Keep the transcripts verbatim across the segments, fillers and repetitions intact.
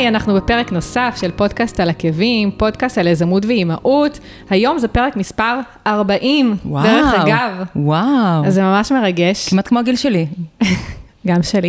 היי, אנחנו בפרק נוסף של פודקאסט על עקבים, פודקאסט על יזמות ואימהות. היום זה פרק מספר ארבעים, וואו, דרך אגב. וואו. אז זה ממש מרגש. כמעט כמו הגיל שלי. גם שלי.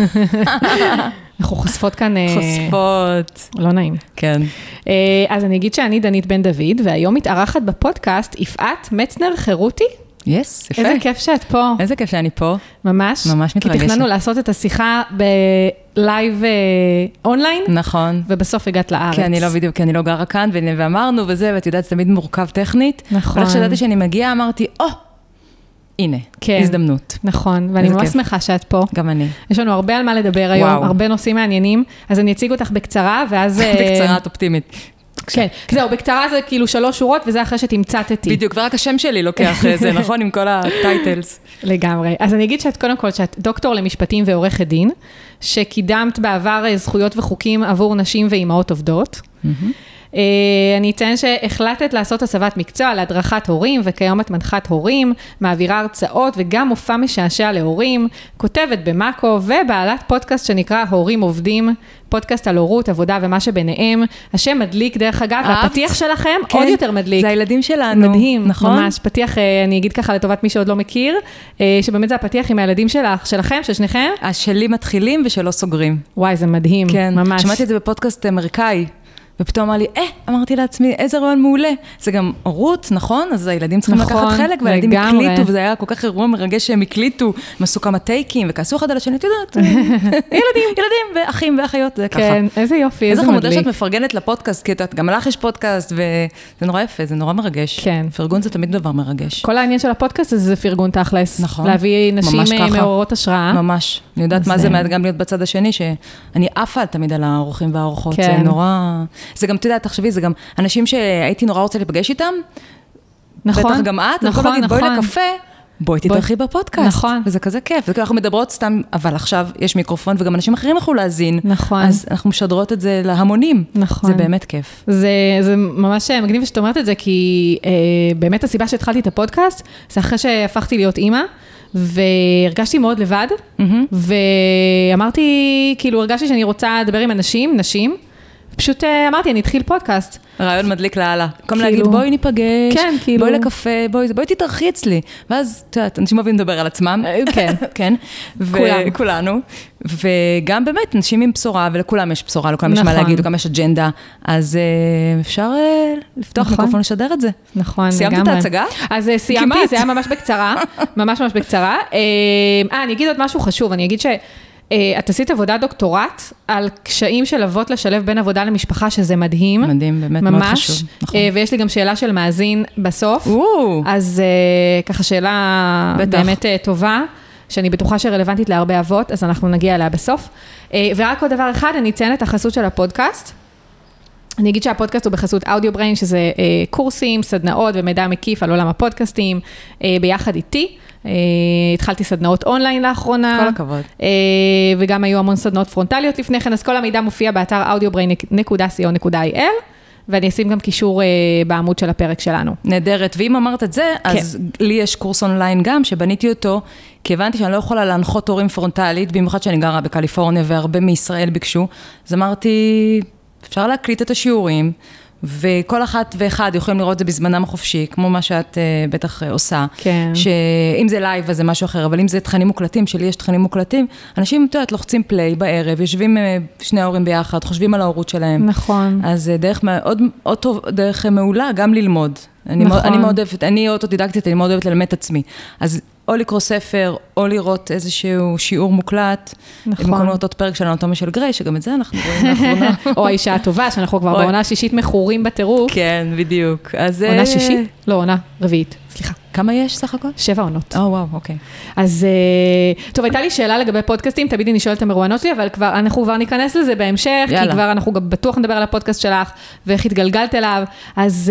אנחנו חושפות כאן... חושפות. לא נעים. כן. אז אני אגיד שאני דנית בן דוד, והיום מתארחת בפודקאסט יפעת מצנר חירותי. יס, יפה. איזה כיף שאת פה. איזה כיף שאני פה. ממש. ממש מתרגשת. כי תכננו לעשות את השיחה בלייב אונליין. נכון. ובסוף הגעת לארץ. כי אני לא בדיוק, כי אני לא גרה כאן, ואמרנו וזה, ואת יודעת, זה תמיד מורכב טכנית. נכון. אבל כשדעתי שאני מגיעה, אמרתי, או, הנה, כן. הזדמנות. נכון, ואני ממש שמחה שאת פה. גם אני. יש לנו הרבה על מה לדבר היום, וואו. הרבה נושאים מעניינים, אז אני אציג אותך בקצרה, ואז... בקצרה, את אופטימית. כן, זהו, בקצרה זה כאילו שלוש שורות, וזה אחרי שתמצאתי. בדיוק, ורק השם שלי לוקח זה, נכון? עם כל הטייטלס. לגמרי. אז אני אגיד שאת קודם כל, שאת דוקטור למשפטים ועורכת דין, שקידמת בעבר זכויות וחוקים עבור נשים ואימהות עובדות. אני אציין שהחלטת לעשות הסבת מקצוע להדרכת הורים, וכיום את מנחת הורים, מעבירה הרצאות וגם מופע משעשע להורים, כותבת במאקו ובעלת פודקאסט שנקרא הורים עובדים, פודקאסט על הורות, עבודה ומה שביניהם. השם מדליק דרך אגב, והפתיח שלכם כן, עוד יותר מדליק. זה הילדים שלנו. מדהים, נכון? ממש. פתיח, אני אגיד ככה לטובת מי שעוד לא מכיר, שבאמת זה הפתיח עם הילדים שלך, שלכם, של שניכם. השלי מתחילים ושלא סוגרים. וואי, זה מדהים, כן. ממש. שמעתי את זה בפודקאסט אמריקאי. ופתאום אמר לי, אה, אמרתי לעצמי, איזה רעיון מעולה. זה גם הורות, נכון? אז הילדים צריכים נכון, לקחת חלק, והילדים לגמרי. הקליטו, וזה היה כל כך אירוע מרגש שהם הקליטו, הם עשו כמה טייקים, וכעסו אחד על השני, את יודעת, ילדים, ילדים, ואחים ואחיות, זה ככה. כן, איזה יופי, איזה מדליק. איזה חמודה שאת מפרגנת לפודקאסט, כי את, גם לך יש פודקאסט, וזה נורא יפה, זה נורא מרגש. כן. פרגון זה תמיד דבר מרגש. כל העניין של הפודקאסט הזה זה פרגון תכלס. נכון. להביא נשים מעוררות השראה. ממש. אני יודעת מה זה גם להיות בצד השני, שאני עפה תמיד על האורחים והאורחות. זה נורא... זה גם, תדעת, תחשבי, זה גם אנשים שהייתי נורא רוצה להיפגש איתם. נכון. בטח גם את. נכון, נכון. בואי לקפה. בואי תתארחי בפודקאסט. נכון. וזה כזה כיף. אנחנו מדברות סתם, אבל עכשיו יש מיקרופון, וגם אנשים אחרים יכולו להזין. נכון. אז אנחנו משדרות את זה להמונים. נכון. זה באמת כיף. זה, זה ממש מגניב שאת אומרת את זה, כי אה, באמת הסיבה שהתחלתי את הפודקאסט, זה אחרי שהפכתי להיות אימא, והרגשתי מאוד לבד, mm-hmm. ואמרתי, כאילו, הרגשתי שאני רוצה לדבר עם אנשים, נשים, פשוט אמרתי, אני אתחיל פודקאסט. רעיון מדליק להעלה. כמו להגיד, בואי ניפגש, כן, כאילו... בואי לקפה, בואי, בואי תתארחי אצלי. ואז, את יודעת, אנשים אוהבים לדבר על עצמם. כן. כן. כולנו. וכולנו. וגם באמת, אנשים עם בשורה, ולכולם יש בשורה, לכולם יש מה להגיד, לכולם יש אג'נדה. אז אפשר לפתוח מיקרופון לשדר את זה. נכון, לגמרי. סיימת את ההצגה? אז סיימתי, זה היה ממש בקצרה. ממש ממש בקצרה. אה, אני אגיד עוד משהו חשוב, אני אגיד ש... את עשית עבודה דוקטורט על קשיים של אבות לשלב בין עבודה למשפחה, שזה מדהים. מדהים, באמת מאוד חשוב. נכון. ויש לי גם שאלה של מאזין בסוף. או. אז ככה שאלה באמת טובה, שאני בטוחה שרלוונטית להרבה אבות, אז אנחנו נגיע אליה בסוף. ורק עוד דבר אחד, אני אציין את החסות של הפודקאסט. אני אגיד שהפודקאסט הוא בחסות אודיו בריין, שזה קורסים, סדנאות ומידע מקיף על עולם הפודקאסטים, ביחד איתי. התחלתי סדנאות אונליין לאחרונה. כל הכבוד. וגם היו המון סדנאות פרונטליות לפני כן, אז כל המידע מופיע באתר אודיו בריין נקודה סי או נקודה איי אל, ואני אשים גם קישור בעמוד של הפרק שלנו. נהדרת, ואם אמרת את זה, אז לי יש קורס אונליין גם, שבניתי אותו, כי הבנתי שאני לא יכולה להנחות הורים פרונטלית, במיוחד שאני גרה בקליפורניה, והרבה מישראל ביקשו, אז אמרתי, אפשר להקליט את השיעורים, וכל אחת ואחד יכולים לראות את זה בזמנם החופשי, כמו מה שאת uh, בטח uh, עושה. כן. שאם זה לייב, אז זה משהו אחר, אבל אם זה תכנים מוקלטים, שלי יש תכנים מוקלטים, אנשים, אתה יודעת, לוחצים פליי בערב, יושבים uh, שני ההורים ביחד, חושבים על ההורות שלהם. נכון. אז uh, דרך, עוד, עוד טוב, דרך מעולה, גם ללמוד. אני, נכון. מאוד, אני מאוד אוהבת, אני אוטודידקטית, אני מאוד אוהבת ללמד את עצמי. אז או לקרוא ספר, או לראות איזשהו שיעור מוקלט. נכון. במקום לאותות פרק של אנטומיה של גריי, שגם את זה אנחנו רואים לאחרונה. או האישה הטובה, שאנחנו כבר בעונה השישית מכורים בטירוף. כן, בדיוק. עונה שישית? לא, עונה רביעית. סליחה. כמה יש סך הכל? שבע עונות. או, וואו, אוקיי. אז, טוב, הייתה לי שאלה לגבי פודקאסטים, תמיד אני שואלת את המרואיינות שלי, אבל כבר, אנחנו כבר ניכנס לזה בהמשך, כי כבר אנחנו גם בטוח נדבר על הפודקאסט שלך, ואיך התגלגלת אליו. אז,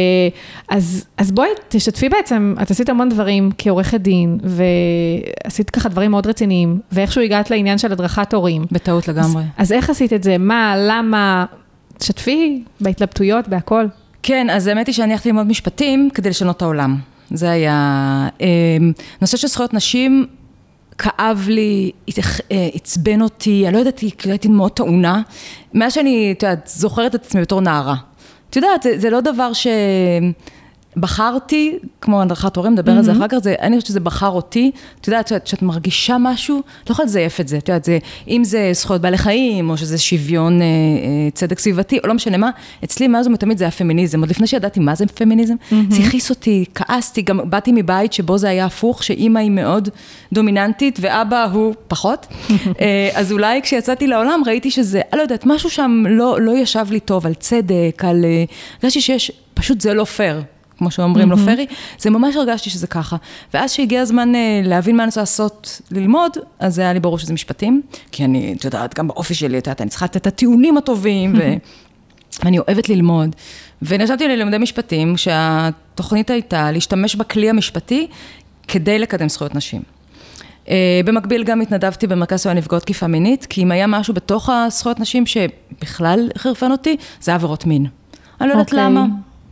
אז, אז בואי, תשתפי בעצם, את עשית המון דברים כעורכת דין, ועשית ככה דברים מאוד רציניים, ואיכשהו הגעת לעניין של הדרכת הורים. בטעות לגמרי. אז, אז איך עשית את זה? מה, למה? תשתפי בהתלבטויות, בהכל. כן, אז האמת היא שאני הלכתי ללמוד משפטים כדי לשנות את העולם. זה היה, נושא של זכויות נשים, כאב לי, הצבן אותי, אני לא יודעת, הייתי מאוד טעונה, מאז שאני, את יודעת, זוכרת את עצמי בתור נערה. את יודעת, זה, זה לא דבר שבחרתי, כמו הדרכת הורים, מדבר על זה אחר כך, זה, אני חושבת שזה בחר אותי, את יודעת, שאת, שאת מרגישה משהו, לא יכולה לזייף את זה, את יודעת, זה, אם זה זכויות בעלי חיים, או שזה שוויון אה, צדק סביבתי, או לא משנה מה, אצלי מאז ומתמיד זה היה פמיניזם, עוד לפני שידעתי מה זה פמיניזם, זה הכיס אותי, כעסתי, גם באתי מבית שבו זה היה הפוך, שאמא היא מאוד דומיננטית, ואבא הוא פחות, אז אולי כשיצאתי לעולם ראיתי שזה, אני לא יודעת, משהו שם לא, לא ישב לי טוב, על צדק, על, הרגשתי שיש, פשוט זה לא פייר. כמו שאומרים לו פרי, זה ממש הרגשתי שזה ככה. ואז שהגיע הזמן להבין מה אני רוצה לעשות, ללמוד, אז זה היה לי ברור שזה משפטים, כי אני, את יודעת, גם באופי שלי, את יודעת, אני צריכה את הטיעונים הטובים, ואני אוהבת ללמוד. ונרשמתי ללמדי משפטים, שהתוכנית הייתה להשתמש בכלי המשפטי, כדי לקדם זכויות נשים. במקביל גם התנדבתי במרכז סיוע נפגעות תקיפה מינית, כי אם היה משהו בתוך הזכויות נשים שבכלל חרפן אותי, זה עבירות מין. אני לא יודעת למה.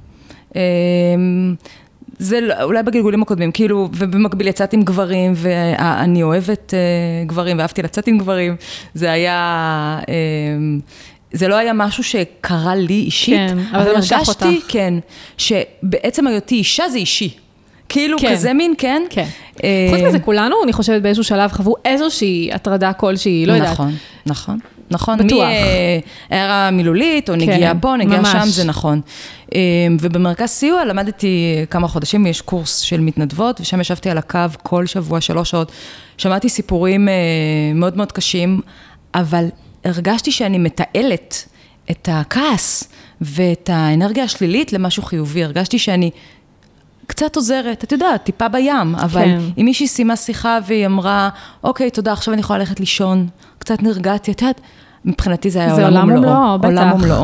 זה אולי בגלגולים הקודמים, כאילו, ובמקביל יצאתי עם גברים, ואני אוהבת גברים, ואהבתי לצאת עם גברים, זה היה, זה לא היה משהו שקרה לי אישית, כן, אבל זה משך אותך. הרגשתי, כן, שבעצם היותי אישה זה אישי. כאילו כן. כזה מין, כן? כן. חוץ מזה, כולנו, אני חושבת, באיזשהו שלב חוו איזושהי הטרדה כלשהי, לא יודעת. נכון, נכון. נכון, בטוח. מהערה מילולית, או נגיעה פה, נגיעה שם, זה נכון. ובמרכז סיוע למדתי כמה חודשים, יש קורס של מתנדבות, ושם ישבתי על הקו כל שבוע, שלוש שעות. שמעתי סיפורים מאוד מאוד קשים, אבל הרגשתי שאני מתעלת את הכעס, ואת האנרגיה השלילית למשהו חיובי. הרגשתי שאני קצת עוזרת, את יודעת, טיפה בים, אבל כן. אם מישהי סיימה שיחה והיא אמרה, אוקיי, תודה, עכשיו אני יכולה ללכת לישון, קצת נרגעתי, את יודעת, מבחינתי זה היה זה עולם ומלואו. בטח. עולם ומלואו.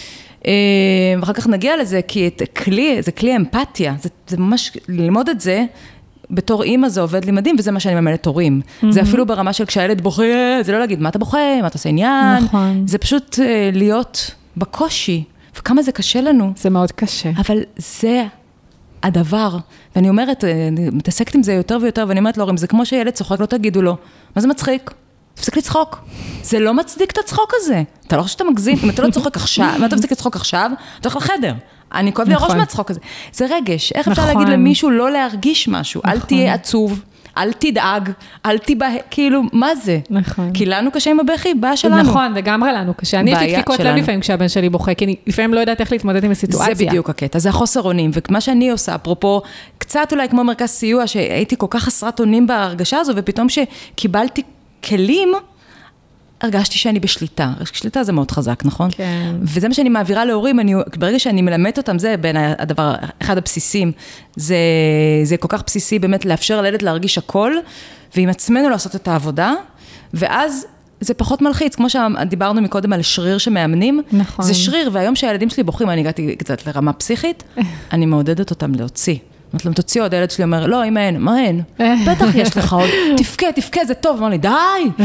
ואחר כך נגיע לזה, כי את כלי, זה כלי אמפתיה, זה, זה ממש, ללמוד את זה, בתור אימא זה עובד לי מדהים, וזה מה שאני ממלאת הורים. Mm-hmm. זה אפילו ברמה של כשהילד בוכה, זה לא להגיד, מה אתה בוכה, מה אתה עושה עניין, נכון. זה פשוט להיות בקושי, וכמה זה קשה לנו. זה מאוד קשה. אבל זה הדבר, ואני אומרת, אני מתעסקת עם זה יותר ויותר, ואני אומרת להורים, זה כמו שילד צוחק, לא תגידו לו, מה זה מצחיק? תפסיק לצחוק. זה לא מצדיק את הצחוק הזה. אתה לא חושב שאתה מגזים, אם אתה לא צוחק עכשיו, אם אתה תפסיק לצחוק עכשיו, אתה הולך לחדר. אני כואב לי הראש מהצחוק הזה. זה רגש. איך אפשר להגיד למישהו לא להרגיש משהו? אל תהיה עצוב, אל תדאג, אל תיבה, כאילו, מה זה? נכון. כי לנו קשה עם הבכי, בעיה שלנו. נכון, לגמרי לנו קשה. אני יש לי דפיקות לב לפעמים כשהבן שלי בוכה, כי אני לפעמים לא יודעת איך להתמודד עם הסיטואציה. זה בדיוק הקטע, זה החוסר אונים, ומה שאני עושה, אפרופו, קצת אולי כמו מרכז סיוע, שהייתי כל כך חסרת אונים בהרגשה הזו, ופתאום שקיבלתי כלים, הרגשתי שאני בשליטה. שליטה זה מאוד חזק, נכון? כן. וזה מה שאני מעבירה להורים, אני, ברגע שאני מלמדת אותם, זה בין הדבר, אחד הבסיסים, זה, זה כל כך בסיסי באמת לאפשר לילד להרגיש הכל, ועם עצמנו לעשות את העבודה, ואז זה פחות מלחיץ, כמו שדיברנו מקודם על שריר שמאמנים, נכון. זה שריר, והיום שהילדים שלי בוחרים, אני הגעתי קצת לרמה פסיכית, אני מעודדת אותם להוציא. אמרת להם, תוציא עוד, הילד שלי אומר, לא, אמא אין, מה אין? בטח יש לך עוד, תפקה, תפקה, זה טוב. אמר לי, די!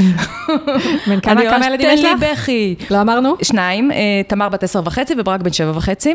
כמה ילדים יש לך? תן לי בכי. לא אמרנו? שניים, תמר בת עשר וחצי וברק בן שבע וחצי,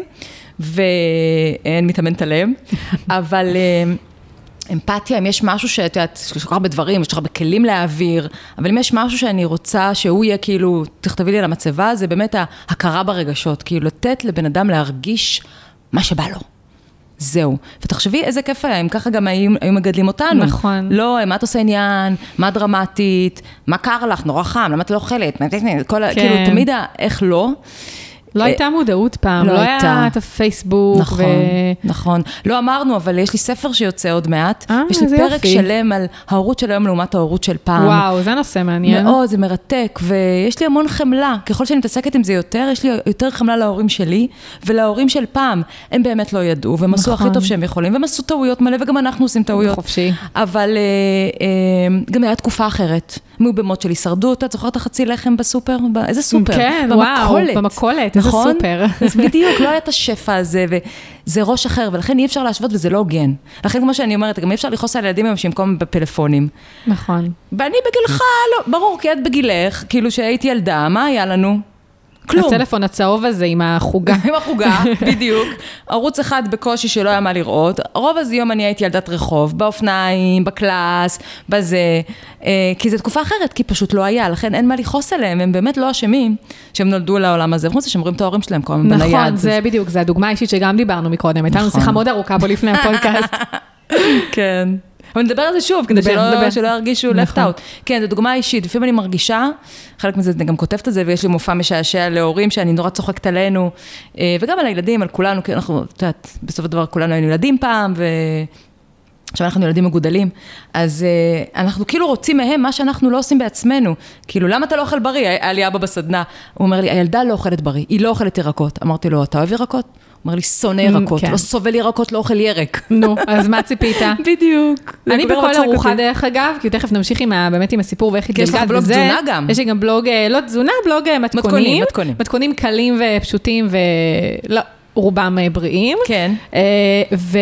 ואין מתאמנת עליהם, אבל אמפתיה, אם יש משהו שאת יודעת, יש לך הרבה דברים, יש לך הרבה כלים להעביר, אבל אם יש משהו שאני רוצה שהוא יהיה כאילו, תכתבי לי על המצבה, זה באמת ההכרה ברגשות, כאילו לתת לבן אדם להרגיש מה שבא לו. זהו. ותחשבי איזה כיף היה, אם ככה גם היו, היו מגדלים אותנו. נכון. לא, מה את עושה עניין, מה דרמטית, מה קר לך, נורא חם, למה את לא אוכלת, כל, כן. כאילו, תמיד איך לא. לא הייתה מודעות פעם, לא, לא היה את הפייסבוק. נכון, ו... נכון. לא אמרנו, אבל יש לי ספר שיוצא עוד מעט, אה, יש לי פרק יופי. שלם על ההורות של היום לעומת ההורות של פעם. וואו, זה נושא מעניין. מאוד, זה מרתק, ויש לי המון חמלה. ככל שאני מתעסקת עם זה יותר, יש לי יותר חמלה להורים שלי, ולהורים של פעם. הם באמת לא ידעו, והם עשו הכי טוב שהם יכולים, והם עשו טעויות מלא, וגם אנחנו עושים טעויות. חופשי. אבל גם היה תקופה אחרת. מאובמות של הישרדות, את זוכרת החצי לחם בסופר? איזה סופר? כן, וואו, במכולת, איזה סופר. בדיוק, לא היה את השפע הזה, וזה ראש אחר, ולכן אי אפשר להשוות, וזה לא הוגן. לכן, כמו שאני אומרת, גם אי אפשר לכעוס על ילדים היום שימקום בפלאפונים. נכון. ואני בגילך, לא, ברור, כי את בגילך, כאילו שהייתי ילדה, מה היה לנו? כלום. הטלפון הצהוב הזה עם החוגה. עם החוגה, בדיוק. ערוץ אחד בקושי שלא היה מה לראות. רוב הזיום אני הייתי ילדת רחוב, באופניים, בקלאס, בזה, כי זו תקופה אחרת, כי פשוט לא היה, לכן אין מה לכעוס עליהם, הם באמת לא אשמים שהם נולדו לעולם הזה, וחוץ ששומרים את ההורים שלהם כל הזמן בנייד. נכון, זה בדיוק, זה הדוגמה האישית שגם דיברנו מקודם, הייתה לנו שיחה מאוד ארוכה פה לפני הפודקאסט. כן. אבל נדבר על זה שוב, כדי שלא, שלא ירגישו left out. כן, זו דוגמה אישית. לפעמים אני מרגישה, חלק מזה, אני גם כותבת את זה, ויש לי מופע משעשע להורים שאני נורא צוחקת עלינו, וגם על הילדים, על כולנו, כי אנחנו, את יודעת, בסוף הדבר כולנו היינו ילדים פעם, ועכשיו אנחנו ילדים מגודלים, אז אנחנו כאילו רוצים מהם מה שאנחנו לא עושים בעצמנו. כאילו, למה אתה לא אוכל בריא? היה לי אבא בסדנה, הוא אומר לי, הילדה לא אוכלת בריא, היא לא אוכלת ירקות. אמרתי לו, אתה אוהב ירקות? הוא אומר לי, שונא ירקות, לא סובל ירקות, לא אוכל ירק. נו, אז מה ציפית? בדיוק. אני בכל ארוחה דרך אגב, כי תכף נמשיך באמת עם הסיפור ואיך התגלגלת. יש לך בלוג תזונה גם. יש לי גם בלוג, לא תזונה, בלוג מתכונים. מתכונים. מתכונים קלים ופשוטים ולא, רובם בריאים. כן. ו...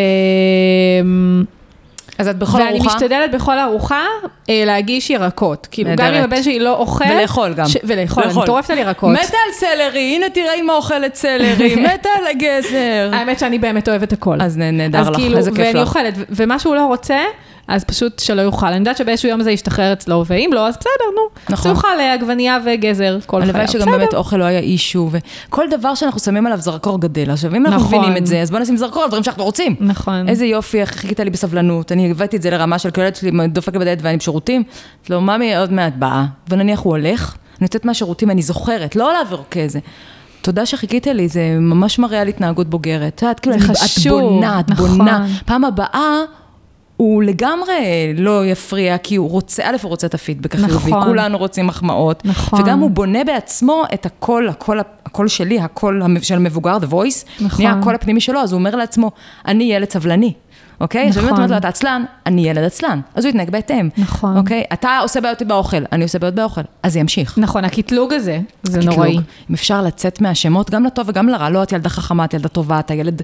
אז את בכל ארוחה? ואני משתדלת בכל ארוחה להגיש ירקות. כאילו, גם אם הבן שלי לא אוכל... ולאכול גם. ולאכול, אני טורפת על ירקות. מתה על סלרי, הנה תראה אמא אוכלת סלרי, מתה על הגזר. האמת שאני באמת אוהבת הכל. אז נהדר לך, איזה כיף לך. ואני אוכלת, ומה שהוא לא רוצה, אז פשוט שלא יוכל. אני יודעת שבאיזשהו יום זה ישתחרר אצלו, ואם לא, אז בסדר, נו. נכון. אז יוכל עגבנייה וגזר כל חייו. הלוואי שגם באמת אוכל לא היה אישו, וכל דבר שאנחנו שמים עליו זרקור גדל. עכשיו, אם אנחנו מבינים את זה, אז בוא נשים זרקור על דברים שאנחנו רוצים. נכון. איזה יופי, איך חיכית לי בסבלנות. אני הבאתי את זה לרמה של כללת שלי, דופקת בדלת ואני בשירותים. לא, ממי עוד מעט באה. ונניח הוא הולך, אני יוצאת מהשירותים, אני זוכרת, לא לעבור כזה. תודה שחיכית לי, זה ממש מראה על התנהגות בוגרת. את כאילו, את בונה, את בונה. פעם הבאה, הוא לגמרי לא יפריע, כי הוא רוצה, א', הוא רוצה את הפידבק החיובי, כולנו רוצים מחמאות, וגם הוא בונה בעצמו את הקול, הקול, הקול שלי, הקול של המבוגר, the voice, נהיה הקול הפנימי שלו, אז הוא אומר לעצמו, אני ילד סבלני. אוקיי? אז באמת אומרת לו, אתה עצלן, אני ילד עצלן. אז הוא יתנהג בהתאם. נכון. אוקיי? אתה עושה בעיות באוכל, אני עושה בעיות באוכל. אז זה ימשיך. נכון, הקטלוג הזה, זה נוראי. אם אפשר לצאת מהשמות, גם לטוב וגם לרע, לא את ילדה חכמה, את ילדה טובה, אתה ילד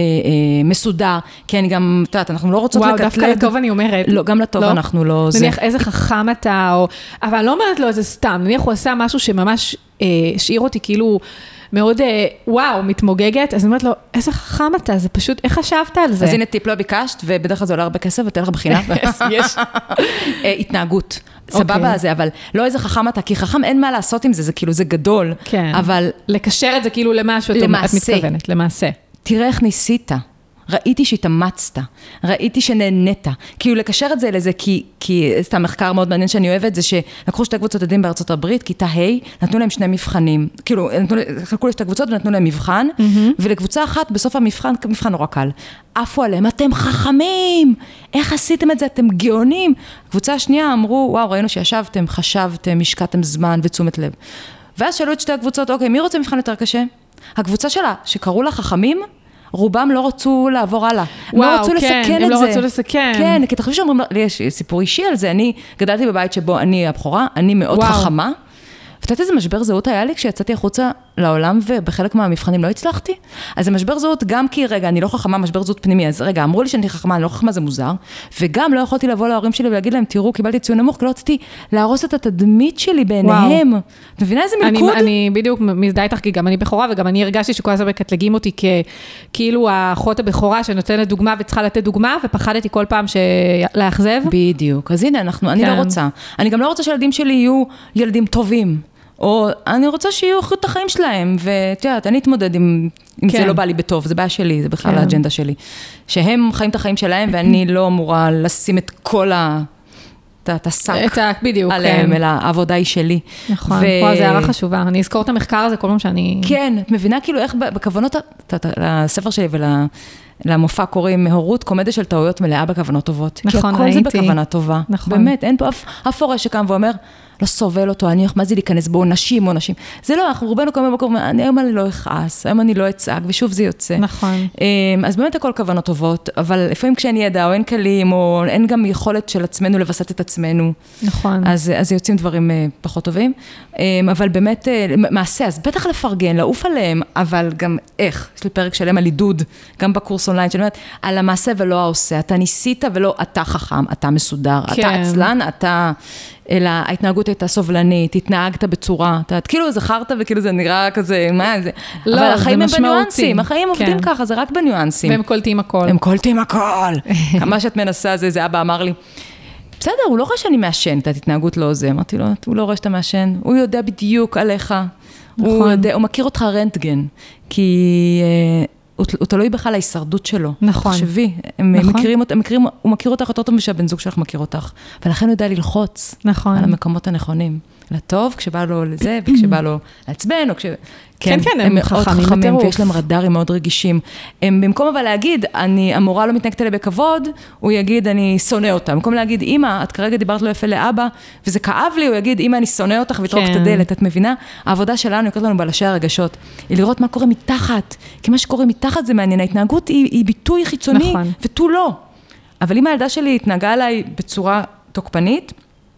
מסודר, כי אני גם, את יודעת, אנחנו לא רוצות לקטלג. וואו, דווקא לטוב אני אומרת. לא, גם לטוב אנחנו לא זה. נניח איזה חכם אתה, או... אבל אני לא אומרת לו, זה סתם. נניח הוא עשה משהו שממש השאיר אותי כאילו מאוד, וואו, מתמוגגת, אז אני אומרת לו, איזה חכם אתה, זה פשוט, איך חשבת על זה? אז הנה טיפ, לא ביקשת, ובדרך כלל זה עולה הרבה כסף, ותן לך בחינם. יש. התנהגות, סבבה הזה, אבל לא איזה חכם אתה, כי חכם אין מה לעשות עם זה, זה כאילו, זה גדול. כן. אבל... לקשר את זה כאילו למשהו, את מתכוונת, למעשה. תראה איך ניסית. ראיתי שהתאמצת, ראיתי שנהנית, כאילו לקשר את זה לזה, כי, כי סתם מחקר מאוד מעניין שאני אוהבת, זה שלקחו שתי קבוצות ילדים בארצות הברית, כיתה ה', נתנו להם שני מבחנים, כאילו, חלקו לשתי קבוצות ונתנו להם מבחן, mm-hmm. ולקבוצה אחת, בסוף המבחן, מבחן נורא קל, עפו עליהם, אתם חכמים, איך עשיתם את זה, אתם גאונים. הקבוצה השנייה אמרו, וואו, ראינו שישבתם, חשבתם, השקעתם זמן ותשומת לב. ואז שאלו את שתי הקבוצות, אוקיי, מי רוצה מבחן יותר קשה? הקבוצה שלה, שקראו לה חכמים, רובם לא רצו לעבור הלאה. וואו, לא רצו כן, לסכן את הם זה. לא רצו לסכן. כן, כי תחשבי שאומרים, לי יש סיפור אישי על זה, אני גדלתי בבית שבו אני הבחורה, אני מאוד וואו. חכמה, ותת איזה משבר זהות היה לי כשיצאתי החוצה לעולם ובחלק מהמבחנים לא הצלחתי. אז זה משבר זהות גם כי רגע, אני לא חכמה, משבר זהות פנימי, אז רגע, אמרו לי שאני חכמה, אני לא חכמה, זה מוזר, וגם לא יכולתי לבוא להורים שלי ולהגיד להם, תראו, קיבלתי ציון נמוך, כי לא רציתי להרוס את התדמית שלי בעיניהם. את מבינה איזה מלכוד? אני, אני בדיוק מזדהה איתך, כי גם אני בחורה, וגם אני הרגשתי שכל הזמן מקטלגים אותי כאילו האחות הבכורה שנותנת דוגמה וצריכה לתת דוגמה, ופחדתי כל פעם להאכזב. בדיוק. אז הנה, אנחנו, אני לא רוצה. אני גם לא רוצה שילדים שלי יהיו ילדים טובים. או אני רוצה שיהיו את החיים שלהם, ואת יודעת, אני אתמודד עם, אם זה לא בא לי בטוב, זה בעיה שלי, זה בכלל האג'נדה שלי. שהם חיים את החיים שלהם, ואני לא אמורה לשים את כל ה... את השק עליהם, אלא העבודה היא שלי. נכון, זה הערה חשובה. אני אזכור את המחקר הזה כל פעם שאני... כן, את מבינה כאילו איך בכוונות, לספר שלי ולמופע קוראים הורות, קומדיה של טעויות מלאה בכוונות טובות. נכון, כי הכל זה בכוונה טובה. באמת, אין פה אף הורה שקם ואומר, לא סובל אותו, אני מה זה להיכנס בו, נשים או נשים. זה לא, אנחנו רובנו כל מקום, היום אני לא אכעס, היום אני לא אצעק, ושוב זה יוצא. נכון. אז באמת הכל כוונות טובות, אבל לפעמים כשאני ידע, או אין כלים, או אין גם יכולת של עצמנו לבסט את עצמנו. נכון. אז, אז יוצאים דברים פחות טובים. אבל באמת, מעשה, אז בטח לפרגן, לעוף עליהם, אבל גם איך? יש לי פרק שלם על עידוד, גם בקורס אונליין, שאני אומרת, על המעשה ולא העושה. אתה ניסית ולא אתה חכם, אתה מסודר, כן. אתה עצלן, אתה... אלא ההתנהגות ההתנהגות הייתה סובלנית, התנהגת בצורה, אתה כאילו זכרת וכאילו זה נראה כזה, מה זה? לא, אבל החיים הם משמעותי. בניואנסים, החיים עובדים ככה, זה רק בניואנסים. והם קולטים הכל. הם קולטים הכל. מה שאת מנסה זה, זה אבא אמר לי, בסדר, הוא לא רואה שאני מעשן, את התנהגות לא זה. אמרתי לו, הוא לא רואה שאתה מעשן, הוא יודע בדיוק עליך. נכון. הוא, יודע, הוא מכיר אותך רנטגן, כי אה, הוא, הוא תלוי בכלל ההישרדות שלו. נכון. תחשבי, הם נכון. מכירים, הם מכירים, הוא מכיר אותך יותר טוב משהבן זוג שלך מכיר אותך. ולכן הוא יודע ללחוץ נכון. על המקומות הנכונים. לטוב, כשבא לו לזה, וכשבא לו לעצבן, או כש... כן, כן, הם חכמים בטירוף. ויש להם רדארים מאוד רגישים. הם, במקום אבל להגיד, אני, המורה לא מתנהגת אליי בכבוד, הוא יגיד, אני שונא אותה. במקום להגיד, אמא, את כרגע דיברת לא יפה לאבא, וזה כאב לי, הוא יגיד, אמא, אני שונא אותך, ויתרוק את הדלת, את מבינה? העבודה שלנו, יקרת לנו בלשי הרגשות, היא לראות מה קורה מתחת, כי מה שקורה מתחת זה מעניין, ההתנהגות היא, היא ביטוי חיצוני, נכון. ותו לא. אבל אם הילדה שלי התנהגה עליי בצורה תוקפנית,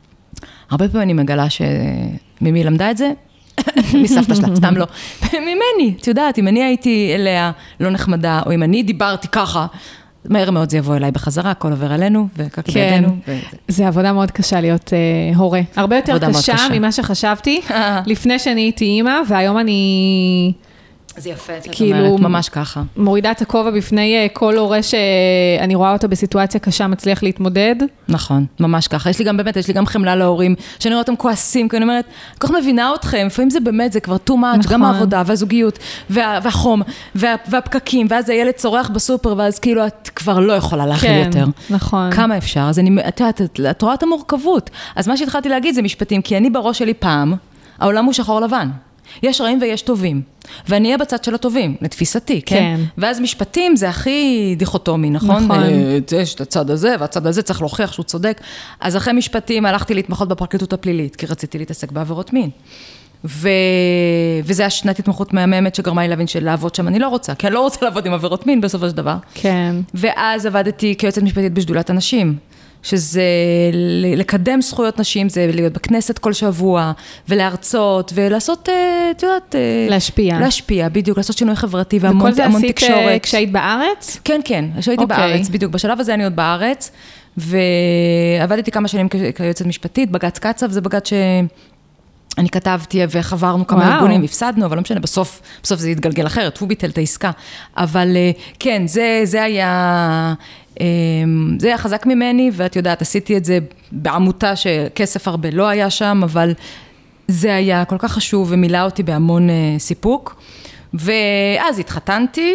הרבה פעמים אני מגלה שממי למדה את זה, מסבתא שלה, סתם לא. ממני, את יודעת, אם אני הייתי אליה לא נחמדה, או אם אני דיברתי ככה, מהר מאוד זה יבוא אליי בחזרה, הכל עובר עלינו, וכך בידינו. זה עבודה מאוד קשה להיות הורה. הרבה יותר קשה ממה שחשבתי, לפני שאני הייתי אימא, והיום אני... זה יפה, את אומרת, ממש ככה. מורידה את הכובע בפני כל הורה שאני רואה אותו בסיטואציה קשה, מצליח להתמודד. נכון, ממש ככה. יש לי גם באמת, יש לי גם חמלה להורים, שאני רואה אותם כועסים, כי אני אומרת, כל כך מבינה אתכם, לפעמים זה באמת, זה כבר too much, גם העבודה והזוגיות, והחום, והפקקים, ואז הילד צורח בסופר, ואז כאילו את כבר לא יכולה להכיל יותר. נכון. כמה אפשר? אז אני, את רואה את המורכבות. אז מה שהתחלתי להגיד זה משפטים, כי אני בראש שלי פעם, העולם הוא שחור לבן. יש רעים ויש טובים, ואני אהיה בצד של הטובים, לתפיסתי, כן? כן. ואז משפטים זה הכי דיכוטומי, נכון? נכון. יש את הצד הזה, והצד הזה צריך להוכיח שהוא צודק. אז אחרי משפטים הלכתי להתמחות בפרקליטות הפלילית, כי רציתי להתעסק בעבירות מין. ו... וזה השנת התמחות מהממת שגרמה לי להבין שלעבוד שם אני לא רוצה, כי אני לא רוצה לעבוד עם עבירות מין בסופו של דבר. כן. ואז עבדתי כיועצת משפטית בשדולת הנשים. שזה לקדם זכויות נשים, זה להיות בכנסת כל שבוע, ולהרצות, ולעשות, את יודעת... להשפיע. להשפיע, בדיוק, לעשות שינוי חברתי, והמון תקשורת. וכל זה עשית כשהיית בארץ? כן, כן, כשהייתי בארץ, בדיוק. בשלב הזה אני עוד בארץ, ועבדתי כמה שנים כיועצת משפטית, בג"ץ קצב, זה בג"ץ ש... אני כתבתי וחברנו כמה ארגונים, הפסדנו, אבל לא משנה, בסוף, בסוף זה יתגלגל אחרת, הוא ביטל את העסקה. אבל כן, זה, זה היה, זה היה חזק ממני, ואת יודעת, עשיתי את זה בעמותה שכסף הרבה לא היה שם, אבל זה היה כל כך חשוב ומילא אותי בהמון סיפוק. ואז התחתנתי,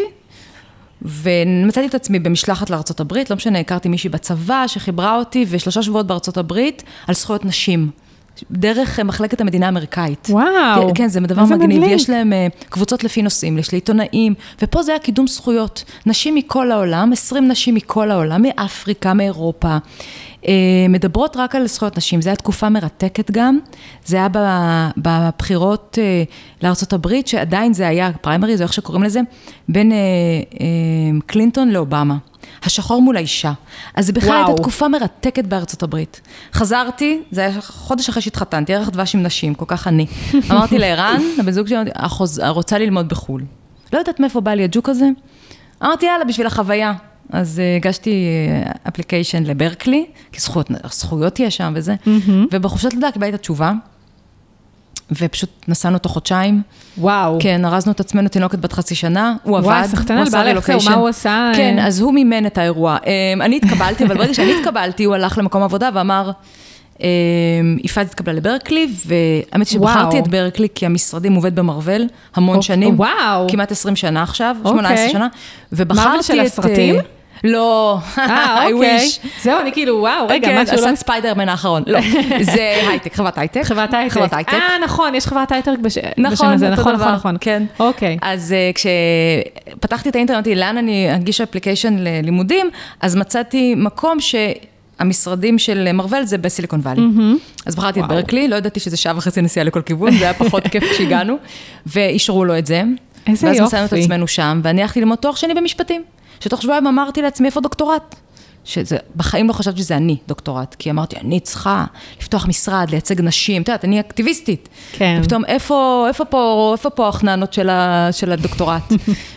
ומצאתי את עצמי במשלחת לארצות הברית, לא משנה, הכרתי מישהי בצבא שחיברה אותי, ושלושה שבועות בארצות הברית על זכויות נשים. דרך מחלקת המדינה האמריקאית. וואו. כן, זה דבר מגניב. יש להם קבוצות לפי נושאים, יש לי עיתונאים, ופה זה היה קידום זכויות. נשים מכל העולם, עשרים נשים מכל העולם, מאפריקה, מאירופה, מדברות רק על זכויות נשים. זה היה תקופה מרתקת גם. זה היה בבחירות לארצות הברית, שעדיין זה היה פריימרי, זה איך שקוראים לזה, בין קלינטון לאובמה. השחור מול האישה. אז זה בכלל הייתה תקופה מרתקת בארצות הברית. חזרתי, זה היה חודש אחרי שהתחתנתי, ערך דבש עם נשים, כל כך אני. אמרתי לערן, לבן זוג שלי, רוצה ללמוד בחול. לא יודעת מאיפה בא לי הג'וק הזה. אמרתי, יאללה, בשביל החוויה. אז הגשתי אפליקיישן לברקלי, כי זכויות, זכויות יש שם וזה. ובחופשת לידה קיבלתי את התשובה. ופשוט נסענו אותו חודשיים. וואו. כן, ארזנו את עצמנו תינוקת בת חצי שנה, הוא עבד. וואי, סחטן על בעלך, מה הוא עשה? כן, אז הוא מימן את האירוע. אני התקבלתי, אבל ברגע שאני התקבלתי, הוא הלך למקום עבודה ואמר, יפעת התקבלה לברקלי, והאמת שבחרתי את ברקלי, כי המשרדים עובד במרוול המון שנים. וואו. כמעט עשרים שנה עכשיו, שמונה עשרה שנה. מרוול של הסרטים? לא, אה, אוקיי. זהו, אני כאילו, וואו, רגע, משהו לא... עשת ספיידרמן האחרון. לא, זה הייטק, חברת הייטק. חברת הייטק. חברת הייטק. אה, נכון, יש חברת הייטק בשם הזה, נכון, נכון, נכון. כן. אוקיי. אז כשפתחתי את האינטרנט, לאן אני אגיש אפליקיישן ללימודים, אז מצאתי מקום שהמשרדים של מרוול זה בסיליקון ואלי. אז בחרתי את ברקלי, לא ידעתי שזה שעה וחצי נסיעה לכל כיוון, זה היה פחות כיף כשהגענו, ואישרו לו את זה. איזה יופי. ואז מצאנו את עצמנו שם, ואני הלכתי ללמוד תואר שני במשפטים. שתוך שבועיים אמרתי לעצמי איפה דוקטורט. שזה, בחיים לא חשבתי שזה אני, דוקטורט, כי אמרתי, אני צריכה לפתוח משרד, לייצג נשים, את יודעת, אני אקטיביסטית. כן. ופתאום, איפה, איפה פה, איפה פה החננות של, ה, של הדוקטורט?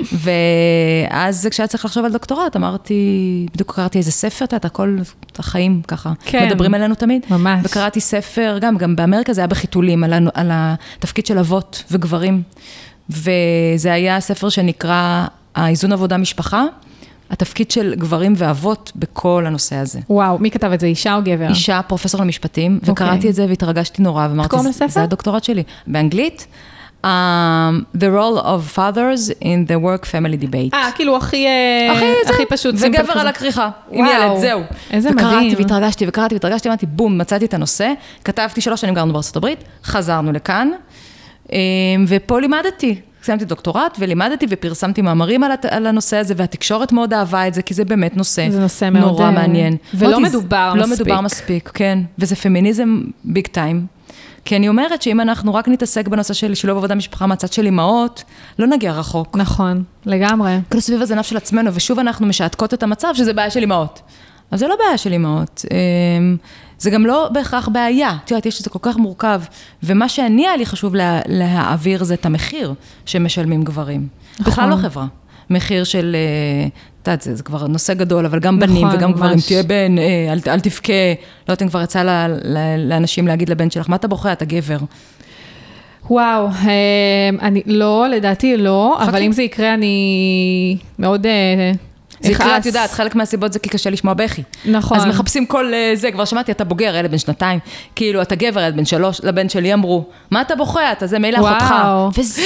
ואז כשהיה צריך לחשוב על דוקטורט, אמרתי, בדיוק קראתי איזה ספר, את יודעת, הכל, החיים ככה, כן. מדברים עלינו תמיד. ממש. וקראתי ספר, גם, גם באמריקה זה היה בחיתולים, על, על התפקיד של אבות וגברים. וזה היה ספר שנקרא, האיזון עבודה משפחה, התפקיד של גברים ואבות בכל הנושא הזה. וואו, מי כתב את זה, אישה או גבר? אישה, פרופסור למשפטים, אוקיי. וקראתי את זה והתרגשתי נורא, ואמרתי, זה הדוקטורט שלי. באנגלית, um, The role of fathers in the work-family debate. אה, כאילו הכי, הכי, הכי פשוט. וגבר על הכריכה, עם ילד, זהו. איזה מדהים. וקראתי והתרגשתי, וקראתי והתרגשתי, אמרתי, בום, מצאתי את הנושא, כתבתי שלוש שנים גרנו בארצות הברית, חזרנו לכאן, ופה לימדתי. סיימתי דוקטורט ולימדתי ופרסמתי מאמרים על, על הנושא הזה, והתקשורת מאוד אהבה את זה, כי זה באמת נושא, זה נושא מאוד נורא מעניין. ולא מדובר לא מספיק. לא מדובר מספיק, כן. וזה פמיניזם ביג טיים. כי אני אומרת שאם אנחנו רק נתעסק בנושא של שילוב עבודה משפחה מהצד של אמהות, לא נגיע רחוק. נכון, לגמרי. כאילו סביב הזנב של עצמנו, ושוב אנחנו משעתקות את המצב שזה בעיה של אמהות. אז זה לא בעיה של אמהות. זה גם לא בהכרח בעיה. תראית, יש שזה כל כך מורכב. ומה שאני היה לי חשוב לה, להעביר זה את המחיר שמשלמים גברים. נכון. בכלל לא חברה. מחיר של, אתה יודע, זה, זה כבר נושא גדול, אבל גם נכון, בנים וגם ממש. גברים, תהיה בן, אל, אל תבכה. לא יודעת, כבר יצא לה, לה, לאנשים להגיד לבן שלך, מה אתה בוכה? אתה גבר. וואו, אני לא, לדעתי לא, חכה. אבל אם זה יקרה, אני מאוד... זה יקרה, את יודעת, חלק מהסיבות זה כי קשה לשמוע בכי. נכון. אז מחפשים כל זה, כבר שמעתי, אתה בוגר, ילד בן שנתיים, כאילו, אתה גבר, ילד בן שלוש, לבן שלי אמרו, מה אתה בוכה? אתה זה מילא אחותך. וזה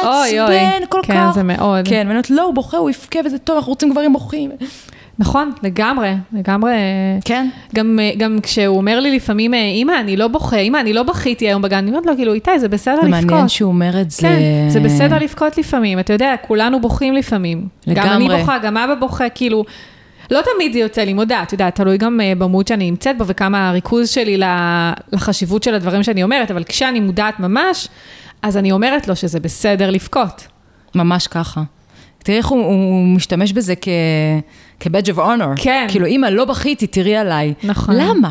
מעצבן כל כך. כן, זה מאוד. כן, ואני אומרת, לא, הוא בוכה, הוא יפקה, וזה טוב, אנחנו רוצים גברים בוכים. נכון, לגמרי, לגמרי. כן. גם, גם כשהוא אומר לי לפעמים, אמא, אני לא בוכה, אמא, אני לא בכיתי היום בגן, אני אומרת לו, כאילו, איתי, זה בסדר לבכות. זה מעניין שהוא אומר את זה. כן, זה בסדר לבכות לפעמים, אתה יודע, כולנו בוכים לפעמים. לגמרי. גם אני בוכה, גם אבא בוכה, כאילו, לא תמיד זה יוצא לי מודע, אתה יודע, תלוי גם במות שאני נמצאת בו, וכמה הריכוז שלי לחשיבות של הדברים שאני אומרת, אבל כשאני מודעת ממש, אז אני אומרת לו שזה בסדר לבכות. ממש ככה. תראי איך הוא, הוא משתמש בזה כ... כ-badge of honor. כן. כאילו, אמא, לא בכיתי, תראי עליי. נכון. למה?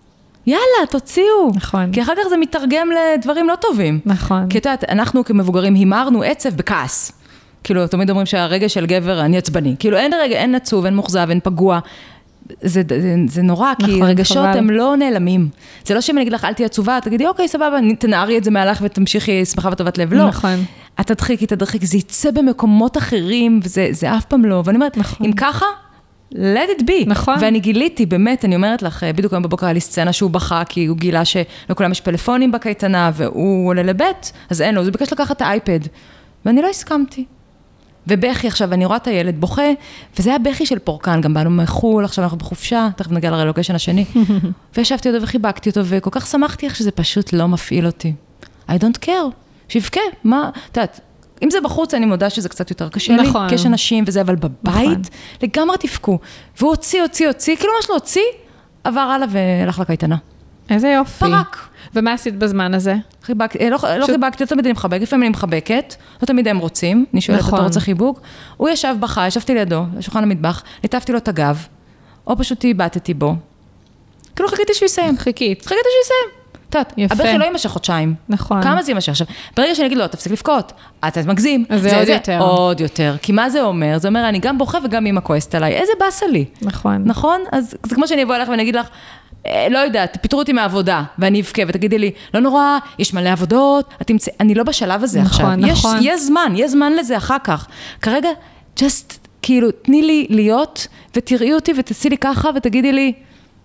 יאללה, תוציאו. נכון. כי אחר כך זה מתרגם לדברים לא טובים. נכון. כי את יודעת, אנחנו כמבוגרים הימרנו עצב בכעס. כאילו, תמיד אומרים שהרגע של גבר, אני עצבני. כאילו, אין רגע, אין עצוב, אין מוחזב, אין פגוע. זה, זה, זה נורא, נכון, כי רגשות חבל. הם לא נעלמים. זה לא שאם אני אגיד לך, אל תהיה עצובה, תגידי, אוקיי, סבבה, תנערי את זה מעלך ותמשיכי שמחה וטובת לב. לא. נכון. את תדחיקי, תדחיקי, זה יצא במקומות אחרים, וזה זה אף פעם לא. ואני אומרת, נכון. אם ככה, let it be. נכון. ואני גיליתי, באמת, אני אומרת לך, בדיוק היום בבוקר היה לי סצנה שהוא בכה, כי הוא גילה שלכולם יש פלאפונים בקייטנה, והוא עולה לבית, אז אין לו, אז הוא ביקש לקחת את האייפד. ואני לא הסכמתי. ובכי עכשיו, אני רואה את הילד בוכה, וזה היה בכי של פורקן, גם באנו מחול, עכשיו אנחנו בחופשה, תכף נגיע לרלוקיישן השני, וישבתי אותו וחיבקתי אותו, וכל כך שמחתי איך שזה פשוט לא מפעיל אותי. I don't care, שיבכה, מה, את יודעת, אם זה בחוץ, אני מודה שזה קצת יותר קשה לי, כי יש אנשים וזה, אבל בבית, לגמרי תפקו, והוא הוציא, הוציא, הוציא, כאילו מה שלא הוציא, עבר הלאה והלך לקייטנה. איזה יופי. פרק. ומה עשית בזמן הזה? חיבק, לא, לא חיבקתי, לא תמיד אני מחבקת, לפעמים אני מחבקת, לא תמיד הם רוצים, אני שואלת, אתה רוצה חיבוק? הוא ישב בכה, ישבתי לידו, לשולחן המטבח, ליטפתי לו את הגב, או פשוט הבטתי בו. כאילו חיכיתי שהוא יסיים. חיכית. חיכיתי שהוא יסיים. תת, הבכי לא יימשך חודשיים. נכון. כמה זה יימשך עכשיו? ברגע שאני אגיד לו, תפסיק לבכות, אתה מגזים. זה עוד יותר. עוד יותר. כי מה זה אומר? זה אומר, אני גם בוכה וגם אמא כועסת עליי. איזה באסה לי. נכון. נכון? אז זה כמו שאני אבוא אליך ואני אגיד לך, לא יודעת, פיטרו אותי מהעבודה, ואני אבכה, ותגידי לי, לא נורא, יש מלא עבודות, את תמצא, אני לא בשלב הזה עכשיו. נכון, נכון. יש זמן, יש זמן לזה אחר כך. כרגע, just, כאילו, תני לי להיות, ותראי אותי, ותעשי לי ככה, ותגידי לי,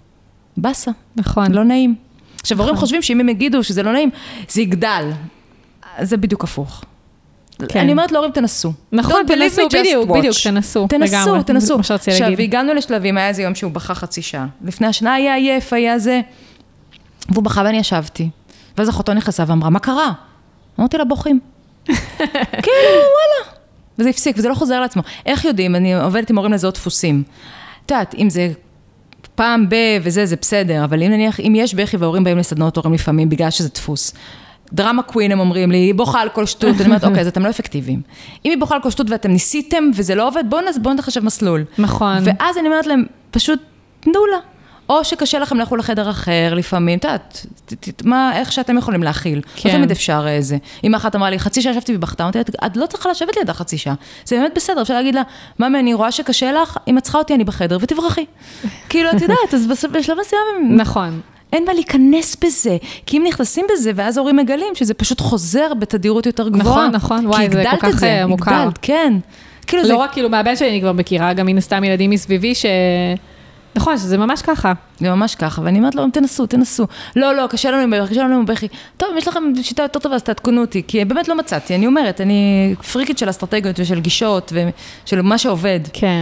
באסה. נכון. לא נעים. עכשיו, הורים חושבים שאם הם יגידו שזה לא נעים, זה יגדל. זה בדיוק הפוך. אני אומרת להורים, תנסו. נכון, תנסו, בדיוק, בדיוק, תנסו. תנסו, תנסו. עכשיו, הגענו לשלבים, היה איזה יום שהוא בכה חצי שעה. לפני השנה היה עייף, היה זה. והוא בכה ואני ישבתי. ואז אחותו נכנסה ואמרה, מה קרה? אמרתי לה, בוכים. כאילו, וואלה. וזה הפסיק, וזה לא חוזר לעצמו. איך יודעים? אני עובדת עם הורים לזהות דפוסים. את יודעת, אם זה פעם ב, וזה, זה בסדר, אבל אם נניח, אם יש בכי והורים באים לסדנות הורים לפעמים, בגלל שזה דפוס. דרמה קווין הם אומרים לי, היא בוכה על כל שטות, אני אומרת, אוקיי, אז אתם לא אפקטיביים. אם היא בוכה על כל שטות ואתם ניסיתם וזה לא עובד, בואו נחשב מסלול. נכון. ואז אני אומרת להם, פשוט תנו לה. או שקשה לכם לכו לחדר אחר, לפעמים, תעת, מה, איך שאתם יכולים להכיל. לא תמיד אפשר איזה. אם אחת אמרה לי, חצי שעה ישבתי ובכתה, אמרתי, את לא צריכה לשבת לידה חצי שעה. זה באמת בסדר, אפשר להגיד לה, מאמי, אני רואה שקשה לך, אם את צריכה אותי, אני בחדר, ותברחי. כאילו, את יודעת, אז בשלב מסוים... נכון. אין מה להיכנס בזה, כי אם נכנסים בזה, ואז ההורים מגלים שזה פשוט חוזר בתדירות יותר גבוהה. נכון, נכון, וואי, זה כל כך מוכר. הגדלת, כן. לא רק כאילו מהבן שלי אני כבר מכירה, גם מן הסתם ילדים מסביבי ש... נכון, שזה ממש ככה. זה ממש ככה, ואני אומרת לו, תנסו, תנסו. לא, לא, קשה לנו עם בכי, קשה לנו עם בכי. טוב, אם יש לכם שיטה יותר טובה, אז תעדכנו אותי, כי באמת לא מצאתי. אני אומרת, אני פריקית של אסטרטגיות ושל גישות ושל מה שעובד. כן.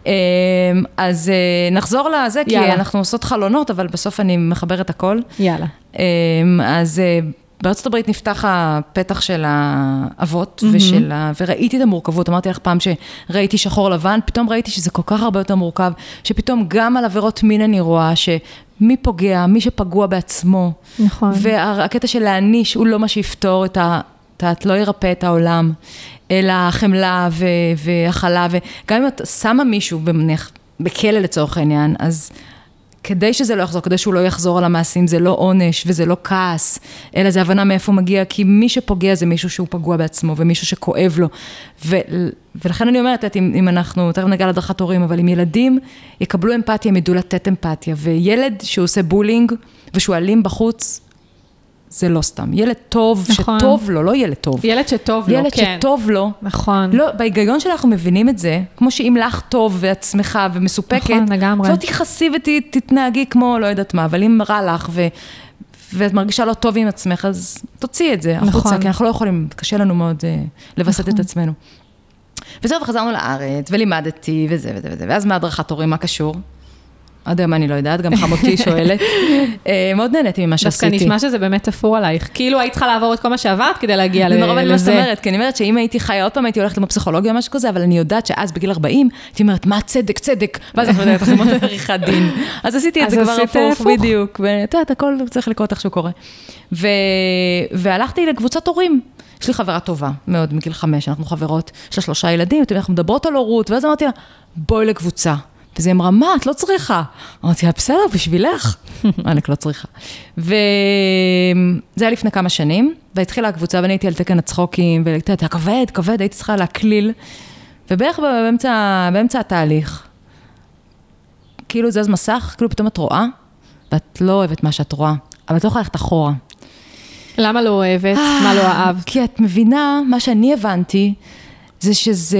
אז נחזור לזה, כי אנחנו עושות חלונות, אבל בסוף אני מחברת הכל. יאללה. אז בארצות הברית נפתח הפתח של האבות, ושל ה... וראיתי את המורכבות, אמרתי לך פעם שראיתי שחור לבן, פתאום ראיתי שזה כל כך הרבה יותר מורכב, שפתאום גם על עבירות מין אני רואה, שמי פוגע, מי שפגוע בעצמו, נכון. והקטע של להניש הוא לא מה שיפתור את ה... את לא ירפא את העולם, אלא חמלה ו... והחלה, וגם אם את שמה מישהו במנך, בכלא לצורך העניין, אז... כדי שזה לא יחזור, כדי שהוא לא יחזור על המעשים, זה לא עונש וזה לא כעס, אלא זה הבנה מאיפה הוא מגיע, כי מי שפוגע זה מישהו שהוא פגוע בעצמו, ומישהו שכואב לו, ו, ולכן אני אומרת, אם, אם אנחנו, תכף נגע להדרכת הורים, אבל אם ילדים יקבלו אמפתיה, הם ידעו לתת אמפתיה, וילד שהוא עושה בולינג, ושהוא אלים בחוץ, זה לא סתם. ילד טוב, נכון. שטוב לו, לא ילד טוב. ילד שטוב לו, ילד כן. שטוב לו. נכון. לא, בהיגיון שאנחנו מבינים את זה, כמו שאם לך טוב ואת שמחה ומסופקת, נכון, לגמרי. לא תכעסי ותתנהגי כמו לא יודעת מה, אבל אם רע לך ו... ואת מרגישה לא טוב עם עצמך, אז תוציאי את זה החוצה, נכון. כי אנחנו לא יכולים, קשה לנו מאוד uh, לבסט נכון. את עצמנו. וזהו, וחזרנו לארץ, ולימדתי, וזה וזה וזה, ואז מהדרכת הורים, מה קשור? עד היום אני לא יודעת, גם חמותי שואלת. מאוד נהניתי ממה שעשיתי. דווקא נשמע שזה באמת תפור עלייך. כאילו היית צריכה לעבור את כל מה שעברת כדי להגיע לזה. זה נורא מה שאת אומרת, כי אני אומרת שאם הייתי חיה עוד פעם, הייתי הולכת לפסיכולוגיה או משהו כזה, אבל אני יודעת שאז בגיל ארבעים, הייתי אומרת, מה צדק, צדק? ואז אני יודעת, אני אומרת, עריכת דין. אז עשיתי את זה כבר הפוך, בדיוק. ואתה יודעת, הכל צריך לקרות איך שהוא קורה. והלכתי לקבוצת הורים. יש לי חברה טובה, מאוד מגיל חמש, אנחנו חברות, יש לה שלושה ילדים, אנחנו מדברות על הורות, ואז אמרתי לה, בואי לקבוצה. וזה אמרה, מה, את לא צריכה. אמרתי, בסדר, בשבילך. אני לא צריכה. וזה היה לפני כמה שנים, והתחילה הקבוצה, ואני הייתי על תקן הצחוקים, והייתי, אתה כבד, כבד, הייתי צריכה להקליל. ובערך באמצע, באמצע התהליך, כאילו זה אז מסך, כאילו פתאום את רואה, ואת לא אוהבת מה שאת רואה, אבל את לא יכולה ללכת אחורה. למה לא אוהבת? מה לא אהבת? כי את מבינה, מה שאני הבנתי, זה שזה...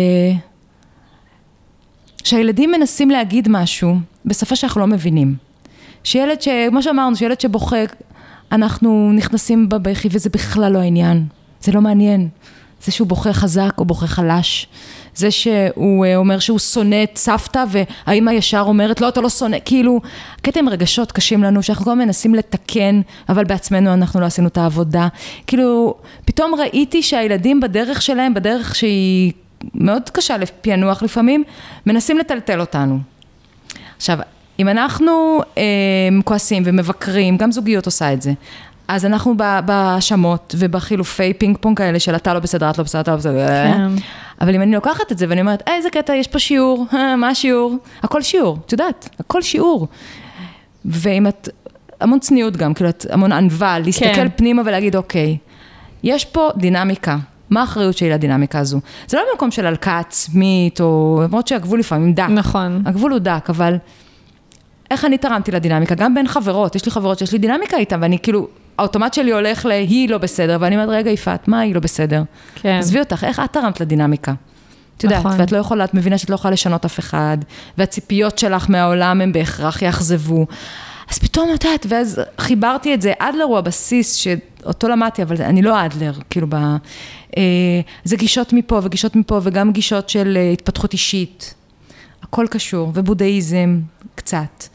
שהילדים מנסים להגיד משהו בשפה שאנחנו לא מבינים. שילד ש... כמו שאמרנו, שילד שבוכה, אנחנו נכנסים בבכי, וזה בכלל לא העניין. זה לא מעניין. זה שהוא בוכה חזק או בוכה חלש. זה שהוא אומר שהוא שונא את סבתא, והאמא ישר אומרת, לא, אתה לא שונא. כאילו, קטע עם רגשות קשים לנו, שאנחנו גם מנסים לתקן, אבל בעצמנו אנחנו לא עשינו את העבודה. כאילו, פתאום ראיתי שהילדים בדרך שלהם, בדרך שהיא... מאוד קשה לפענוח לפעמים, מנסים לטלטל אותנו. עכשיו, אם אנחנו אה, כועסים ומבקרים, גם זוגיות עושה את זה, אז אנחנו בהאשמות ובחילופי פינג פונג כאלה של אתה לא בסדר, את לא בסדר, אתה לא בסדר. כן. אבל אם אני לוקחת את זה ואני אומרת, איזה קטע, יש פה שיעור, מה השיעור? הכל שיעור, את יודעת, הכל שיעור. ואם את, המון צניעות גם, כאילו את המון ענווה, להסתכל כן. פנימה ולהגיד, אוקיי, יש פה דינמיקה. מה האחריות שלי לדינמיקה הזו? זה לא במקום של הלקאה עצמית, או למרות שהגבול לפעמים דק. נכון. הגבול הוא דק, אבל איך אני תרמתי לדינמיקה? גם בין חברות, יש לי חברות שיש לי דינמיקה איתן, ואני כאילו, האוטומט שלי הולך להיא לא בסדר, ואני אומרת, רגע, יפעת, מה היא לא בסדר? כן. עזבי אותך, איך את תרמת לדינמיקה? את יודעת, ואת לא יכולה, את מבינה שאת לא יכולה לשנות אף אחד, והציפיות שלך מהעולם הם בהכרח יחזבו. אז פתאום יודעת, ואז חיברתי את זה, אדלר הוא הבסיס שאותו למדתי, אבל אני לא אדלר, כאילו ב... זה גישות מפה וגישות מפה, וגם גישות של התפתחות אישית. הכל קשור, ובודהיזם קצת.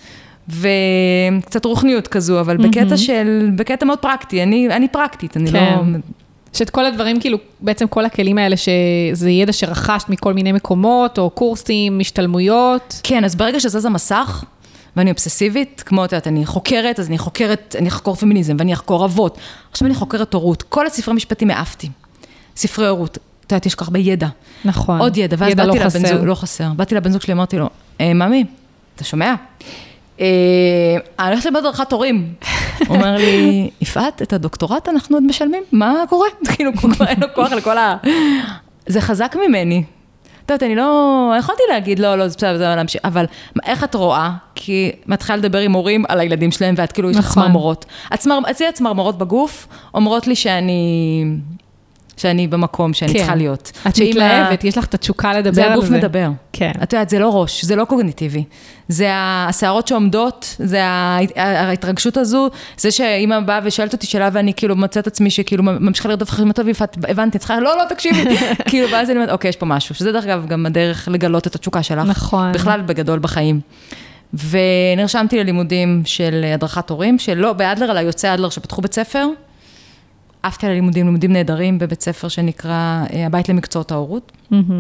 וקצת רוחניות כזו, אבל בקטע של, בקטע מאוד פרקטי, אני, אני פרקטית, אני לא... שאת כל הדברים, כאילו, בעצם כל הכלים האלה, שזה ידע שרכשת מכל מיני מקומות, או קורסים, משתלמויות. כן, אז ברגע שזה זה מסך, ואני אובססיבית, כמו את יודעת, אני חוקרת, אז אני חוקרת, אני אחקור פמיניזם, ואני אחקור אבות. עכשיו אני חוקרת הורות. כל הספרי משפטים מאהבתי. ספרי הורות. את יודעת, יש כך בידע. נכון. עוד ידע. ואז ידע באתי לא לבן חסר. זוג, לא חסר. באתי לבן זוג שלי, אמרתי לו, ממי, אתה שומע? אני הולכת לבד הדרכת הורים. הוא אומר לי, יפעת, את הדוקטורט אנחנו עוד משלמים? מה קורה? כאילו, כבר אין לו כוח לכל ה... זה חזק ממני. אתה יודעת, אני לא... יכולתי להגיד, לא, לא, זה בסדר, זה להמשיך, אבל איך את רואה? כי מתחילה לדבר עם הורים על הילדים שלהם, ואת כאילו, יש לך צמרמורות. אצלי הצמרמורות בגוף, אומרות לי שאני... שאני במקום, שאני צריכה להיות. את מתלהבת, יש לך את התשוקה לדבר על זה. זה הגוף מדבר. כן. את יודעת, זה לא ראש, זה לא קוגניטיבי. זה השערות שעומדות, זה ההתרגשות הזו, זה שאמא באה ושאלת אותי שאלה, ואני כאילו מצאת עצמי שכאילו ממשיכה לרדוף אחרי מטוב, והבנתי, צריכה, לא, לא, תקשיבי. כאילו, ואז אני אומרת, אוקיי, יש פה משהו, שזה דרך אגב גם הדרך לגלות את התשוקה שלך. נכון. בכלל בגדול בחיים. ונרשמתי ללימודים של הדרכת הורים, שלא, באדלר, על היוצא אדלר שפתחו בית ספר, עפתי על הלימודים, לימודים נהדרים בבית ספר שנקרא הבית למקצועות ההורות.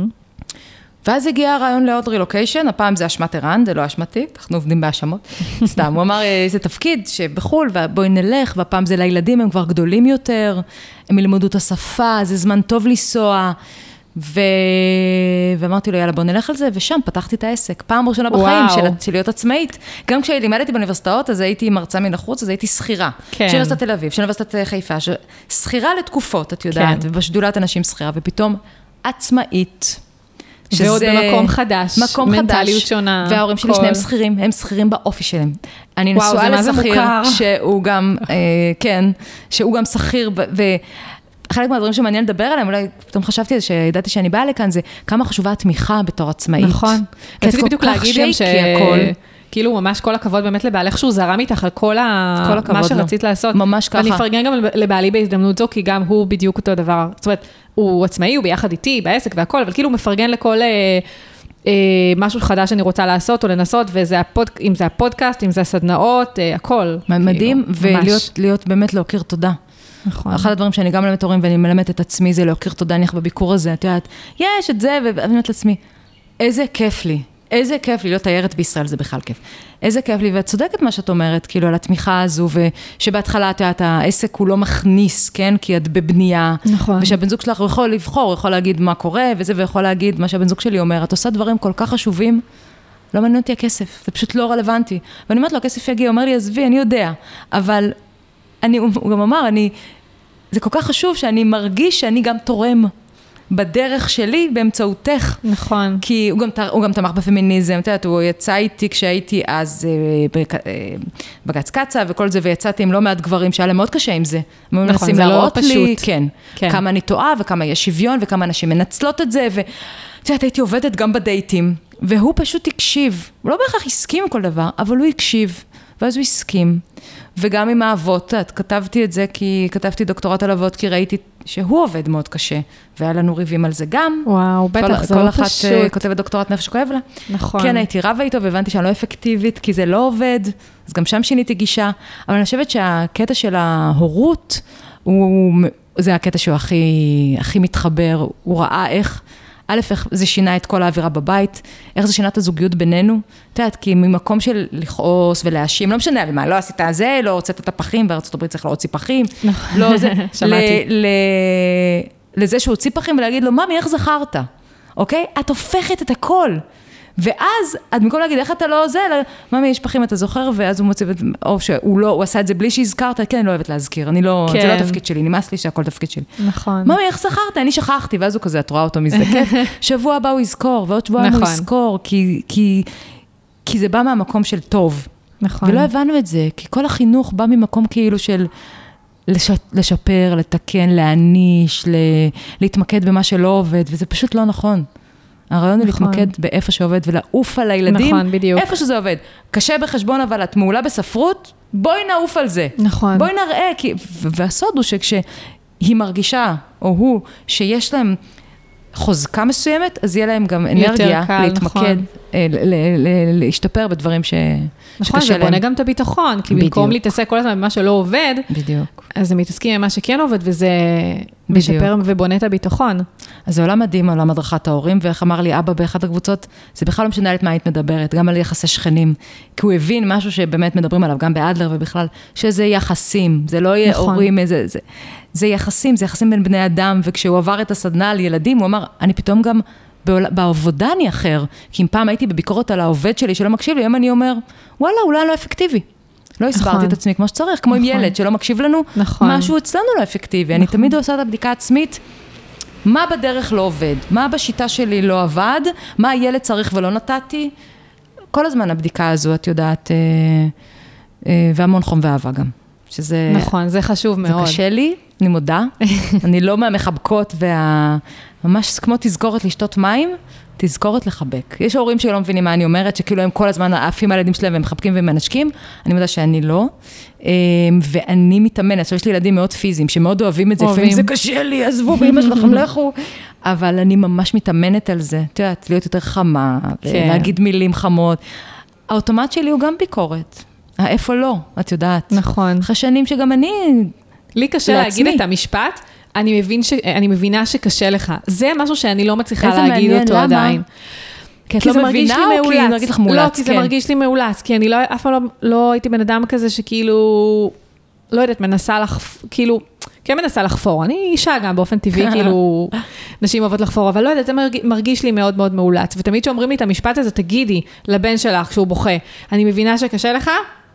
ואז הגיע הרעיון לעוד רילוקיישן, הפעם זה אשמת ערן, זה לא אשמתי, אנחנו עובדים בהאשמות. סתם, הוא אמר, זה תפקיד שבחול, ובואי נלך, והפעם זה לילדים, הם כבר גדולים יותר, הם ילמדו את השפה, זה זמן טוב לנסוע, ו... ואמרתי לו, יאללה, בוא נלך על זה, ושם פתחתי את העסק. פעם ראשונה בחיים של, של להיות עצמאית. גם כשלימדתי באוניברסיטאות, אז הייתי מרצה מן החוץ, אז הייתי שכירה. כן. של אוניברסיטת תל אביב, של אוניברסיטת חיפה, ש... שכירה לתקופות, את יודעת, כן. ובשדולת אנשים שכירה, ופתאום עצמאית. שזה... ועוד במקום חדש, מקום מנטליות חדש, שונה. וההורים שלי שניהם שכירים, הם שכירים באופי שלהם. אני וואו, נשואה לשכיר, שהוא גם, אה, כן, שהוא גם שכיר, ו... חלק מהדברים שמעניין לדבר עליהם, אולי פתאום חשבתי על זה, שידעתי שאני באה לכאן, זה כמה חשובה התמיכה בתור עצמאית. נכון. רציתי בדיוק להגיד גם ש... כאילו ממש כל הכבוד באמת לבעלך שהוא זרם איתך על כל מה שרצית לעשות. ממש ככה. ואני אפרגן גם לבעלי בהזדמנות זו, כי גם הוא בדיוק אותו דבר. זאת אומרת, הוא עצמאי, הוא ביחד איתי, בעסק והכל, אבל כאילו הוא מפרגן לכל משהו חדש שאני רוצה לעשות או לנסות, ואם זה הפודקאסט, אם זה הסדנאות, הכל. מדהים, ולהיות באמת להכיר תודה. נכון. אחד הדברים שאני גם מלמדת הורים, ואני מלמדת את עצמי, זה להכיר תודה נניח בביקור הזה, את יודעת, יש את זה, ואני אומרת לעצמי, איזה כיף לי, איזה כיף לי, להיות תיירת בישראל, זה בכלל כיף. איזה כיף לי, ואת צודקת מה שאת אומרת, כאילו, על התמיכה הזו, ושבהתחלה, את יודעת, העסק הוא לא מכניס, כן, כי את בבנייה, נכון. ושהבן זוג שלך יכול לבחור, הוא יכול להגיד מה קורה, וזה, ויכול להגיד מה שהבן זוג שלי אומר, את עושה דברים כל כך חשובים, לא מעניין אותי הכסף, זה פשוט לא רלוונטי. ואני אומרת לו, הכסף יגיע, הוא אומר לי, עזבי, אני יודע, אבל אני, הוא גם אמר, אני, זה כל כך חשוב שאני מרגיש שאני גם תורם בדרך שלי באמצעותך. נכון. כי הוא גם, הוא גם תמך בפמיניזם, אתה יודעת, הוא יצא איתי כשהייתי אז בגץ קצה וכל זה, ויצאתי עם לא מעט גברים שהיה להם מאוד קשה עם זה. נכון, זה לא פשוט. לי, כן, כן. כמה אני טועה וכמה יש שוויון וכמה אנשים מנצלות את זה, ואתה יודעת, הייתי עובדת גם בדייטים, והוא פשוט הקשיב. הוא לא בהכרח הסכים עם כל דבר, אבל הוא הקשיב. ואז הוא הסכים, וגם עם האבות, כתבתי את זה, כי כתבתי דוקטורט על אבות, כי ראיתי שהוא עובד מאוד קשה, והיה לנו ריבים על זה גם. וואו, בטח, זה לא פשוט. כל אחת כותבת דוקטורט נפש שכואב לה. נכון. כן, הייתי רבה איתו, והבנתי שאני לא אפקטיבית, כי זה לא עובד, אז גם שם שיניתי גישה, אבל אני חושבת שהקטע של ההורות, הוא, זה הקטע שהוא הכי, הכי מתחבר, הוא ראה איך, א', איך זה שינה את כל האווירה בבית, איך זה שינה את הזוגיות בינינו, את יודעת, כי ממקום של לכעוס ולהאשים, לא משנה, מה, לא עשית זה, לא הוצאת את הפחים, בארצות הברית צריך להוציא פחים, לא זה, שמעתי. לזה שהוא הוציא פחים ולהגיד לו, ממי, איך זכרת? אוקיי? את הופכת את הכל. ואז, את במקום להגיד, איך אתה לא זה, ממי, יש פחים, אתה זוכר, ואז הוא מוציא, או שהוא לא, הוא עשה את זה בלי שהזכרת, כן, אני לא אוהבת להזכיר, אני לא, זה לא התפקיד שלי, נמאס לי שהכל תפקיד שלי. נכון. ממי, איך זכרת? אני שכחתי, ואז הוא כזה, את רואה אותו מזדקף, שבוע הבא הוא יזכור, ועוד שבוע הוא יזכור, כי, כי, כי זה בא מהמקום של טוב. נכון. ולא הבנו את זה, כי כל החינוך בא ממקום כאילו של לשפר, לתקן, להעניש, להתמקד במה שלא עובד, וזה פשוט לא נכון. הרעיון הוא להתמקד באיפה שעובד ולעוף על הילדים, נכון, בדיוק. איפה שזה עובד. קשה בחשבון, אבל את מעולה בספרות, בואי נעוף על זה. נכון. בואי נראה, כי, והסוד הוא שכשהיא מרגישה, או הוא, שיש להם חוזקה מסוימת, אז יהיה להם גם אנרגיה קל, להתמקד, נכון. להשתפר בדברים ש... נכון, זה בונה גם את הביטחון, כי במקום להתעסק כל הזמן במה שלא עובד, בדיוק. אז הם מתעסקים עם מה שכן עובד, וזה משפר ובונה את הביטחון. אז זה עולם מדהים, עולם הדרכת ההורים, ואיך אמר לי אבא באחת הקבוצות, זה בכלל לא משנה על מה היית מדברת, גם על יחסי שכנים, כי הוא הבין משהו שבאמת מדברים עליו, גם באדלר ובכלל, שזה יחסים, זה לא יהיה נכון. הורים, זה, זה, זה יחסים, זה יחסים בין בני אדם, וכשהוא עבר את הסדנה על ילדים, הוא אמר, אני פתאום גם בעבודה אני אחר, כי אם פעם הייתי בביקורת על העובד שלי שלא מקשיב לי, היום אני אומר, וואלה, אולי לא אפקטיבי. לא הסברתי את עצמי כמו שצריך, כמו עם ילד שלא מקשיב לנו, משהו אצלנו לא אפקטיבי. אני תמיד עושה את הבדיקה עצמית, מה בדרך לא עובד, מה בשיטה שלי לא עבד, מה הילד צריך ולא נתתי. כל הזמן הבדיקה הזו, את יודעת, והמון חום ואהבה גם. שזה, נכון, זה חשוב מאוד. זה קשה לי, אני מודה. אני לא מהמחבקות וה... ממש כמו תזכורת לשתות מים, תזכורת לחבק. יש הורים שלא מבינים מה אני אומרת, שכאילו הם כל הזמן עפים על הילדים שלהם והם מחבקים ומנשקים. אני מודה שאני לא. ואני מתאמנת, עכשיו יש לי ילדים מאוד פיזיים, שמאוד אוהבים את זה. לפעמים זה קשה לי, עזבו, באמא שלכם לכו. אבל אני ממש מתאמנת על זה. את יודעת, להיות יותר חמה, להגיד מילים חמות. האוטומט שלי הוא גם ביקורת. איפה לא, את יודעת. נכון. אחרי שנים שגם אני... לי קשה להגיד את המשפט, אני, מבין ש... אני מבינה שקשה לך. זה משהו שאני לא מצליחה להגיד אותו למה? עדיין. כי את לא מבינה או כי נגיד לך מאולץ? לא, כי זה מרגיש לי מאולץ, כי אני לא, אף פעם לא, לא הייתי בן אדם כזה שכאילו, לא יודעת, מנסה לך, כאילו, כן מנסה לחפור. אני אישה גם באופן טבעי, כאילו, נשים אוהבות לחפור, אבל לא יודעת, זה מרגיש, מרגיש לי מאוד מאוד מאולץ. ותמיד שאומרים לי את המשפט הזה, תגידי לבן שלך כשהוא בוכה, אני מבינה שקשה לך,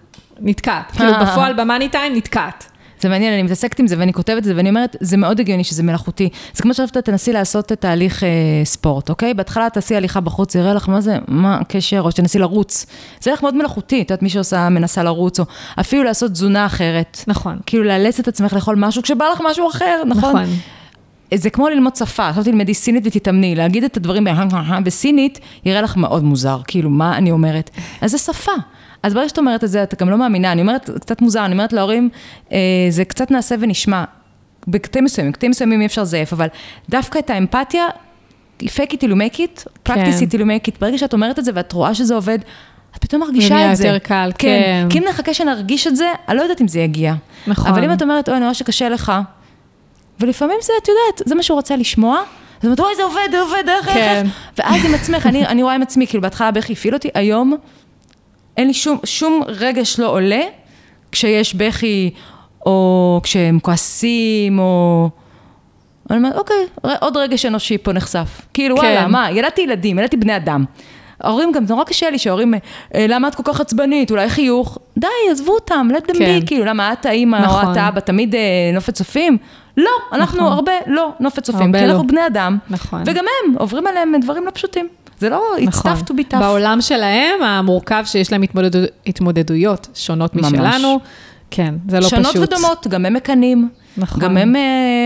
נתקעת. כאילו בפועל, במאני טיים, נתקעת. זה מעניין, אני מתעסקת עם זה ואני כותבת את זה, ואני אומרת, זה מאוד הגיוני שזה מלאכותי. זה כמו שאתה תנסי לעשות את תהליך אה, ספורט, אוקיי? בהתחלה תעשי הליכה בחוץ, זה יראה לך מה זה, מה הקשר, או שתנסי לרוץ. זה הולך מאוד מלאכותי, את יודעת, מי שעושה, מנסה לרוץ, או אפילו לעשות תזונה אחרת. נכון. כאילו לאלץ את עצמך לאכול משהו, כשבא לך משהו אחר, נכון? נכון. זה כמו ללמוד שפה, עכשיו תלמדי סינית ותתאמני, להגיד את הדברים בסינית, יראה לך מאוד מוזר, כאילו, מה אני אומרת? אז זה שפה. אז ברגע שאת אומרת את זה, אתה גם לא מאמינה, אני אומרת, קצת מוזר, אני אומרת להורים, אה, זה קצת נעשה ונשמע, בקטעים מסוימים, קטעים מסוימים אי אפשר זייף, אבל דווקא את האמפתיה, fake it till you make it, practice it till you make it, ברגע שאת אומרת את זה, ואת רואה שזה עובד, את פתאום מרגישה את זה. יותר קל, כן. כן. כי אם נחכה שנרגיש את זה, אני לא יודעת אם זה יגיע. נכון. אבל אם את אומרת, אוי, אני רואה שקשה לך, ולפעמים זה, את יודעת, זה מה שהוא רוצה לשמוע, אז אומרת, אוי, זה עובד, זה עובד, איך, איך, ואז עם עצמך, אני, אני רואה עם עצמי, כאילו, בהתחלה בכי הפעיל אותי, היום, אין לי שום, שום רגש לא עולה, כשיש בכי, או כשהם כועסים, או... אני אומרת, אוקיי, עוד רגש אנושי פה נחשף. כאילו, כן. וואלה, מה, ילדתי ילדים, ילדתי בני אדם. ההורים גם, זה נורא קשה לי, שההורים, למה את כל כך עצבנית, אולי חיוך? די, עזבו אותם, let them be, כאילו, למה את האמא נכון. או את האבא, תמיד נופת צופים? לא, אנחנו נכון. הרבה לא נופת צופים, כי אנחנו לא. בני אדם, נכון. וגם הם עוברים עליהם דברים לא פשוטים. זה לא, it's tough to be tough. בעולם שלהם, המורכב שיש להם התמודדו, התמודדויות שונות ממש. משלנו, כן, זה לא שונות פשוט. שונות ודומות, גם הם מקנים. נכון. גם הם,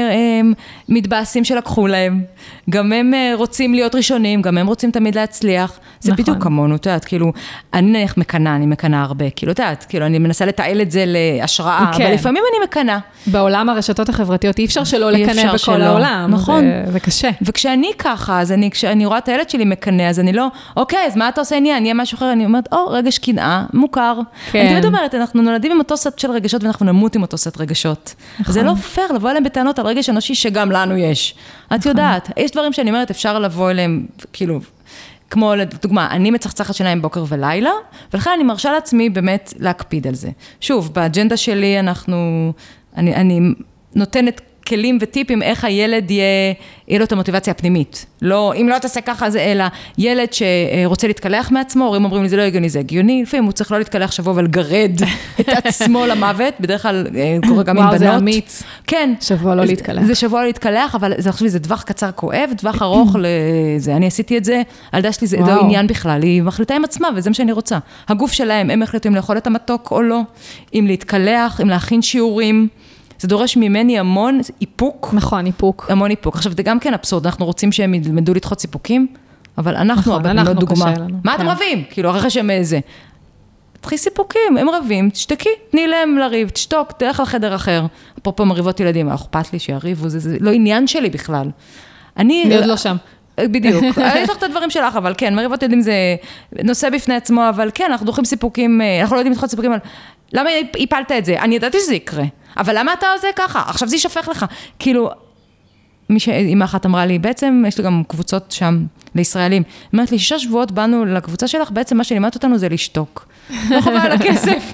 הם מתבאסים שלקחו להם, גם הם רוצים להיות ראשונים, גם הם רוצים תמיד להצליח. זה נכון. בדיוק כמונו, את יודעת, כאילו, אני נניח מקנה, אני מקנה הרבה, כאילו, את יודעת, כאילו, אני מנסה לתעל את זה להשראה, כן. אבל לפעמים אני מקנה. בעולם הרשתות החברתיות, אי אפשר שלא לקנה בכל שלא. העולם. נכון. זה, זה קשה. וכשאני ככה, אז אני, כשאני רואה את הילד שלי מקנה, אז אני לא, אוקיי, אז מה אתה עושה עניין? אני אהיה משהו אחר, אני אומרת, או, רגש קנאה, מוכר. כן. אני תמיד אומרת, אנחנו נולדים עם אותו סט של רגשות, ואנחנו נמות עם אותו סט רגשות. נכון. זה לא פייר לבוא אליהם בטענות על רגש אנושי שגם לנו יש. את יודעת, יש דברים שאני אומרת, אפשר לבוא אליהם, כאילו, כמו לדוגמה, אני מצחצחת שיניים בוקר ולילה, ולכן אני מרשה לעצמי באמת להקפיד על זה. שוב, באג'נדה שלי אנחנו, אני, אני נותנת כלים וטיפים איך הילד יהיה, יהיה לו את המוטיבציה הפנימית. לא, אם לא תעשה ככה זה, אלא ילד שרוצה להתקלח מעצמו, הורים אומרים לי, זה לא הגיוני, זה הגיוני, לפעמים הוא צריך לא להתקלח שבוע, אבל גרד את עצמו למוות, בדרך כלל קורה גם עם בנות. וואו, זה אמיץ. כן. שבוע לא להתקלח. זה שבוע לא להתקלח, אבל זה חושב לי, זה טווח קצר כואב, טווח ארוך לזה. אני עשיתי את זה, הילדה שלי זה לא עניין בכלל, היא מחליטה עם עצמה, וזה מה שאני רוצה. הגוף שלהם, הם החליטו אם לאכול את המתוק או לא, אם להתקלח, אם להכין שיעורים. זה דורש ממני המון איפוק. נכון, איפוק. המון איפוק. עכשיו, זה גם כן אבסורד, אנחנו רוצים שהם ילמדו לדחות סיפוקים, אבל אנחנו, הרבה מאוד דוגמה. מה אתם רבים? כאילו, אחרי שהם איזה. תחי סיפוקים, הם רבים, תשתקי, תני להם לריב, תשתוק, תלך לחדר אחר. אפרופו מריבות ילדים, אכפת לי שיריבו, זה לא עניין שלי בכלל. אני עוד לא שם. בדיוק. יש לך את הדברים שלך, אבל כן, מריבות ילדים זה נושא בפני עצמו, אבל כן, אנחנו דוחים סיפוקים, אנחנו לא יודעים לדחות סיפוקים, אבל למה הפלת את זה? אני ידעתי שזה יקרה. אבל למה אתה עושה ככה? עכשיו זה ישפך לך. כאילו, מי שאמא אחת אמרה לי, בעצם יש לי גם קבוצות שם לישראלים. היא אומרת לי, שישה שבועות באנו לקבוצה שלך, בעצם מה שלימדת אותנו זה לשתוק. לא חובה על הכסף,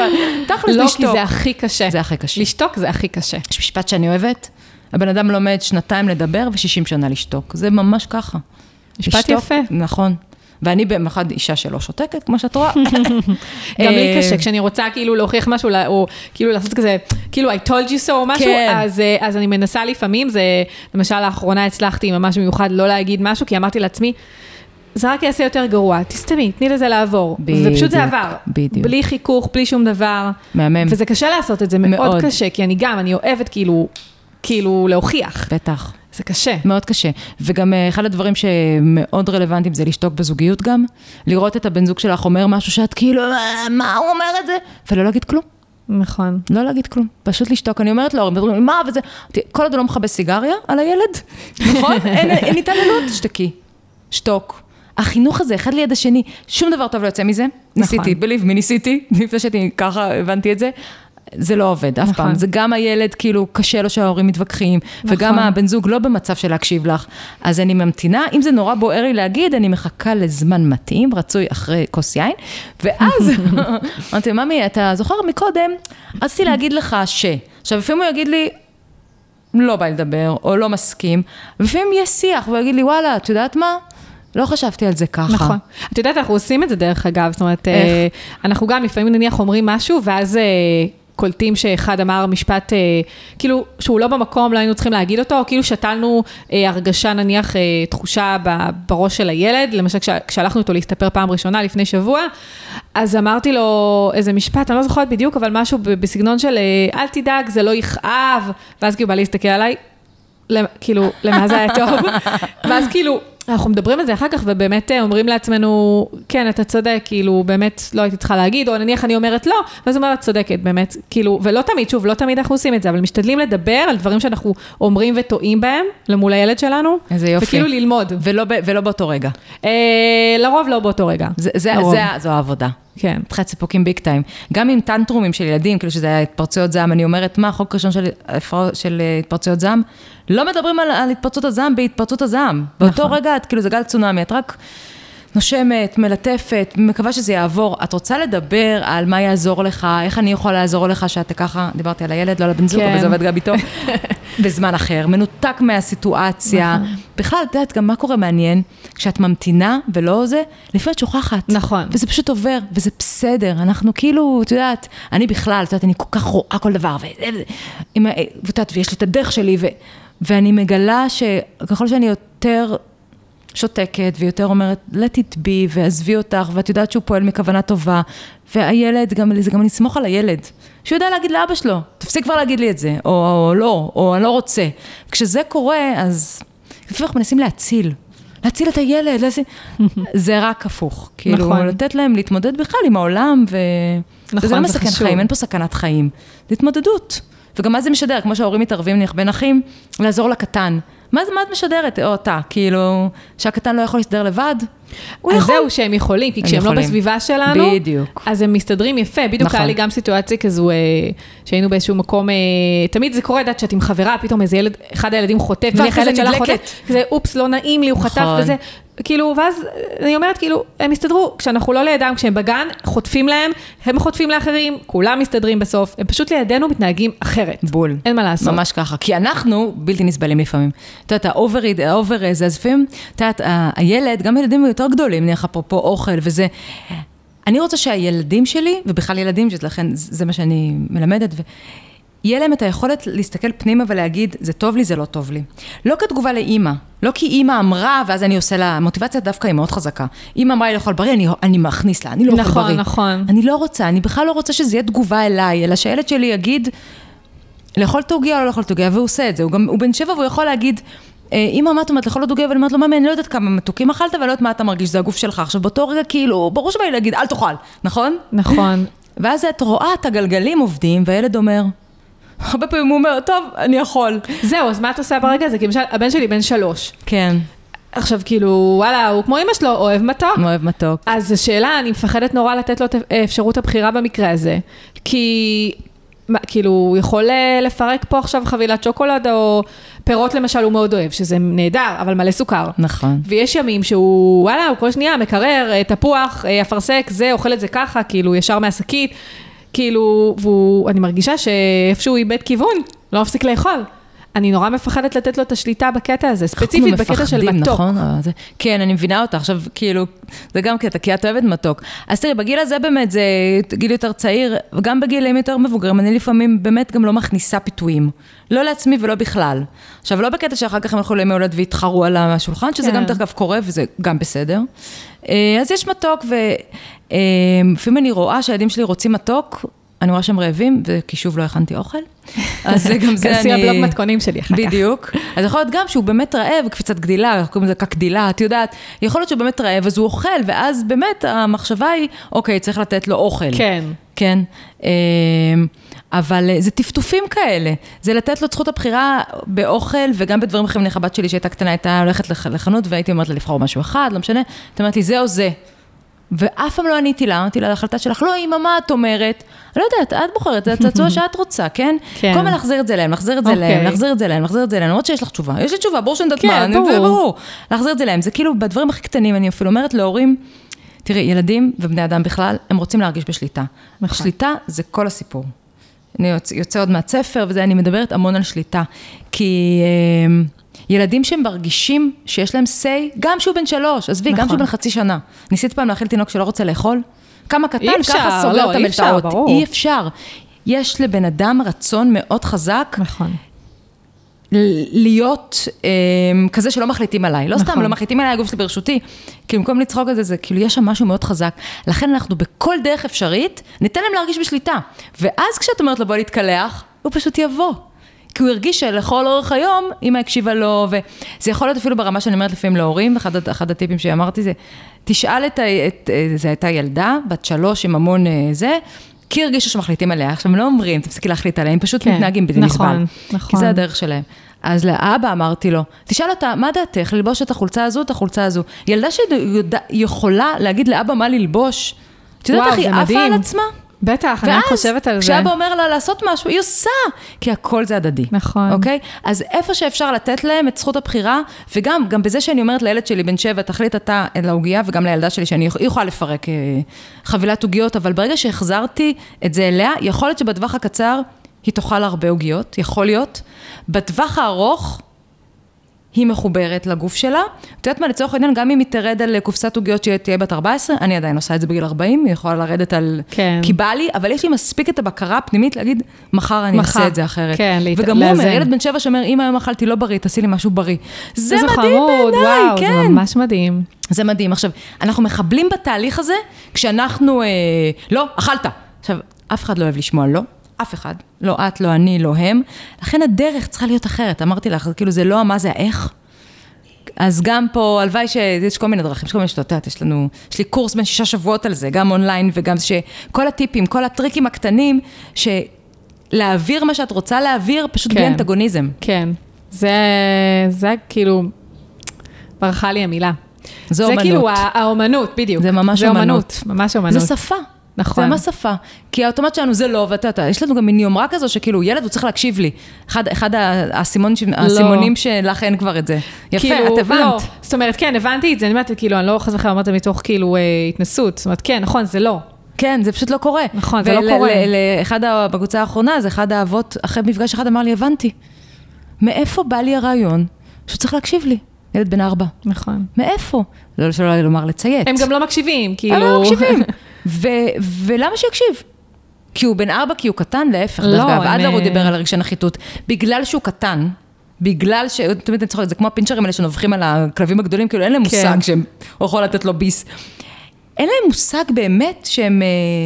תכלס לשתוק. לא, כי זה הכי קשה. זה הכי קשה. לשתוק זה הכי קשה. יש משפט שאני אוהבת, הבן אדם לומד שנתיים לדבר ושישים שנה לשתוק. זה ממש ככה. משפט יפה. נכון. ואני במחד אישה שלא שותקת, כמו שאת רואה. גם לי קשה, כשאני רוצה כאילו להוכיח משהו, או כאילו לעשות כזה, כאילו I told you so או משהו, אז, אז אני מנסה לפעמים, זה, למשל לאחרונה הצלחתי ממש במיוחד לא להגיד משהו, כי אמרתי לעצמי, זה רק יעשה יותר גרוע, תסתמי, תני לזה לעבור. בדיוק, ופשוט זה עבר. בדיוק. בלי חיכוך, בלי שום דבר. מהמם. וזה קשה לעשות את זה, מאוד, מאוד קשה, כי אני גם, אני אוהבת כאילו, כאילו להוכיח. בטח. זה קשה. מאוד קשה. וגם אחד הדברים שמאוד רלוונטיים זה לשתוק בזוגיות גם, לראות את הבן זוג שלך אומר משהו שאת כאילו, מה הוא אומר את זה? ולא להגיד כלום. נכון. לא להגיד כלום. פשוט לשתוק. אני אומרת לו, מה וזה? כל עוד הוא לא מכבה סיגריה על הילד, נכון? אין התעללות, שתקי. שתוק. החינוך הזה, אחד ליד השני, שום דבר טוב לא יוצא מזה. ניסיתי, בליב, מי ניסיתי? לפני שהייתי ככה, הבנתי את זה. זה לא עובד, אף פעם. זה גם הילד, כאילו, קשה לו שההורים מתווכחים, וגם הבן זוג לא במצב של להקשיב לך. אז אני ממתינה, אם זה נורא בוער לי להגיד, אני מחכה לזמן מתאים, רצוי אחרי כוס יין, ואז, אמרתי, ממי, אתה זוכר מקודם, רציתי להגיד לך ש... עכשיו, לפעמים הוא יגיד לי, לא בא לדבר, או לא מסכים, ולפעמים יש שיח, והוא יגיד לי, וואלה, את יודעת מה? לא חשבתי על זה ככה. נכון. את יודעת, אנחנו עושים את זה דרך אגב, זאת אומרת, אנחנו גם לפעמים נניח אומרים משהו, ואז קולטים שאחד אמר משפט, כאילו, שהוא לא במקום, לא היינו צריכים להגיד אותו, או כאילו שתלנו הרגשה, נניח, תחושה בראש של הילד, למשל, כשהלכנו אותו להסתפר פעם ראשונה, לפני שבוע, אז אמרתי לו איזה משפט, אני לא זוכרת בדיוק, אבל משהו בסגנון של, אל תדאג, זה לא יכאב, ואז כאילו בא להסתכל עליי, כאילו, למה זה היה טוב, ואז כאילו, אנחנו מדברים על זה אחר כך, ובאמת אומרים לעצמנו, כן, אתה צודק, כאילו, באמת לא הייתי צריכה להגיד, או נניח אני אומרת לא, ואז אומרת, צודקת, באמת, כאילו, ולא תמיד, שוב, לא תמיד אנחנו עושים את זה, אבל משתדלים לדבר על דברים שאנחנו אומרים וטועים בהם, למול הילד שלנו, איזה יופי. וכאילו ללמוד. ולא, ולא באותו רגע. אה, לרוב לא באותו רגע. זה, זה, זה, זו העבודה. כן. תחת סיפוקים ביג טיים. גם עם טנטרומים של ילדים, כאילו שזה היה התפרצויות זעם, אני אומרת, מה, חוק ראשון של, של התפרצויות זעם? לא מדברים על, על התפרצות הזעם בהתפרצות הזעם. נכון. באותו רגע, את, כאילו זה גל צונאמי, את רק נושמת, מלטפת, מקווה שזה יעבור. את רוצה לדבר על מה יעזור לך, איך אני יכולה לעזור לך שאתה ככה, דיברתי על הילד, לא על הבן זוג, אבל זה עובד גם איתו, בזמן אחר, מנותק מהסיטואציה. בכלל, את יודעת, גם מה קורה מעניין, כשאת ממתינה ולא זה, לפעמים את שוכחת. נכון. וזה פשוט עובר, וזה בסדר. אנחנו כאילו, את יודעת, אני בכלל, את יודעת, אני כל כך רואה כל דבר, ויש לי את הדרך שלי, ואני מגלה שככל שאני יותר שותקת ויותר אומרת, let it be, ועזבי אותך, ואת יודעת שהוא פועל מכוונה טובה, והילד, גם, זה גם נסמוך על הילד, שהוא יודע להגיד לאבא שלו, תפסיק כבר להגיד לי את זה, או, או לא, או אני לא רוצה. כשזה קורה, אז לפעמים אנחנו מנסים להציל, להציל את הילד, להציל... זה רק הפוך, כאילו, נכון. לתת להם להתמודד בכלל עם העולם, ו... נכון, וזה לא מסכן חיים, אין פה סכנת חיים, זה התמודדות. וגם מה זה משדר, כמו שההורים מתערבים נניח בין אחים, לעזור לקטן. מה זה, מה את משדרת? או אתה, כאילו, שהקטן לא יכול להסתדר לבד? הוא אז יכול. זהו שהם יכולים, כי כשהם יכולים. לא בסביבה שלנו, בדיוק. אז הם מסתדרים יפה. בדיוק נכון. היה לי גם סיטואציה כזו, שהיינו באיזשהו מקום, תמיד זה קורה, דעת שאת עם חברה, פתאום איזה ילד, אחד הילדים חוטף, ואחרי הילד שלה חוטף. כזה, אופס, לא נעים לי, הוא חטף נכון. וזה. כאילו, ואז אני אומרת, כאילו, הם מסתדרו, כשאנחנו לא לידם, כשהם בגן, חוטפים להם, הם חוטפים לאחרים, כולם מסתדרים בסוף, הם פשוט לידינו מתנהגים אחרת. בול. אין מה לעשות. ממש ככה, כי אנחנו בלתי נסבלים לפעמים. את יודעת, האובריד, האובר זה, אז לפעמים, את יודעת, הילד, גם ילדים יותר גדולים, נניח אפרופו אוכל וזה, אני רוצה שהילדים שלי, ובכלל ילדים, לכן זה מה שאני מלמדת, ו... יהיה להם את היכולת להסתכל פנימה ולהגיד, זה טוב לי, זה לא טוב לי. לא כתגובה לאמא, לא כי אמא אמרה, ואז אני עושה לה, מוטיבציה דווקא היא מאוד חזקה. אמא אמרה לי לאכול בריא, אני, אני מכניס לה, אני לא אוכל נכון, בריא. נכון, נכון. אני לא רוצה, אני בכלל לא רוצה שזה יהיה תגובה אליי, אלא שהילד שלי יגיד, לאכול תוגיה או לא לאכול תוגיה, והוא עושה את זה. הוא, גם, הוא בן שבע והוא יכול להגיד, אמא, מה את אומרת, לאכול תוגיה, ואני אומרת לו, ממי, אני לא יודעת כמה מתוקים אכלת, ולא יודעת מה אתה מרגיש, זה הגוף שלך. עכשיו, באותו רגע, כאילו, ברור שבא לי להגיד, אל תאכל, נכון? נכון. ואז את רואה את הגלגלים עובדים, והילד אומר, הרבה פעמים הוא אומר, טוב, אני יכול. זהו, אז מה את עושה ברגע הזה? כי למשל, הבן שלי בן שלוש. כן. עכשיו, כאילו, וואלה, הוא כמו אמא שלו, אוהב מתוק. אוהב מתוק. אז השאלה, אני מפחדת נורא לתת לו אפשרות הבחירה במקרה הזה. כי, כאילו, הוא יכול לפרק פה עכשיו חבילת שוקולד, או פירות למשל, הוא מאוד אוהב, שזה נהדר, אבל מלא סוכר. נכון. ויש ימים שהוא, וואלה, הוא כל שנייה מקרר, תפוח, אפרסק, זה, אוכל את זה ככה, כאילו, ישר מהשקית. כאילו, והוא, אני מרגישה שאיפשהו איבד כיוון, לא מפסיק לאכול. אני נורא מפחדת לתת לו את השליטה בקטע הזה, ספציפית בקטע של מתוק. נכון? כן, אני מבינה אותה. עכשיו, כאילו, זה גם קטע, כי את אוהבת מתוק. אז תראי, בגיל הזה באמת, זה גיל יותר צעיר, וגם בגילים יותר מבוגרים, אני לפעמים באמת גם לא מכניסה פיתויים. לא לעצמי ולא בכלל. עכשיו, לא בקטע שאחר כך הם יכולים להולד והתחרו על השולחן, שזה גם דרך קורה, וזה גם בסדר. אז יש מתוק, ולפעמים אני רואה שהילדים שלי רוצים מתוק, אני רואה שהם רעבים, וכי שוב לא הכנתי אוכל. אז זה גם זה אני... כעשי הבלוג מתכונים שלי אחר כך. בדיוק. אז יכול להיות גם שהוא באמת רעב, קפיצת גדילה, קוראים לזה כגדילה, את יודעת, יכול להיות שהוא באמת רעב, אז הוא אוכל, ואז באמת המחשבה היא, אוקיי, צריך לתת לו אוכל. כן. כן. אבל זה טפטופים כאלה. זה לתת לו זכות הבחירה באוכל, וגם בדברים אחרים לחבת שלי, שהייתה קטנה, הייתה הולכת לחנות, והייתי אומרת לה לבחור משהו אחד, לא משנה. את אומרת לי, זה או זה. ואף פעם לא עניתי לה, אמרתי לה, להחלטה שלך, לא, אמא, מה את אומרת? אני לא יודעת, את בוחרת, זה הצעצוע שאת רוצה, כן? כן. כל מה להחזיר את זה להם, להחזיר את זה להם, להחזיר את זה להם, להחזיר את זה להם, למרות שיש לך תשובה, יש לי תשובה, ברור שאני יודעת מה, זה ברור. להחזיר את זה להם, זה כאילו בדברים הכי קטנים, אני אפילו אומרת להורים, תראי, ילדים ובני אדם בכלל, הם רוצים להרגיש בשליטה. שליטה זה כל הסיפור. אני יוצא עוד מהספר, וזה, אני מדברת המון על שליטה, כי ילדים שהם מרגישים שיש להם say, גם שהוא בן שלוש, עזבי, גם שהוא בן חצי שנה. ניסית פעם להאכיל תינוק שלא רוצה לאכול? כמה קטן, ככה סוגר את המלטעות. אי אפשר. יש לבן אדם רצון מאוד חזק, נכון. להיות כזה שלא מחליטים עליי. לא סתם, לא מחליטים עליי, הגוף שלי ברשותי. כי במקום לצחוק על זה, זה כאילו יש שם משהו מאוד חזק. לכן אנחנו בכל דרך אפשרית, ניתן להם להרגיש בשליטה. ואז כשאת אומרת לו בוא להתקלח, הוא פשוט יבוא. כי הוא הרגיש שלכל אורך היום, אמא הקשיבה לו, וזה יכול להיות אפילו ברמה שאני אומרת לפעמים להורים, אחד, אחד הטיפים שאמרתי זה, תשאל את, את, זה הייתה ילדה, בת שלוש עם המון זה, כי הרגישו שמחליטים עליה, עכשיו הם לא אומרים, תפסיקי להחליט עליה, הם פשוט כן, מתנהגים בלתי נסבל, נכון, נכון. כי זה הדרך שלהם. אז לאבא אמרתי לו, תשאל אותה, מה דעתך ללבוש את החולצה הזו, את החולצה הזו? ילדה שיכולה להגיד לאבא מה ללבוש, את יודעת איך היא עפה על עצמה? בטח, אני חושבת על זה. ואז, כשאבא אומר לה לעשות משהו, היא עושה, כי הכל זה הדדי. נכון. אוקיי? אז איפה שאפשר לתת להם את זכות הבחירה, וגם, גם בזה שאני אומרת לילד שלי, בן שבע, תחליט אתה להוגיה, וגם לילדה שלי, שאני יכולה לפרק חבילת הוגיות, אבל ברגע שהחזרתי את זה אליה, יכול להיות שבטווח הקצר, היא תאכל הרבה הוגיות, יכול להיות. בטווח הארוך, היא מחוברת לגוף שלה. את יודעת מה, לצורך העניין, גם אם היא תרד על קופסת הוגיות שתהיה בת ארבע עשרה, אני עדיין עושה את זה בגיל ארבעים, היא יכולה לרדת על כן. קיבלי, אבל יש לי מספיק את הבקרה הפנימית להגיד, מחר אני מחר. אעשה את זה אחרת. כן, להת... וגם הוא אומר, ילד בן שבע שאומר, אמא היום אכלתי לא בריא, תעשי לי משהו בריא. זה מדהים חמוד, בעיניי, וואו, כן. זה ממש מדהים. זה מדהים. עכשיו, אנחנו מחבלים בתהליך הזה, כשאנחנו, אה, לא, אכלת. עכשיו, אף אחד לא אוהב לשמוע לא. אף אחד, לא את, לא אני, לא הם. לכן הדרך צריכה להיות אחרת. אמרתי לך, כאילו זה לא מה, זה האיך. אז גם פה, הלוואי שיש כל מיני דרכים, יש כל מיני שתותת, יש לנו, יש לי קורס בין שישה שבועות על זה, גם אונליין וגם שכל הטיפים, כל הטריקים הקטנים, שלהעביר מה שאת רוצה להעביר, פשוט כן, בלי אנטגוניזם. כן, זה, זה כאילו, ברכה לי המילה. זו זה אומנות. כאילו האומנות, בדיוק. זה ממש זה אומנות. ממש אומנות. זה שפה. נכון. זה ממש שפה. כי האוטומט שלנו זה לא, ואתה, אתה, יש לנו גם מין יומרה כזו שכאילו, ילד הוא צריך להקשיב לי. אחד, אחד הסימונים, לא. הסימונים שלך אין כבר את זה. יפה, כאילו, את הבנת. לא. זאת אומרת, כן, הבנתי את זה, אני אומרת, כאילו, אני לא חס וחלילה אומרת מתוך כאילו התנסות. זאת אומרת, כן, נכון, זה לא. כן, זה פשוט לא קורה. נכון, זה לא קורה. לאחד בקבוצה האחרונה, זה אחד האבות, אחרי מפגש אחד אמר לי, הבנתי. מאיפה בא לי הרעיון שצריך להקשיב לי? ילד בן ארבע. נכון. מאיפה? לא שלא לומר לציית. הם גם לא מקשיבים, כאילו... הם לא מקשיבים. ולמה שיקשיב? כי הוא בן ארבע, כי הוא קטן, להפך. לא, דרך אגב, אדלר הוא דיבר על רגשי נחיתות. בגלל שהוא קטן, בגלל ש... תמיד אני צוחקת, זה כמו הפינצ'רים האלה שנובחים על הכלבים הגדולים, כאילו אין להם מושג שהם יכולים לתת לו ביס. אין להם מושג באמת שהם...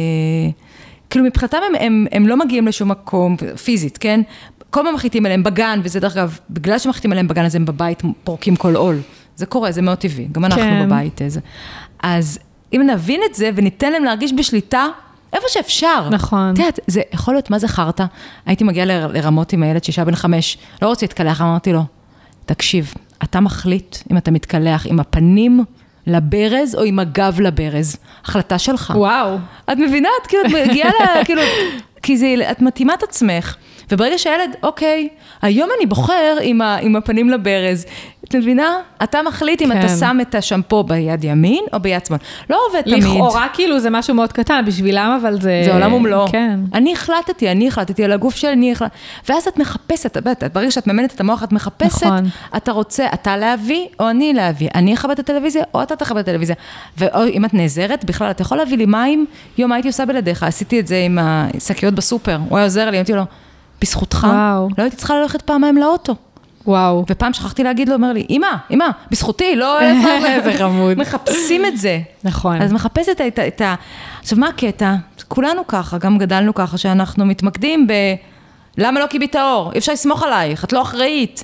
כאילו מבחינתם הם לא מגיעים לשום מקום פיזית, כן? כל מה מחליטים עליהם בגן, וזה דרך אגב, בגלל שמחליטים עליהם בגן, אז הם בבית פורקים כל עול. זה קורה, זה מאוד טבעי. גם אנחנו כן. בבית. איזה. אז אם נבין את זה, וניתן להם להרגיש בשליטה, איפה שאפשר. נכון. תראה, זה יכול להיות, מה זה חרטה? הייתי מגיעה לרמות עם הילד שישה בן חמש, לא רוצה להתקלח, אמרתי לו, תקשיב, אתה מחליט אם אתה מתקלח עם הפנים לברז, או עם הגב לברז. החלטה שלך. וואו. את מבינה? את כאילו, את מגיעה לה, כאילו, כי זה, את מתאימה את עצמך. וברגע שהילד, אוקיי, היום אני בוחר עם, ה, עם הפנים לברז, את מבינה? אתה מחליט אם אתה שם את השמפו ביד ימין או ביד שמאל. לא עובד תמיד. לכאורה כאילו זה משהו מאוד קטן בשבילם, אבל זה... זה עולם ומלואו. כן. אני החלטתי, אני החלטתי על הגוף שלי, אני החלטתי. ואז את מחפשת, ברגע שאת ממנת את המוח, את מחפשת, אתה רוצה, אתה להביא או אני להביא. אני אכבד את הטלוויזיה או אתה תכבד את הטלוויזיה. ואם את נעזרת, בכלל, אתה יכול להביא לי מים, יום הייתי עושה בלעדיך, עשיתי את זה עם השקיות בסופר. הוא היה עוזר לי, אמרתי לו, בזכותך, לא הייתי צריכה ללכת פעמיים לאוטו. וואו. ופעם שכחתי להגיד לו, אומר לי, אמא, אמא, בזכותי, לא... זה חמוד. מחפשים את זה. נכון. אז מחפשת את, את ה... עכשיו, מה הקטע? כולנו ככה, גם גדלנו ככה, שאנחנו מתמקדים ב... למה לא קיבית האור? אי אפשר לסמוך עלייך, את לא אחראית.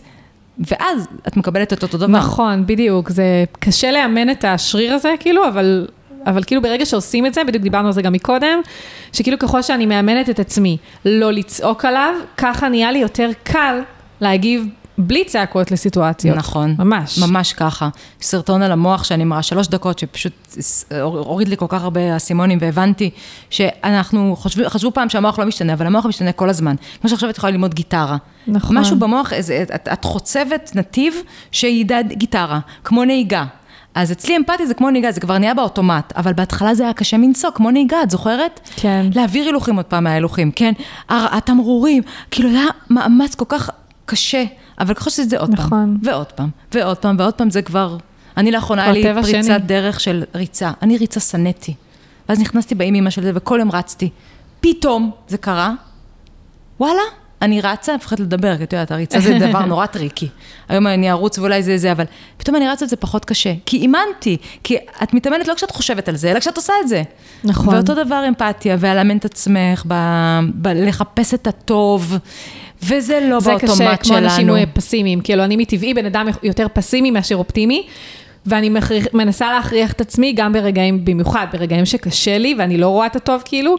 ואז את מקבלת את אותו דבר. נכון, בדיוק. זה קשה לאמן את השריר הזה, כאילו, אבל... אבל כאילו ברגע שעושים את זה, בדיוק דיברנו על זה גם מקודם, שכאילו ככל שאני מאמנת את עצמי לא לצעוק עליו, ככה נהיה לי יותר קל להגיב בלי צעקות לסיטואציות. נכון. ממש. ממש ככה. סרטון על המוח שאני מראה שלוש דקות, שפשוט הוריד לי כל כך הרבה אסימונים, והבנתי שאנחנו חשבו, חשבו פעם שהמוח לא משתנה, אבל המוח משתנה כל הזמן. כמו שעכשיו את יכולה ללמוד גיטרה. נכון. משהו במוח, את, את חוצבת נתיב שידע גיטרה, כמו נהיגה. אז אצלי אמפתי זה כמו נהיגה, זה כבר נהיה באוטומט, אבל בהתחלה זה היה קשה מנסוע, כמו נהיגה, את זוכרת? כן. להעביר הילוכים עוד פעם מההילוכים, כן? התמרורים, כאילו היה מאמץ כל כך קשה, אבל ככל שזה עוד נכון. פעם, ועוד פעם, ועוד פעם, ועוד פעם, זה כבר... אני לאחרונה היה לי פריצת שני. דרך של ריצה, אני ריצה סנטי, ואז נכנסתי באם אמא של זה, וכל יום רצתי. פתאום זה קרה, וואלה, אני רצה, מפחדת לדבר, כי אתה יודעת, הריצה זה דבר נורא טריקי. היום אני ארוץ ואולי זה זה, אבל פתאום אני רצה את זה פחות קשה, כי אימנתי, כי את מתאמנת לא כשאת חושבת על זה, אלא כשאת עושה את זה. נכון. ואותו דבר אמפתיה, ולאמן את עצמך, ב, ב, לחפש את הטוב, וזה לא זה באוטומט קשה, כמו שלנו. אנשים פסימיים, כאילו אני מטבעי בן אדם יותר פסימי מאשר אופטימי, ואני מנסה להכריח את עצמי, גם ברגעים, במיוחד ברגעים שקשה לי, ואני לא רואה את הטוב כאילו,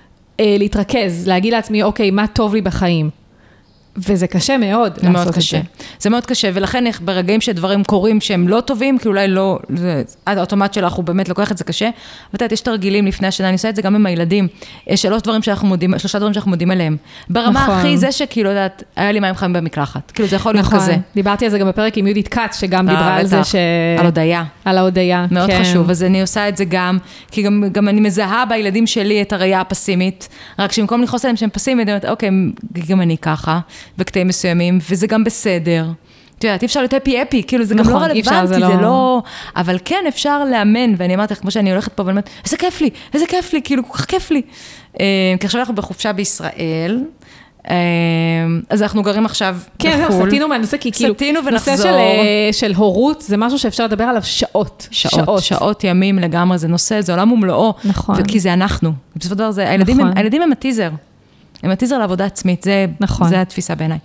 להתרכז, להגיד לעצמי, אוקיי, מה טוב לי בחיים? וזה קשה מאוד זה לעשות מאוד את קשה. זה. זה מאוד קשה, ולכן ברגעים שדברים קורים שהם לא טובים, כי אולי לא, האוטומט שלך הוא באמת לוקח את זה קשה, ואתה יודעת, יש תרגילים לפני השנה, אני עושה את זה גם עם הילדים, יש שלוש דברים שאנחנו מודים, שלושה דברים שאנחנו מודים עליהם. ברמה נכון. הכי זה שכאילו, יודעת, היה לי מים חמים במקלחת, כאילו זה יכול להיות נכון. כזה. דיברתי על זה גם בפרק עם יהודית קאץ, שגם דיברה על זה ש... על הודיה. על ההודיה. מאוד כן. חשוב, אז אני עושה את זה גם, כי גם, גם אני מזהה בילדים שלי את הראייה הפסימית, רק שבמקום לכעוס עליהם שהם פסימיים, אני אומרת, אוקיי, גם אני ככה, בקטעים מסוימים, וזה גם בסדר. אתה יודעת, אי אפשר להיות אפי אפי, כאילו זה גם נכון, לא רלוונטי, אפשר, זה, זה לא... לא... אבל כן, אפשר לאמן, ואני אמרתי לך, כמו שאני הולכת פה, ואני אומרת, איזה כיף לי, איזה כיף לי, כאילו, כל כך כיף לי. כי עכשיו אנחנו בחופשה בישראל, אז אנחנו גרים עכשיו כן, בחול. כן, סתינו מהנושא, כי כאילו, סתינו ונחזור. נושא של, של הורות, זה משהו שאפשר לדבר עליו שעות. שעות, שעות, שעות ימים לגמרי, זה נושא, זה עולם ומלואו. נכון. וכי זה אנחנו. בסופו של דבר, זה, הילדים, נכון. הם, הילדים הם הטיזר. הם הטיזר לעבודה עצמית, זה, נכון. זה התפיסה בעיניי.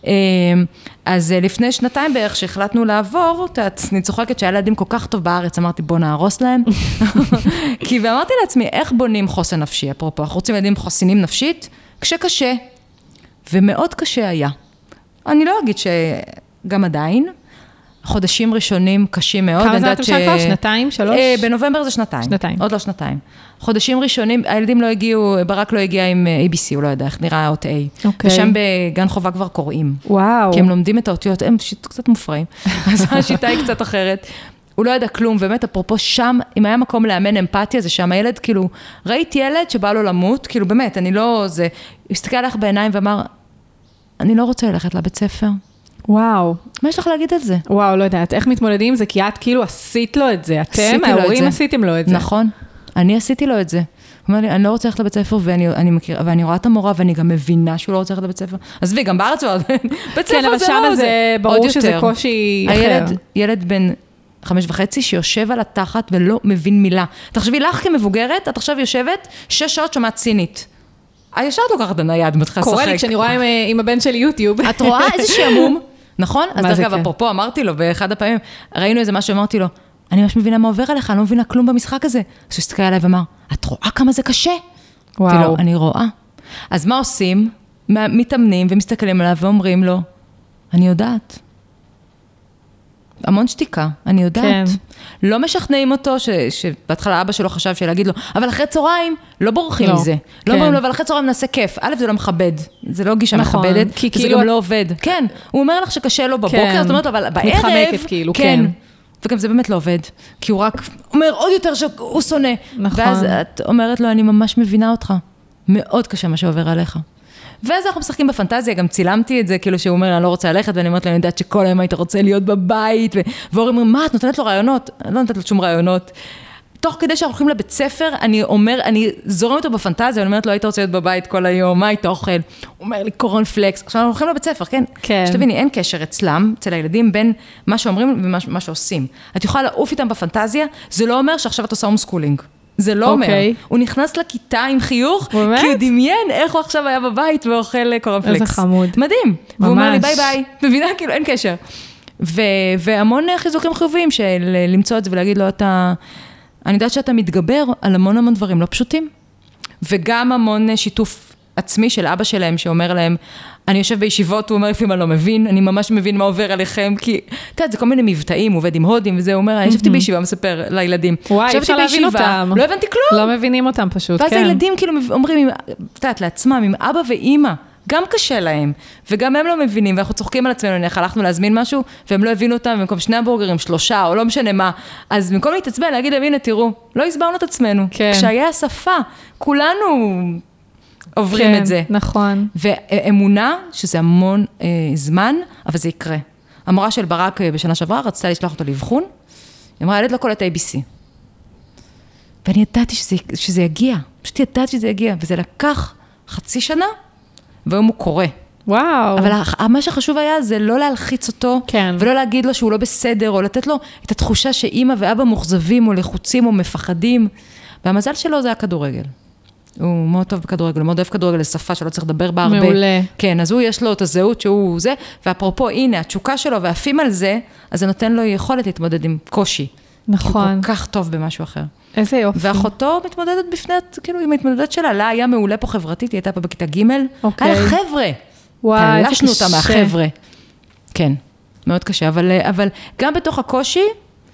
אז לפני שנתיים בערך שהחלטנו לעבור, אני צוחקת שהיה לילדים כל כך טוב בארץ, אמרתי בוא נהרוס להם. כי ואמרתי לעצמי, איך בונים חוסן נפשי? אפרופו, אנחנו רוצים ילדים חוסינים נפשית, כשקשה. ומאוד קשה היה. אני לא אגיד שגם עדיין, חודשים ראשונים קשים מאוד. כמה זמן אתם שם כבר? שנתיים? שלוש? בנובמבר זה שנתיים. שנתיים. עוד לא שנתיים. חודשים ראשונים, הילדים לא הגיעו, ברק לא הגיע עם איי בי סי, הוא לא יודע איך נראה האות A. אוקיי. ושם בגן חובה כבר קוראים. וואו. כי הם לומדים את האותיות, הם קצת מופרעים. אז השיטה היא קצת אחרת. הוא לא ידע כלום, באמת, אפרופו שם, אם היה מקום לאמן אמפתיה, זה שם הילד, כאילו, ראית ילד שבא לו למות, כאילו, באמת, אני לא, זה, הוא הסתכל עליך בעיניים ואמר, אני לא רוצה ללכת לבית ספר. וואו. מה יש לך להגיד על זה? וואו, לא יודעת, איך מתמודדים עם זה? כי את כאילו עשית לו את זה. אתם, ההורים עשיתם לו את זה. נכון. אני עשיתי לו את זה. הוא אומר לי, אני לא רוצה ללכת לבית ספר, ואני, אני מכיר, ואני רואה את המורה, ואני גם מבינה שהוא לא רוצה ללכת לבית ספר. אז וי, גם בארץ הוא, בית ספר כן, אבל שם זה ברור שזה קושי אחר. הילד, ילד בן חמש וחצי, שיושב על התחת ולא מבין מילה. תחשבי לך כמבוגרת, את עכשיו יושבת, שש שעות שומעת סינית. הישר את לוקחת הנייד, מתחילה לשחק. קורה לי כשאני רואה עם, עם הבן שלי יוטיוב. את רואה איזה שעמום, נכון? אז דרך אגב, כן? אפרופו, אמרתי לו, באחד הפעמים, ראינו איזה משהו, אמרתי לו, אני ממש מבינה מה עובר עליך, אני לא מבינה כלום במשחק הזה. אז הוא הסתכל עליי ואמר, את רואה כמה זה קשה? וואו. אמרתי לו, אני רואה. אז מה עושים? מתאמנים ומסתכלים עליו ואומרים לו, אני יודעת. המון שתיקה, אני יודעת. כן. לא משכנעים אותו, ש, שבהתחלה אבא שלו חשב שלהגיד לו, אבל אחרי צהריים לא בורחים לא. מזה. לא כן. אומרים לו, אבל אחרי צהריים נעשה כיף. א', זה לא מכבד. זה לא גישה נכון, מכבדת, כי וזה כאילו- גם לא עובד. כן, הוא אומר לך שקשה לו בבוקר, כן. זאת אומרת, אבל בערב... מתחמקת כאילו, כן. וגם זה באמת לא עובד, כי הוא רק אומר עוד יותר שהוא שונא. נכון. ואז את אומרת לו, אני ממש מבינה אותך. מאוד קשה מה שעובר עליך. ואז אנחנו משחקים בפנטזיה, גם צילמתי את זה, כאילו שהוא אומר, אני לא רוצה ללכת, ואני אומרת לו, אני יודעת שכל היום היית רוצה להיות בבית, והורים אומרים, מה, את נותנת לו רעיונות? אני לא נותנת לו שום רעיונות. תוך כדי שאנחנו הולכים לבית ספר, אני אומר, אני זורם אותו בפנטזיה, אני אומרת לו, היית רוצה להיות בבית כל היום, מה היית אוכל? הוא אומר לי, קורן פלקס. עכשיו אנחנו הולכים לבית ספר, כן? כן. שתביני, אין קשר אצלם, אצל הילדים, בין מה שאומרים ומה שעושים. את יכולה לעוף איתם בפנטזיה, זה לא אומר שעכשיו את עושה הומסקולינג. זה לא אומר. אוקיי. הוא נכנס לכיתה עם חיוך, באמת? כי הוא דמיין איך הוא עכשיו היה בבית ואוכל קורנפלקס. איזה חמוד. מדהים. והוא אומר לי, ממש. ביי ביי. מבינה? כאילו, אין קשר. ו- והמון חיזוקים חיוביים של למצוא את זה ולהגיד לו, אתה... אני יודעת שאתה מתגבר על המון המון דברים לא פשוטים. וגם המון שיתוף עצמי של אבא שלהם, שאומר להם, אני יושב בישיבות, הוא אומר, לפעמים אני לא מבין, אני ממש מבין מה עובר עליכם, כי, אתה יודע, זה כל מיני מבטאים, הוא עובד עם הודים, וזה, הוא אומר, אני ישבתי בישיבה, מספר לילדים. וואי, אפשר להבין אותם. לא הבנתי כלום. לא מבינים אותם פשוט, ואז כן. הילדים כאילו אומרים, את יודעת, לעצמם, עם אבא ואימא, גם קשה להם, וגם הם לא מבינים, ואנחנו צוחקים על עצמנו, נלך, הלכנו להזמין משהו, והם לא הבינו אותם, במקום שני הבורגרים, שלושה, או לא משנה מה, אז במקום להתעצבן, להגיד להם, הנה, תראו, לא הסברנו את עצמנו. כן. כשהיה השפה, כולנו עוברים כן, את זה. נכון. ואמונה, שזה המון אה, זמן, אבל זה יקרה. המורה של ברק אה, בשנה שעברה, רצתה לשלוח אותו לבחון, היא אמרה, ילד לא קולט איי בי סי. ואני ידעתי שזה, שזה יגיע, פשוט ידעתי שזה יגיע, וזה לקח חצי שנה, והיום הוא קורא. וואו. אבל מה שחשוב היה, זה לא להלחיץ אותו, כן. ולא להגיד לו שהוא לא בסדר, או לתת לו את התחושה שאמא ואבא מוחזבים, או לחוצים, או מפחדים, והמזל שלו זה הכדורגל. הוא מאוד טוב בכדורגל, הוא מאוד אוהב כדורגל לשפה שלא צריך לדבר בה הרבה. מעולה. כן, אז הוא יש לו את הזהות שהוא זה, ואפרופו, הנה, התשוקה שלו, ועפים על זה, אז זה נותן לו יכולת להתמודד עם קושי. נכון. כי הוא כל כך טוב במשהו אחר. איזה יופי. ואחותו מתמודדת בפני, כאילו, עם ההתמודדת שלה, לה היה מעולה פה חברתית, היא הייתה פה בכיתה ג' אוקיי. היה חבר'ה. וואי, איזה תלשנו אותה קשה. מהחבר'ה. כן, מאוד קשה, אבל, אבל גם בתוך הקושי,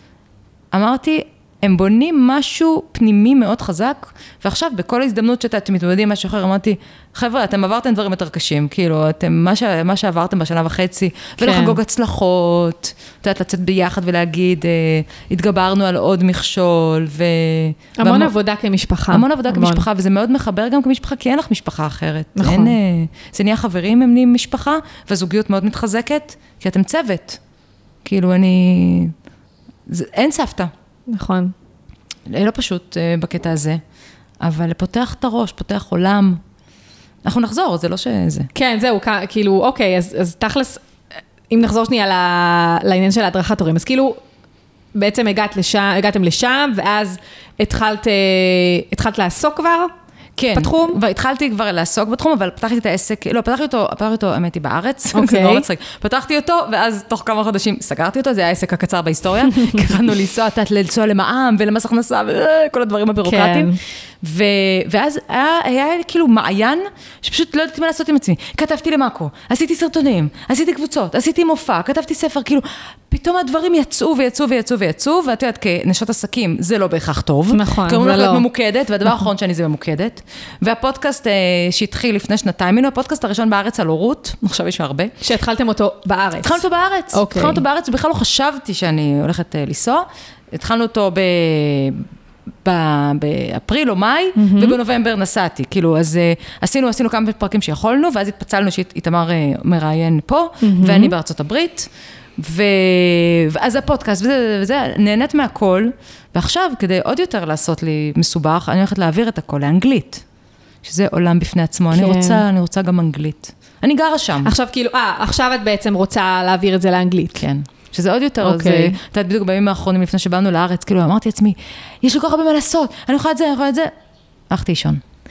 אמרתי, הם בונים משהו פנימי מאוד חזק, ועכשיו בכל ההזדמנות שאתם מתמודדים משהו אחר, אמרתי, חבר'ה, אתם עברתם דברים יותר קשים, כאילו, אתם, מה, ש, מה שעברתם בשנה וחצי, כן. ולחגוג הצלחות, את יודעת, לצאת ביחד ולהגיד, אה, התגברנו על עוד מכשול, ו... המון והמון, עבודה כמשפחה. המון עבודה כמשפחה, וזה מאוד מחבר גם כמשפחה, כי אין לך משפחה אחרת. נכון. אין, אה, זה נהיה חברים, הם נהיים משפחה, והזוגיות מאוד מתחזקת, כי אתם צוות. כאילו, אני... זה, אין סבתא. נכון. לא פשוט uh, בקטע הזה, אבל פותח את הראש, פותח עולם. אנחנו נחזור, זה לא שזה. כן, זהו, כאילו, אוקיי, אז, אז תכלס, אם נחזור שנייה לעניין של ההדרכת הורים, אז כאילו, בעצם הגעת לשם, הגעתם לשם, ואז התחלת, התחלת לעסוק כבר? כן, בתחום? והתחלתי כבר לעסוק בתחום, אבל פתחתי את העסק, לא, פתחתי אותו, פתחתי אותו, האמת היא בארץ, אוקיי. זה נורא מצחיק. פתחתי אותו, ואז תוך כמה חודשים סגרתי אותו, זה היה העסק הקצר בהיסטוריה, קראנו לנסוע, לנסוע למע"מ ולמס הכנסה, וכל הדברים הבירוקרטיים. ו... ואז היה, היה כאילו מעיין, שפשוט לא ידעתי מה לעשות עם עצמי. כתבתי למאקו, עשיתי סרטונים, עשיתי קבוצות, עשיתי מופע, כתבתי ספר, כאילו, פתאום הדברים יצאו ויצאו ויצאו ויצאו, ואת יודעת, כנשות עסקים, זה לא בהכרח טוב. נכון, קראו זה לך לא. להיות ממוקדת, והדבר האחרון שאני זה ממוקדת. והפודקאסט שהתחיל לפני שנתיים, הנה הפודקאסט הראשון בארץ על הורות, עכשיו יש הרבה. שהתחלתם אותו בארץ. התחלנו אותו בארץ. אוקיי. התחלנו אותו בארץ, ובכלל לא חשבתי שאני הולכת לנסוע. התחלנו אותו ב... באפריל או מאי, ובנובמבר נסעתי, כאילו, אז עשינו, עשינו כמה פרקים שיכולנו, ואז התפצלנו שאיתמר מראיין פה, ואני בארצות הברית, ואז הפודקאסט, וזה, וזה, נהנית מהכל, ועכשיו, כדי עוד יותר לעשות לי מסובך, אני הולכת להעביר את הכל לאנגלית, שזה עולם בפני עצמו, אני רוצה, אני רוצה גם אנגלית. אני גרה שם. עכשיו, כאילו, אה, עכשיו את בעצם רוצה להעביר את זה לאנגלית. כן. שזה עוד יותר, אוקיי. זה, את יודעת, בדיוק בימים האחרונים לפני שבאנו לארץ, כאילו, אמרתי לעצמי, יש לי כל כך הרבה מה לעשות, אני יכולה את זה, אני יכולה את זה, הלכתי לישון.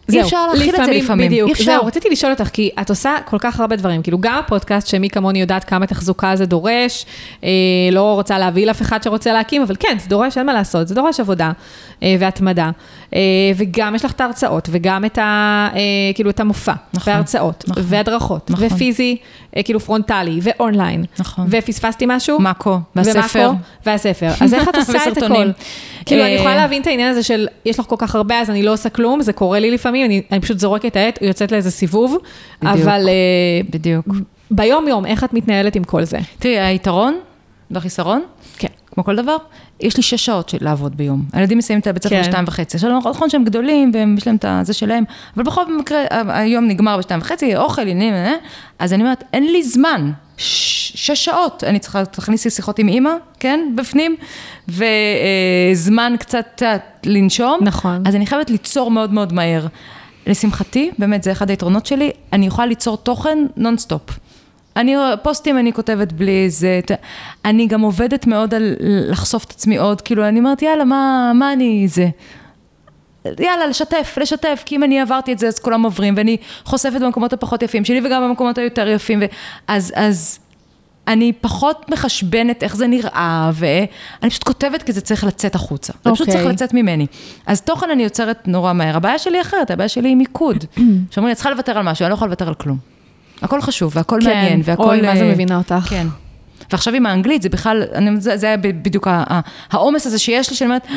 אי אפשר להכיל את זה לפעמים. בדיוק, אי אפשר. זהו, רציתי לשאול אותך, כי את עושה כל כך הרבה דברים, כאילו גם הפודקאסט שמי כמוני יודעת כמה תחזוקה זה דורש, אה, לא רוצה להביא לאף אחד שרוצה להקים, אבל כן, זה דורש, אין מה לעשות, זה דורש עבודה אה, והתמדה, אה, וגם יש לך את ההרצאות, וגם את, ה, אה, כאילו, את המופע, נכון, וההרצאות, נכון, והדרכות, נכון. ופיזי, אה, כאילו פרונטלי, ואונליין, נכון. ופספסתי משהו, מקו, והספר, והספר, אז איך את עושה את הכל? כאילו, אני יכולה להבין את העניין הזה של, יש לך כל כך הרבה, אז אני לא עושה כלום, זה קורה לי לפעמים, אני, אני פשוט זורקת את העט, יוצאת לאיזה סיבוב, בדיוק, אבל בדיוק. ביום יום, איך את מתנהלת עם כל זה? תראי, היתרון והחיסרון, כן. כמו כל דבר, יש לי שש שעות של לעבוד ביום. הילדים מסיימים את הבית ספר בשתיים וחצי. עכשיו, נכון שהם גדולים, ויש להם את זה שלהם, אבל בכל מקרה, היום נגמר בשתיים וחצי, אוכל, עניינים, אז אני אומרת, אין לי זמן. שש שעות, אני צריכה להכניס שיחות עם אמא, כן, בפנים, וזמן קצת לנשום. נכון. אז אני חייבת ליצור מאוד מאוד מהר. לשמחתי, באמת זה אחד היתרונות שלי, אני יכולה ליצור תוכן נונסטופ. אני, פוסטים אני כותבת בלי זה, אני גם עובדת מאוד על לחשוף את עצמי עוד, כאילו אני אומרת, יאללה, מה, מה אני זה? יאללה, לשתף, לשתף, כי אם אני עברתי את זה, אז כולם עוברים, ואני חושפת במקומות הפחות יפים שלי, וגם במקומות היותר יפים, אז, אז אני פחות מחשבנת איך זה נראה, ואני פשוט כותבת כי זה צריך לצאת החוצה. זה פשוט צריך לצאת ממני. אז תוכן אני יוצרת נורא מהר. הבעיה שלי אחרת, הבעיה שלי היא מיקוד. שאומרים, אני צריכה לוותר על משהו, אני לא יכולה לוותר על כלום. הכל חשוב, והכל מעניין, והכל... אוי, מה זה מבינה אותך? כן. ועכשיו עם האנגלית, זה בכלל, זה היה בדיוק העומס הזה שיש לי, שאני אומרת,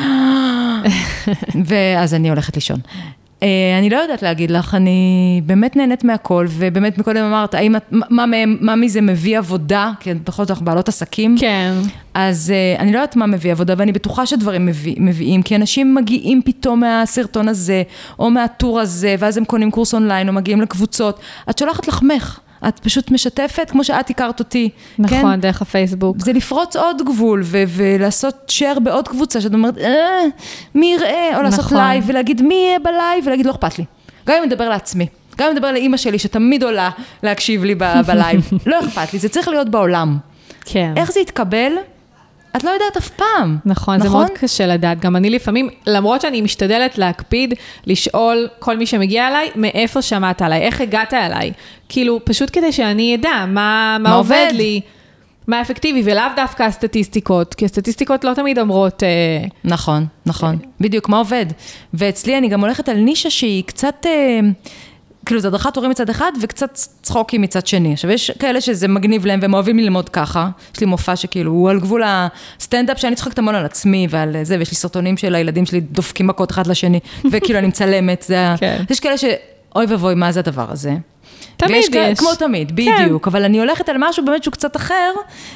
ואז אני הולכת לישון. אני לא יודעת להגיד לך, אני באמת נהנית מהכל, ובאמת מקודם אמרת, האם, מה, מה מזה מביא עבודה, כי בכל זאת אנחנו בעלות עסקים, כן. אז אני לא יודעת מה מביא עבודה, ואני בטוחה שדברים מביא, מביאים, כי אנשים מגיעים פתאום מהסרטון הזה, או מהטור הזה, ואז הם קונים קורס אונליין, או מגיעים לקבוצות, את שולחת לחמך. את פשוט משתפת, כמו שאת הכרת אותי. נכון, כן? דרך הפייסבוק. זה לפרוץ עוד גבול, ו- ולעשות שייר בעוד קבוצה, שאת אומרת, אה, מי יראה, או לעשות נכון. לייב, ולהגיד מי יהיה בלייב, ולהגיד, לא אכפת לי. גם אם מדבר לעצמי, גם אם מדבר לאמא שלי, שתמיד עולה להקשיב לי ב- בלייב, לא אכפת לי, זה צריך להיות בעולם. כן. איך זה יתקבל? את לא יודעת אף פעם. נכון, נכון, זה מאוד קשה לדעת. גם אני לפעמים, למרות שאני משתדלת להקפיד, לשאול כל מי שמגיע אליי, מאיפה שמעת עליי, איך הגעת אליי. כאילו, פשוט כדי שאני אדע מה, מה, מה עובד לי, מה אפקטיבי, ולאו דווקא הסטטיסטיקות, כי הסטטיסטיקות לא תמיד אומרות... נכון, נכון. בדיוק, מה עובד. ואצלי אני גם הולכת על נישה שהיא קצת... כאילו, זה הדרכת הורים מצד אחד, וקצת צחוקי מצד שני. עכשיו, יש כאלה שזה מגניב להם, והם אוהבים ללמוד ככה. יש לי מופע שכאילו, הוא על גבול הסטנדאפ, שאני צוחקת המון על עצמי, ועל זה, ויש לי סרטונים של הילדים שלי דופקים מכות אחד לשני, וכאילו, אני מצלמת. זה כן. יש כאלה שאוי ובוי, מה זה הדבר הזה? תמיד יש. כאלה, כמו תמיד, בדיוק. כן. אבל אני הולכת על משהו באמת שהוא קצת אחר,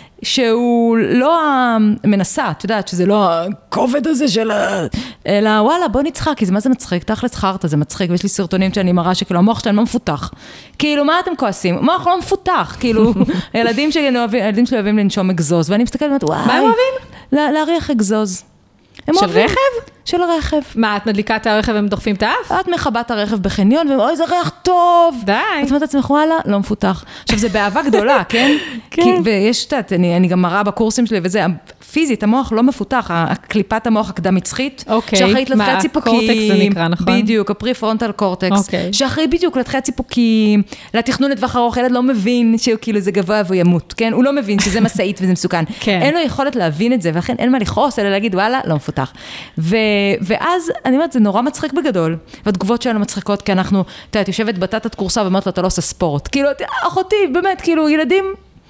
שהוא לא המנסה, את יודעת, שזה לא הכובד הזה של... אלא, וואלה, בוא נצחק, כי זה מה זה מצחיק? תכלס חרטה, זה מצחיק, ויש לי סרטונים שאני מראה שכאילו, המוח שלהם לא מפותח. כאילו, מה אתם כועסים? המוח לא מפותח, כאילו, הילדים שלי אוהבים לנשום אגזוז, ואני מסתכלת ואומרת, וואי... מה הם אוהבים? להריח אגזוז. של רכב? של הרכב. מה, את מדליקה את הרכב והם דוחפים את האף? את מחבת הרכב בחניון, ואוי, זה ריח טוב. די. את אומרת עצמך, וואלה, לא מפותח. עכשיו, זה באהבה גדולה, כן? כן. ויש, תת, אני, אני גם מראה בקורסים שלי, וזה, פיזית, המוח לא מפותח, הקליפת המוח הקדם-מצחית, אוקיי. שאחראית לתחי הציפוקים. הקורטקס זה נקרא, נכון? בדיוק, הפרי-פרונטל קורטקס. אוקיי. שאחראי בדיוק לתחי הציפוקים, לתכנון לטווח ארוך, ילד לא מבין שכאילו זה גבוה והוא ימות, כן? הוא לא מבין שזה מסעית וזה מסוכן. כן. אין לו יכולת להבין את זה, ולכן אין מה לכעוס, אלא להגיד, וואלה, לא מפותח. ו... ואז, אני אומרת, זה נורא מצחיק בגדול, והתגובות שלנו מצחיקות, כי אנחנו, אתה יודעת, יושבת בתת כורסה, ואומרת לו, אתה לא עושה ספורט. כאילו, אחותי, באמת, כאילו, ילדים,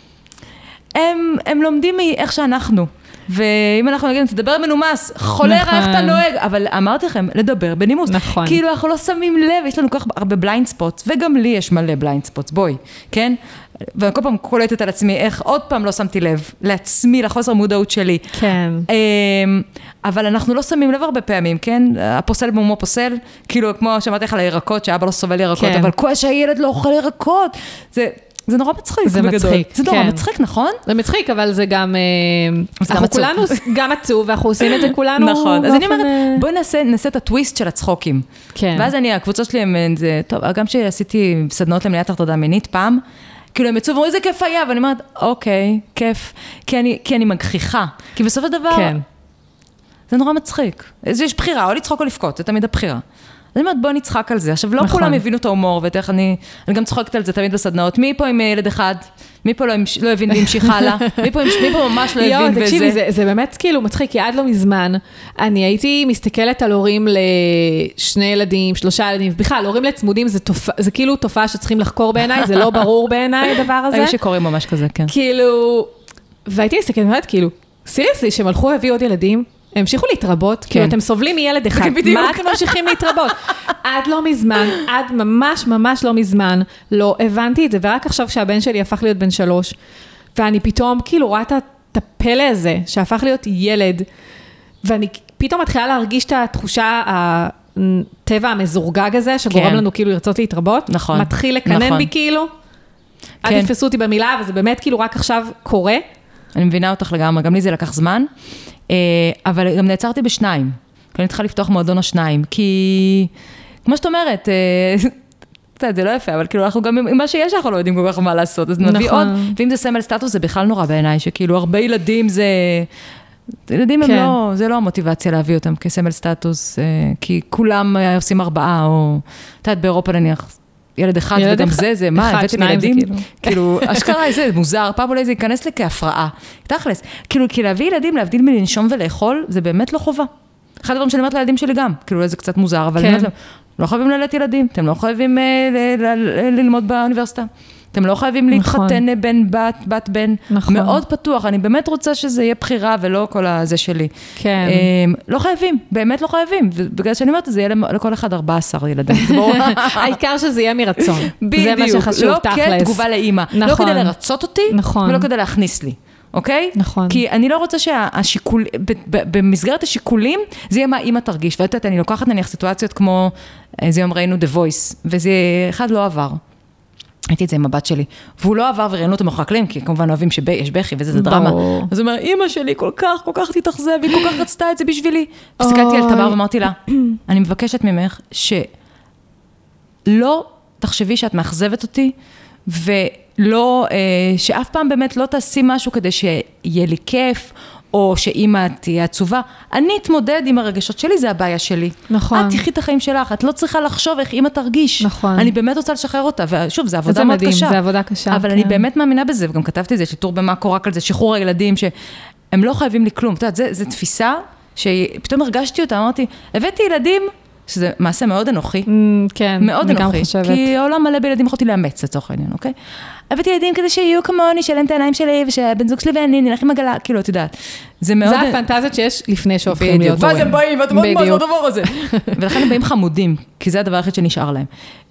הם, הם לומדים מאיך שאנחנו. ואם אנחנו נגיד, תדבר מנומס, חולה נכון. איך אתה נוהג, אבל אמרתי לכם, לדבר בנימוס. נכון. כאילו, אנחנו לא שמים לב, יש לנו כל כך הרבה בליינד ספוטס, וגם לי יש מלא בליינד ספוטס, בואי, כן? ואני כל פעם קולטת על עצמי, איך עוד פעם לא שמתי לב, לעצמי, לחוסר מודעות שלי. כן. אבל אנחנו לא שמים לב הרבה פעמים, כן? הפוסל במומו פוסל, כאילו, כמו שמעתי לך על הירקות, שאבא לא סובל ירקות, כן. אבל כל שהילד לא אוכל ירקות, זה... זה נורא מצחיק. זה בגדול. מצחיק, זה נורא כן. מצחיק, נכון? זה מצחיק, אבל זה גם... זה אנחנו כולנו גם עצוב, ואנחנו עושים את זה כולנו... נכון. אז אני אומרת, בואי נעשה, נעשה את הטוויסט של הצחוקים. כן. ואז אני, הקבוצות שלי הם... זה, טוב, גם שעשיתי סדנות למניעת הטרדה מינית פעם, כאילו הם יצאו ואומרים, איזה כיף היה, ואני אומרת, אוקיי, כיף, כי אני, כי אני מגחיכה. כי בסוף הדבר... כן. זה נורא מצחיק. יש בחירה, או לצחוק או לפקוט, זה תמיד הבחירה. אני אומרת, בוא נצחק על זה. עכשיו, לא נכון. כולם הבינו את ההומור, ותכף אני, אני גם צוחקת על זה תמיד בסדנאות. מי פה עם ילד אחד? מי פה לא, לא הבין והמשיך הלאה? מי פה, מי פה ממש לא הבין וזה? תקשיבי, זה, זה באמת כאילו מצחיק, כי עד לא מזמן, אני הייתי מסתכלת על הורים לשני ילדים, שלושה ילדים, בכלל, הורים לצמודים, זה, תופ... זה כאילו תופעה שצריכים לחקור בעיניי, זה לא ברור בעיניי הדבר הזה. היו שקוראים ממש כזה, כן. כאילו, והייתי מסתכלת, באמת, כאילו, סיריוסלי, שהם הלכו והביאו עוד ילדים, הם המשיכו להתרבות, כאילו אתם סובלים מילד אחד, מה אתם ממשיכים להתרבות? עד לא מזמן, עד ממש ממש לא מזמן, לא הבנתי את זה, ורק עכשיו שהבן שלי הפך להיות בן שלוש, ואני פתאום כאילו רואה את הפלא הזה, שהפך להיות ילד, ואני פתאום מתחילה להרגיש את התחושה, הטבע המזורגג הזה, שגורם לנו כאילו לרצות להתרבות, נכון. מתחיל לקנן בי כאילו, עד יתפסו אותי במילה, וזה באמת כאילו רק עכשיו קורה. אני מבינה אותך לגמרי, גם לי זה לקח זמן, אבל גם נעצרתי בשניים, כי אני צריכה לפתוח מועדון השניים, כי כמו שאת אומרת, זה לא יפה, אבל כאילו אנחנו גם עם מה שיש, אנחנו לא יודעים כל כך מה לעשות, אז נביא עוד, ואם זה סמל סטטוס, זה בכלל נורא בעיניי, שכאילו הרבה ילדים זה, ילדים הם לא, זה לא המוטיבציה להביא אותם כסמל סטטוס, כי כולם עושים ארבעה, או, אתה יודעת, באירופה נניח, ילד אחד, וגם זה, זה, מה, הבאתם ילדים? כאילו, אשכרה, זה מוזר, פעם אולי זה ייכנס לי כהפרעה. תכלס, כאילו, כי להביא ילדים, להבדיל מלנשום ולאכול, זה באמת לא חובה. אחד הדברים שאני אומרת לילדים שלי גם, כאילו, זה קצת מוזר, אבל אני אומרת להם, לא חייבים ללדת ילדים, אתם לא חייבים ללמוד באוניברסיטה, אתם לא חייבים להתחתן בין בת, בת בן, מאוד פתוח, אני באמת רוצה שזה יהיה בחירה ולא כל הזה שלי. כן. לא חייבים, באמת לא חייבים, ובגלל שאני אומרת, זה יהיה לכל אחד ארבעה עשר ילדים. העיקר שזה יהיה מרצון. בדיוק, זה מה שחשוב, לא תכלס. כן תגובה לאמא, לא כדי לרצות אותי, ולא כדי להכניס לי. אוקיי? נכון. כי אני לא רוצה שהשיקול, במסגרת השיקולים, זה יהיה מה אמא תרגיש. ואת יודעת, אני לוקחת נניח סיטואציות כמו, זה יום ראינו The Voice, וזה אחד לא עבר. הייתי את זה עם הבת שלי, והוא לא עבר וראינו אותו מחקלים, כי כמובן אוהבים שיש בכי וזה, זה דרמה. אז הוא אומר, אמא שלי כל כך, כל כך תתאכזב, והיא כל כך רצתה את זה בשבילי. הסתכלתי על תמר ואמרתי לה, אני מבקשת ממך שלא תחשבי שאת מאכזבת אותי, ולא, שאף פעם באמת לא תעשי משהו כדי שיהיה לי כיף, או שאמא תהיה עצובה, אני אתמודד עם הרגשות שלי, זה הבעיה שלי. נכון. את תחי את החיים שלך, את לא צריכה לחשוב איך אמא תרגיש. נכון. אני באמת רוצה לשחרר אותה, ושוב, זו עבודה מאוד קשה. זה עבודה קשה. אבל אני באמת מאמינה בזה, וגם כתבתי את זה, שיטור במאקו רק על זה, שחרור הילדים, שהם לא חייבים לי כלום. את יודעת, זו תפיסה, שפתאום הרגשתי אותה, אמרתי, הבאתי ילדים, שזה מעשה מאוד אנוכי. כן, מאוד אנוכי. כי העולם מלא בילדים יכולתי לאמץ לצורך העניין, אוקיי? הבאתי ילדים כדי שיהיו כמוני, שלם את העיניים שלי, ושהבן זוג שלי ואני נלך עם עגלה, כאילו, את יודעת. זה מאוד... זה הפנטזיות שיש לפני שהופכים להיות הורים. ואז הם באים, ואתם מאוד מה זה הדבר הזה. ולכן הם באים חמודים, כי זה הדבר הכי שנשאר להם.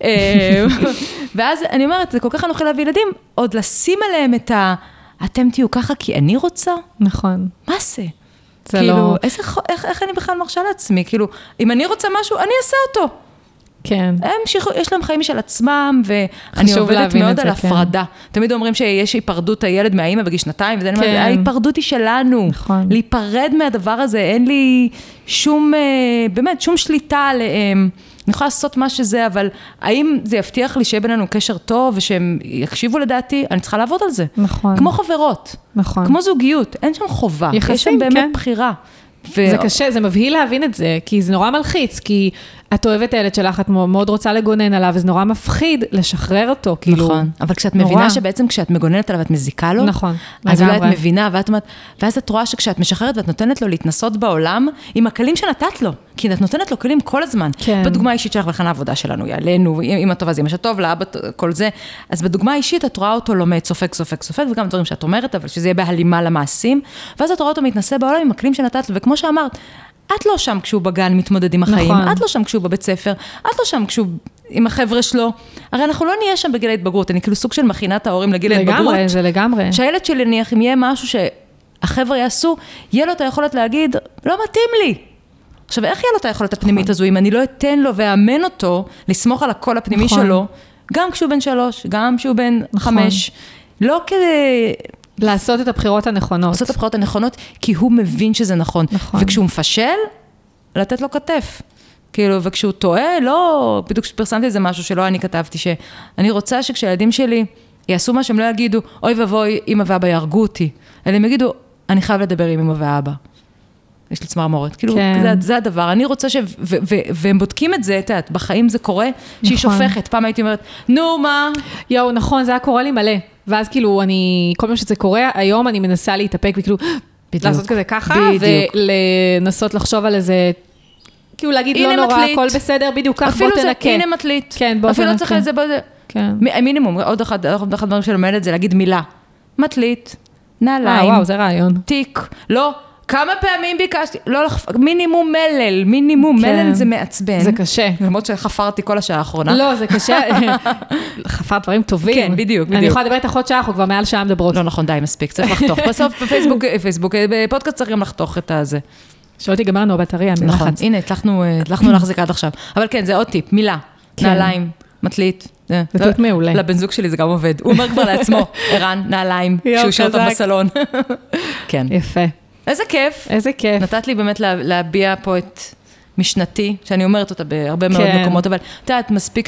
ואז אני אומרת, זה כל כך אנוכי להביא ילדים, עוד לשים עליהם את ה... אתם תהיו ככה כי אני רוצה? נכון. מה זה? זה כאילו, לא... איזה, איך, איך אני בכלל מרשה לעצמי? כאילו, אם אני רוצה משהו, אני אעשה אותו. כן. הם שיחו, יש להם חיים של עצמם, ואני עובדת מאוד על הפרדה. תמיד אומרים שיש היפרדות הילד מהאימא בגיל שנתיים, וזה אומר, ההיפרדות היא שלנו. נכון. להיפרד מהדבר הזה, אין לי שום, באמת, שום שליטה עליהם. אני יכולה לעשות מה שזה, אבל האם זה יבטיח לי שיהיה בינינו קשר טוב, ושהם יקשיבו לדעתי? אני צריכה לעבוד על זה. נכון. כמו חברות. נכון. כמו זוגיות. אין שם חובה. יחסים, יש שם באמת כן. בחירה. ו... זה קשה, זה מבהיל להבין את זה, כי זה נורא מלחיץ, כי את אוהבת את הילד שלך, את מאוד רוצה לגונן עליו, וזה נורא מפחיד לשחרר אותו, כאילו... נכון, אבל כשאת נורא. מבינה שבעצם כשאת מגוננת עליו, את מזיקה לו, נכון, אז אולי את מבינה, ואת, ואז את רואה שכשאת משחררת, ואת נותנת לו להתנסות בעולם, עם הכלים שנתת לו, כי את נותנת לו כלים כל הזמן. כן. בדוגמה האישית שלך, לכן העבודה שלנו, יעלינו, אמא טובה, זה אמא שטוב, לאבא, כל זה. אז בדוגמה האישית, את רואה אותו לומד, סופק, סופק, סופק, וגם דברים שאת אומרת, אבל שזה יהיה בהלימה למעשים, ואז את רואה אותו מתנסה בעולם עם הכלים שנתת לו, וכמו שאמרת, את לא שם כשהוא בגן מתמודד עם החיים, נכון. את לא שם כשהוא בבית ספר, את לא שם כשהוא עם החבר'ה שלו, הרי אנחנו לא נהיה שם בגיל ההתבגרות, אני כאילו סוג של מכינת ההורים לגיל ההתבגרות. לגמרי, זה לגמרי. שהילד שלי נניח, אם יהיה משהו שהחבר'ה יעשו, יהיה לו את היכולת להגיד, לא מתאים לי. עכשיו, איך יהיה לו את היכולת הפנימית הזו, אם אני לא אתן לו ואאמן אותו, לסמוך על הקול הפנימי שלו, גם כשהוא בן שלוש, גם כשהוא בן חמש, לא כדי... לעשות את הבחירות הנכונות. לעשות את הבחירות הנכונות, כי הוא מבין שזה נכון. נכון. וכשהוא מפשל, לתת לו כתף. כאילו, וכשהוא טועה, לא, בדיוק שפרסמתי איזה משהו שלא אני כתבתי, שאני רוצה שכשהילדים שלי יעשו מה שהם לא יגידו, אוי ובוי, אמא ואבא יהרגו אותי. אלא הם יגידו, אני חייב לדבר עם אמא ואבא. יש לי צמרמורת. כאילו, זה, זה הדבר. אני רוצה ש... ו- ו- והם בודקים את זה, את יודעת, בחיים זה קורה, שהיא שופכת. פעם הייתי אומרת, נו, מה? יואו, נכון, זה היה קורה לי מלא. ואז כאילו, אני, כל פעם שזה קורה, היום אני מנסה להתאפק, וכאילו, לעשות כזה ככה, ולנסות לחשוב על איזה, כאילו להגיד, לא נורא, הכל בסדר, בדיוק כך, בוא תנקה. הנה מתלית. כן, בוא תנקה. אפילו צריך את זה, בוא זה. כן. מינימום, עוד אחד, עוד אחד דברים שלמד את זה, להגיד מילה. מתלית, נעליים. וואו, זה רעיון. תיק. לא. כמה פעמים ביקשתי, לא, מינימום מלל, מינימום, מלל זה מעצבן. זה קשה. למרות שחפרתי כל השעה האחרונה. לא, זה קשה. חפרת דברים טובים. כן, בדיוק, בדיוק. אני יכולה לדבר איתך עוד שעה, אנחנו כבר מעל שעה מדברות. לא נכון, די, מספיק, צריך לחתוך. בסוף בפייסבוק, פייסבוק, בפודקאסט צריך גם לחתוך את הזה. שלא תיגמר לנו הבטריה, אני נכון, הנה, הצלחנו להחזיק עד עכשיו. אבל כן, זה עוד טיפ, מילה, נעליים, מתלית. זה טיפ מעולה. לבן זוג שלי זה גם עובד. הוא אומר כבר לעצמו, ערן, נעליים, שהוא שואל אותם בסלון. כן. יפה. איזה כיף. איזה כיף. נתת לי באמת להביע פה את משנתי, שאני אומרת אותה בהרבה מאוד מקומות, אבל את יודעת, מספיק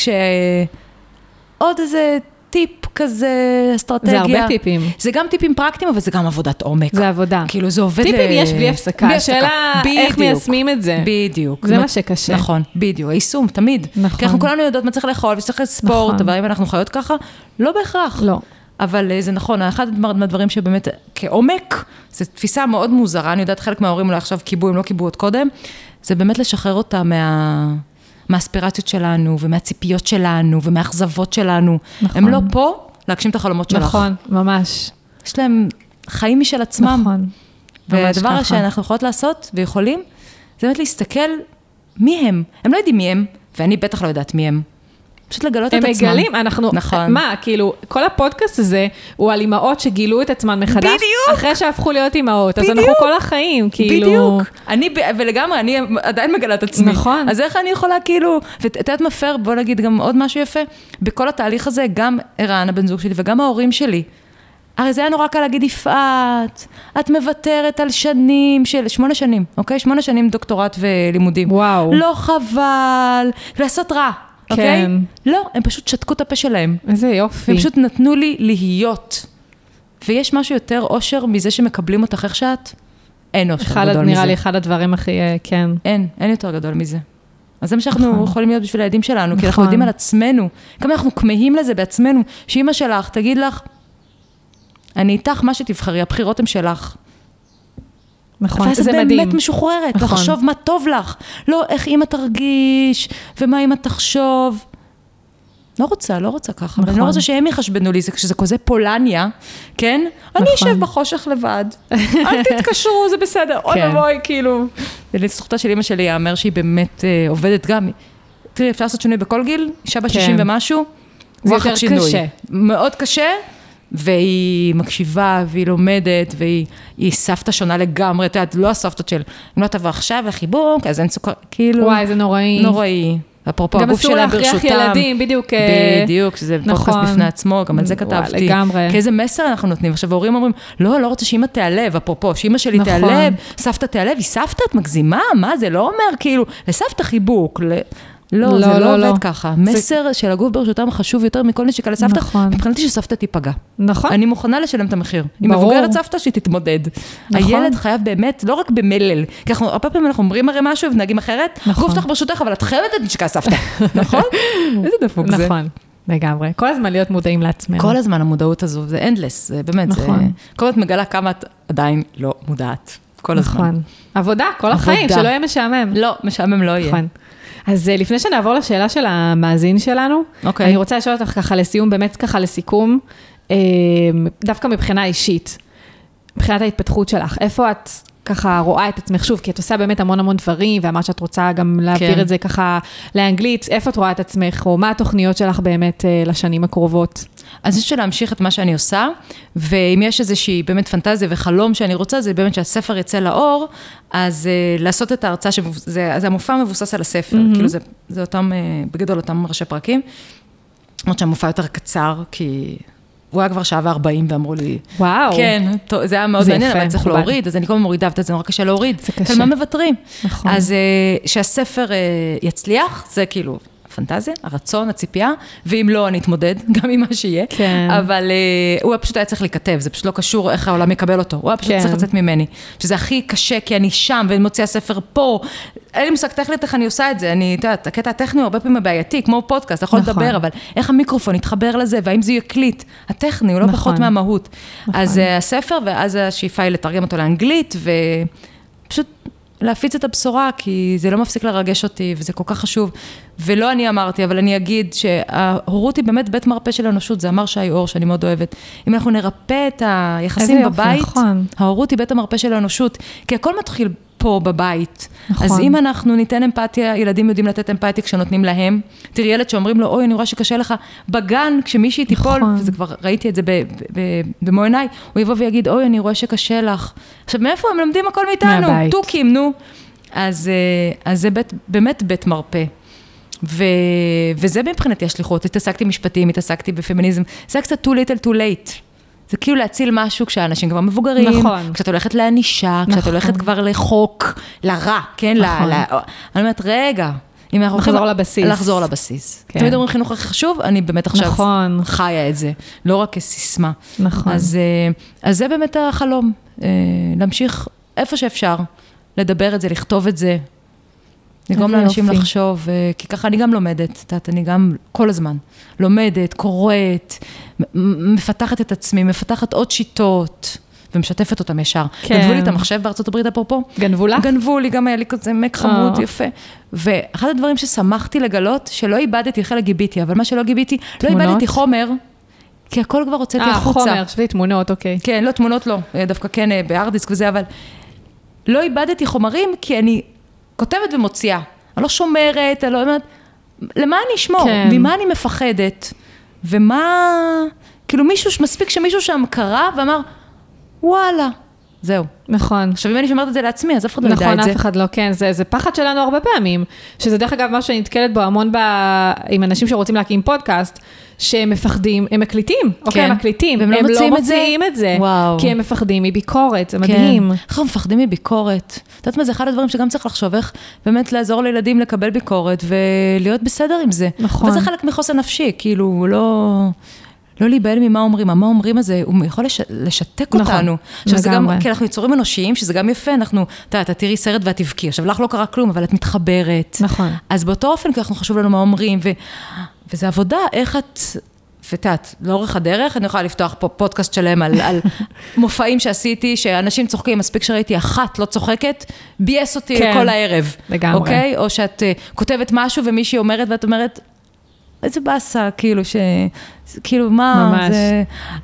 שעוד איזה טיפ כזה, אסטרטגיה. זה הרבה טיפים. זה גם טיפים פרקטיים, אבל זה גם עבודת עומק. זה עבודה. כאילו זה עובד... טיפים יש בלי הפסקה. השאלה איך מיישמים את זה. בדיוק. זה מה שקשה. נכון, בדיוק. היישום, תמיד. נכון. כי אנחנו כולנו יודעות מה צריך לאכול, וצריך לספורט, אבל אם אנחנו חיות ככה, לא בהכרח. לא. אבל זה נכון, אחד מהדברים שבאמת כעומק, זו תפיסה מאוד מוזרה, אני יודעת חלק מההורים אולי עכשיו קיבו, הם לא קיבו עוד קודם, זה באמת לשחרר אותה מה... מהאספירציות שלנו, ומהציפיות שלנו, ומהאכזבות שלנו. נכון. הם לא פה להגשים את החלומות שלך. נכון, ממש. יש להם חיים משל עצמם. נכון. והדבר שאנחנו יכולות לעשות, ויכולים, זה באמת להסתכל מי הם. הם לא יודעים מי הם, ואני בטח לא יודעת מי הם. פשוט לגלות את עצמם. הם מגלים, אנחנו, נכון. מה, כאילו, כל הפודקאסט הזה, הוא על אימהות שגילו את עצמן מחדש, בדיוק. אחרי שהפכו להיות אימהות, בדיוק. אז אנחנו כל החיים, כאילו. בדיוק, אני, ולגמרי, אני עדיין מגלה את עצמי. נכון. אז איך אני יכולה, כאילו, ואת יודעת מפר, בוא נגיד גם עוד משהו יפה, בכל התהליך הזה, גם ערן, הבן זוג שלי, וגם ההורים שלי, הרי זה היה נורא קל להגיד, יפעת, את מוותרת על שנים של, שמונה שנים, אוקיי? שמונה שנים דוקטורט ולימודים. וואו. לא חבל, לעשות רע. אוקיי? כן. לא, הם פשוט שתקו את הפה שלהם. איזה יופי. הם פשוט נתנו לי להיות. ויש משהו יותר אושר מזה שמקבלים אותך איך שאת? אין אושר גדול מזה. נראה לי אחד הדברים הכי, כן. אין, אין יותר גדול מזה. אז זה מה שאנחנו יכולים להיות בשביל הילדים שלנו, כי אנחנו יודעים על עצמנו, גם אנחנו כמהים לזה בעצמנו, שאמא שלך תגיד לך, אני איתך מה שתבחרי, הבחירות הן שלך. נכון, זה מדהים. ואז את באמת משוחררת, נכון. לחשוב מה טוב לך. לא איך אמא תרגיש, ומה אמא תחשוב. לא רוצה, לא רוצה ככה. נכון. ואני לא רוצה שהם יחשבנו לי, כשזה כזה פולניה, כן? נכון. אני אשב בחושך לבד. אל תתקשרו, זה בסדר. אוי כן. ובוי, כאילו. לזכותה של אמא שלי יאמר שהיא באמת אה, עובדת גם. תראי, אפשר לעשות שינוי בכל גיל, אישה בשישים כן. ומשהו. זה יותר שינוי. קשה. מאוד קשה. והיא מקשיבה, והיא לומדת, והיא סבתא שונה לגמרי, את יודעת, לא הסבתות של, אם לא תבוא עכשיו לחיבוק, אז אין סוכר, כאילו... וואי, זה נוראי. נוראי. אפרופו, הגוף שלהם ברשותם. גם אסור להכריח ילדים, בדיוק. בדיוק, שזה פודקאסט בפני עצמו, גם על זה כתבתי. לגמרי. כי איזה מסר אנחנו נותנים. עכשיו, ההורים אומרים, לא, לא רוצה שאמא תיעלב, אפרופו, שאמא שלי תיעלב, סבתא תיעלב, היא סבתא, את מגזימה? מה? זה לא אומר, כאילו, לסבתא חיבוק, לא, לא, זה לא, לא עובד לא. ככה. מסר זה... של הגוף ברשותם חשוב יותר מכל נשיקה לסבתא. נכון. מבחינתי שסבתא תיפגע. נכון. אני מוכנה לשלם את המחיר. אם מבוגרת סבתא שתתמודד. נכון. הילד חייב באמת, לא רק במלל. כי אנחנו, הרבה פעמים אנחנו אומרים הרי משהו ונהגים אחרת. נכון. גוף תח ברשותך, אבל את חייבת את נשיקה לסבתא. נכון? איזה דפוק זה. נכון. לגמרי. כל הזמן להיות מודעים לעצמנו. כל הזמן המודעות הזו, זה endless. זה באמת, נכון. זה... כל הזמן מגלה כמה את עדיין לא מודעת. כל הזמן. נכון. עבודה, כל החיים, שלא יהיה משעמם. לא, משעמם לא יהיה. נכון. אז לפני שנעבור לשאלה של המאזין שלנו, okay. אני רוצה לשאול אותך ככה לסיום, באמת ככה לסיכום, דווקא מבחינה אישית, מבחינת ההתפתחות שלך, איפה את ככה רואה את עצמך שוב, כי את עושה באמת המון המון דברים, ואמרת שאת רוצה גם להעביר כן. את זה ככה לאנגלית, איפה את רואה את עצמך, או מה התוכניות שלך באמת לשנים הקרובות? אז יש להמשיך את מה שאני עושה, ואם יש איזושהי באמת פנטזיה וחלום שאני רוצה, זה באמת שהספר יצא לאור, אז uh, לעשות את ההרצאה, שזה, זה המופע מבוסס על הספר, mm-hmm. כאילו זה, זה אותם, uh, בגדול אותם ראשי פרקים, זאת שהמופע יותר קצר, כי הוא היה כבר שעה וארבעים, ואמרו לי, וואו. כן, זה היה מאוד מעניין, אבל צריך להוריד, אז אני כל הזמן מורידה, וזה נורא קשה להוריד. זה קשה. על מה מוותרים? נכון. אז uh, שהספר uh, יצליח, זה כאילו, הפנטזיה, הרצון, הציפייה, ואם לא, אני אתמודד, גם עם מה שיהיה. כן. אבל uh, הוא פשוט היה צריך להיכתב, זה פשוט לא קשור איך העולם יקבל אותו. הוא היה פשוט כן. צריך לצאת ממני. שזה הכי קשה, כי אני שם, ואני מוציאה ספר פה. אין לי מושג טכנית איך אני עושה את זה. אני, יודעת, הקטע הטכני הוא הרבה פעמים בעייתי, כמו פודקאסט, אתה יכול נכון. לדבר, אבל איך המיקרופון יתחבר לזה, והאם זה יקליט. הטכני הוא לא נכון. פחות מהמהות. נכון. אז uh, הספר, ואז השאיפה היא לתרגם אותו לאנגלית, ופשוט להפיץ את הבשורה, כי זה לא מפסיק לרגש אותי, וזה כל כך חשוב. ולא אני אמרתי, אבל אני אגיד שההורות היא באמת בית מרפא של אנושות, זה אמר שי אור, שאני מאוד אוהבת. אם אנחנו נרפא את היחסים בבית, נכון. ההורות היא בית המרפא של האנושות, כי הכל מתחיל פה בבית. נכון. אז אם אנחנו ניתן אמפתיה, ילדים יודעים לתת אמפתיה כשנותנים להם, תראי ילד שאומרים לו, אוי, אני רואה שקשה לך, בגן, כשמישהי תיפול, נכון. וזה כבר ראיתי את זה במו עיניי, הוא יבוא ויגיד, אוי, אני רואה שקשה לך. עכשיו, מאיפה הם לומדים הכל מאיתנו? מהבית. טוקים, נו. אז, אז זה בית, באמת בית מרפא. ו, וזה מבחינתי השליחות. התעסקתי משפטים, התעסקתי בפמיניזם. זה קצת too little too late. זה כאילו להציל משהו כשאנשים כבר מבוגרים, נכון. כשאת הולכת לאנישה, נכון. כשאת הולכת כבר לחוק, לרע, כן? נכון. ל, ל, אני אומרת, רגע, אם אנחנו לחזור הולכים, לבסיס. לחזור לבסיס. כן. תמיד אומרים חינוך הכי חשוב, אני באמת עכשיו נכון. חיה את זה, לא רק כסיסמה. נכון. אז, אז זה באמת החלום, להמשיך איפה שאפשר, לדבר את זה, לכתוב את זה, לגרום לאנשים יופי. לחשוב, כי ככה אני גם לומדת, תת, אני גם כל הזמן לומדת, קוראת, מפתחת את עצמי, מפתחת עוד שיטות, ומשתפת אותם ישר. כן. גנבו לי את המחשב בארצות הברית אפרופו. גנבו לך? גנבו לי, גם היה לי כזה מק חמוד, יפה. ואחד הדברים ששמחתי לגלות, שלא איבדתי, חלק גיביתי, אבל מה שלא גיביתי, לא איבדתי חומר, כי הכל כבר הוצאתי החוצה. אה, חומר, שבי תמונות, אוקיי. כן, לא, תמונות לא, דווקא כן, בארדיסק וזה, אבל לא איבדתי חומרים, כי אני כותבת ומוציאה. אני לא שומרת, אני לא אומרת, למה אני אשמור? כן. ממה אני מפחדת? ומה, כאילו מישהו, מספיק שמישהו שם קרא ואמר, וואלה, זהו. נכון. עכשיו, אם אני שומרת את זה לעצמי, אז אף אחד לא יודע את זה. נכון, אף אחד לא, כן. זה, זה פחד שלנו הרבה פעמים, שזה דרך אגב מה שאני נתקלת בו המון ב... עם אנשים שרוצים להקים פודקאסט, שהם מפחדים, הם מקליטים. אוקיי, הם מקליטים. הם לא מוציאים את זה. וואו. כי הם מפחדים מביקורת, זה מדהים. איך הם מפחדים מביקורת? את יודעת מה, זה אחד הדברים שגם צריך לחשוב, איך באמת לעזור לילדים לקבל ביקורת, ולהיות בסדר עם זה. נכון. וזה חלק מחוסן נפשי, כאילו, לא... לא להיבהל ממה אומרים, מה אומרים הזה, הוא יכול לש... לשתק נכון, אותנו. עכשיו זה גם, כי אנחנו יצורים אנושיים, שזה גם יפה, אנחנו, אתה, אתה תראי סרט ואת תבכי, עכשיו לך לא קרה כלום, אבל את מתחברת. נכון. אז באותו אופן, כי אנחנו חשוב לנו מה אומרים, ו... וזה עבודה, איך את, ותת, לאורך הדרך, אני יכולה לפתוח פה פודקאסט שלם על, על מופעים שעשיתי, שאנשים צוחקים, מספיק שראיתי אחת לא צוחקת, בייס אותי כן, כל הערב. לגמרי. אוקיי? או שאת uh, כותבת משהו ומישהי אומרת, ואת אומרת, איזה באסה, כאילו ש... כאילו, מה? ממש. זה...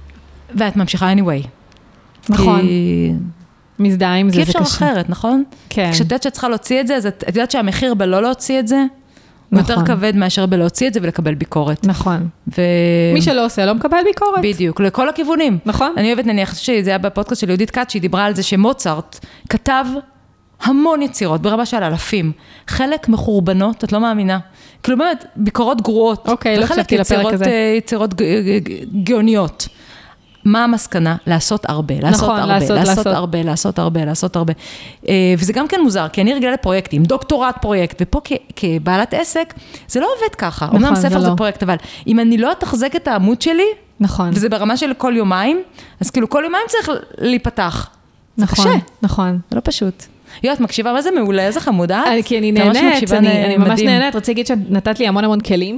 ואת ממשיכה anyway. נכון. כי... מזדהה עם זה, זה קשה. כי אפשר אחרת, נכון? כן. כשאת שאת צריכה להוציא את זה, אז את יודעת שהמחיר בלא להוציא את זה, הוא יותר כבד מאשר בלהוציא את זה ולקבל ביקורת. נכון. ו... מי שלא עושה, לא מקבל ביקורת. בדיוק, לכל הכיוונים. נכון. אני אוהבת, נניח שזה היה בפודקאסט של יהודית קאט, שהיא דיברה על זה שמוצרט כתב המון יצירות, ברמה של אלפים. חלק מחורבנות, את לא מאמינה. כאילו באמת, ביקורות גרועות. אוקיי, לא חשבתי לפרק הזה. יצירות גאוניות. מה המסקנה? לעשות הרבה, לעשות הרבה, לעשות הרבה, לעשות הרבה, לעשות הרבה. וזה גם כן מוזר, כי אני רגילה לפרויקטים, דוקטורט פרויקט, ופה כבעלת עסק, זה לא עובד ככה. אומנם ספר זה פרויקט, אבל אם אני לא אתחזק את העמוד שלי, וזה ברמה של כל יומיים, אז כאילו כל יומיים צריך להיפתח. זה קשה. נכון. זה לא פשוט. יו, את מקשיבה, מה זה מעולה? איזה חמודה? כי אני נהנית, אני ממש נהנית. רוצה להגיד שנתת לי המון המון כלים.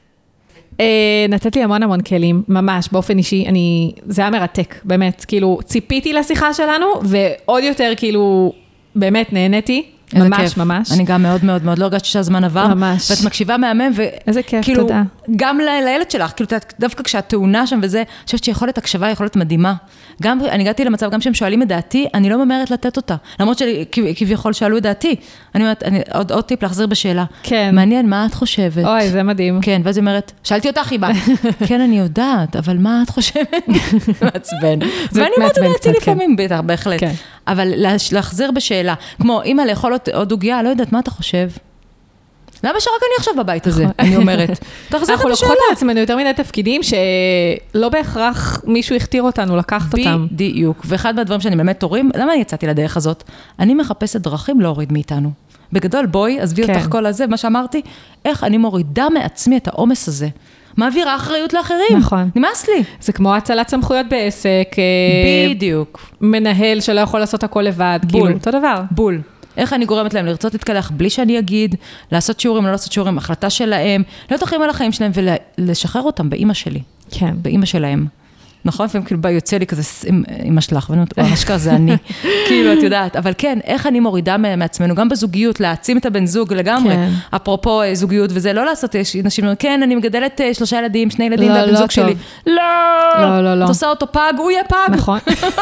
נתת לי המון המון כלים, ממש, באופן אישי, אני, זה היה מרתק, באמת, כאילו, ציפיתי לשיחה שלנו, ועוד יותר, כאילו, באמת נהניתי, ממש, ממש. אני גם מאוד מאוד מאוד לא הרגשתי שהזמן עבר, ממש. ואת מקשיבה מהמם, וכאילו, גם לילד שלך, כאילו, דווקא כשאת טעונה שם וזה, אני חושבת שיכולת הקשבה, יכולת מדהימה. גם, אני הגעתי למצב, גם שהם שואלים את דעתי, אני לא ממהרת לתת אותה. למרות שכביכול שאלו את דעתי. אני אומרת, עוד, עוד טיפ להחזיר בשאלה. כן. מעניין, מה את חושבת? אוי, זה מדהים. כן, ואז היא אומרת, שאלתי אותך חיבה. כן, אני יודעת, אבל מה את חושבת? מעצבן. ואני מאוד דעתי לפעמים, בטח, בהחלט. אבל להחזיר בשאלה. כמו, אמא לאכול עוד דוגיה, לא יודעת, מה אתה חושב? למה שרק אני עכשיו בבית הזה, אני אומרת. אנחנו לוקחות על עצמנו יותר מדי תפקידים שלא בהכרח מישהו הכתיר אותנו, לקחת אותם. בדיוק. ואחד מהדברים שאני באמת תורים, למה אני יצאתי לדרך הזאת? אני מחפשת דרכים להוריד מאיתנו. בגדול, בואי, עזבי כן. אותך כל הזה, מה שאמרתי, איך אני מורידה מעצמי את העומס הזה. מעבירה אחריות לאחרים. נכון. נמאס לי. זה כמו הצלת סמכויות בעסק. בדיוק. מנהל שלא יכול לעשות הכל לבד. בול. כאילו, אותו דבר. בול. איך אני גורמת להם לרצות להתקלח בלי שאני אגיד, לעשות שיעורים, לא לעשות שיעורים, החלטה שלהם, להיות אחים על החיים שלהם ולשחרר אותם באמא שלי. כן. באמא שלהם. נכון? לפעמים כאילו בא יוצא לי כזה עם אמא שלך, והמשקר זה אני. כאילו, את יודעת. אבל כן, איך אני מורידה מעצמנו, גם בזוגיות, להעצים את הבן זוג לגמרי. כן. אפרופו זוגיות, וזה לא לעשות, יש אנשים אומרים, כן, אני מגדלת שלושה ילדים, שני ילדים, לא, והבן לא זוג שלי. לא! לא, לא, לא. את עושה אותו פג, הוא יהיה פג. נכון.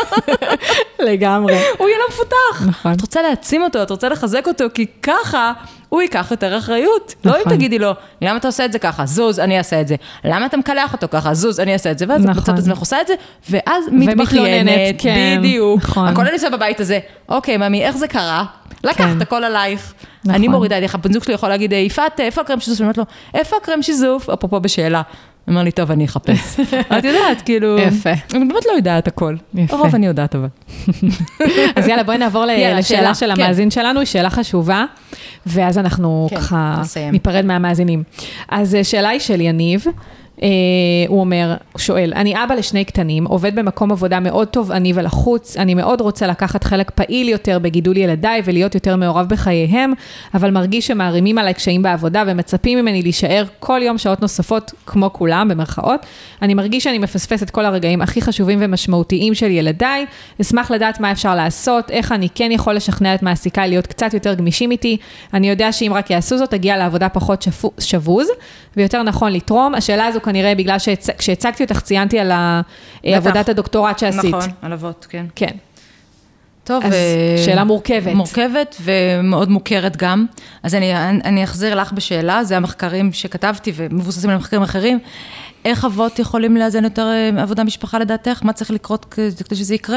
לגמרי. הוא יהיה לא מפותח. נכון. את רוצה להעצים אותו, את רוצה לחזק אותו, כי ככה הוא ייקח יותר אחריות. לא אם תגידי לו, למה אתה עושה את זה ככה? זוז, אני אעשה את זה. למה אתה מקלח אותו ככה? זוז, אני אעשה את זה. ואז את מצאת את זה, עושה את זה, ואז מתבכיינת. בדיוק. הכל אני עושה בבית הזה. אוקיי, ממי, איך זה קרה? לקחת הכל עלייך. אני מורידה, הבן זוג שלי יכול להגיד, יפעת, איפה הקרם שיזוף? אני אומרת לו, איפה הקרם שיזוף? אפרופו בשאלה. הוא אומר לי, טוב, אני אחפש. את יודעת, כאילו... יפה. אני באמת לא יודעת הכל. יפה. הרוב אני יודעת, אבל. אז יאללה, בואי נעבור לשאלה של המאזין שלנו, היא שאלה חשובה, ואז אנחנו ככה ניפרד מהמאזינים. אז שאלה היא של יניב, הוא אומר, הוא שואל, אני אבא לשני קטנים, עובד במקום עבודה מאוד תובעני ולחוץ, אני מאוד רוצה לקחת חלק פעיל יותר בגידול ילדיי ולהיות יותר מעורב בחייהם, אבל מרגיש שמערימים עליי קשיים בעבודה ומצפים ממני להישאר כל יום שעות נוספות כמו כולם, במרכאות. אני מרגיש שאני מפספס את כל הרגעים הכי חשובים ומשמעותיים של ילדיי, אשמח לדעת מה אפשר לעשות, איך אני כן יכול לשכנע את מעסיקה להיות קצת יותר גמישים איתי, אני יודע שאם רק יעשו זאת, תגיע לעבודה פחות שבוז, ויותר נכון לתרום. השאלה הזו כנראה בגלל שכשהצגתי אותך ציינתי על עבודת הדוקטורט שעשית. נכון, על אבות, כן. כן. טוב, אז שאלה מורכבת. מורכבת ומאוד מוכרת גם. אז אני, אני אחזיר לך בשאלה, זה המחקרים שכתבתי ומבוססים על מחקרים אחרים. איך אבות יכולים לאזן יותר עבודה משפחה לדעתך? מה צריך לקרות כדי שזה יקרה?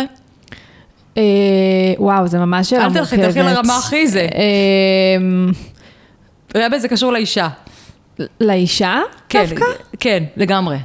וואו, זה ממש שאלה מורכבת. אל תלכי, תלכי לרמה הכי זה. רבי, זה קשור לאישה. לאישה? כן, כן, לגמרי.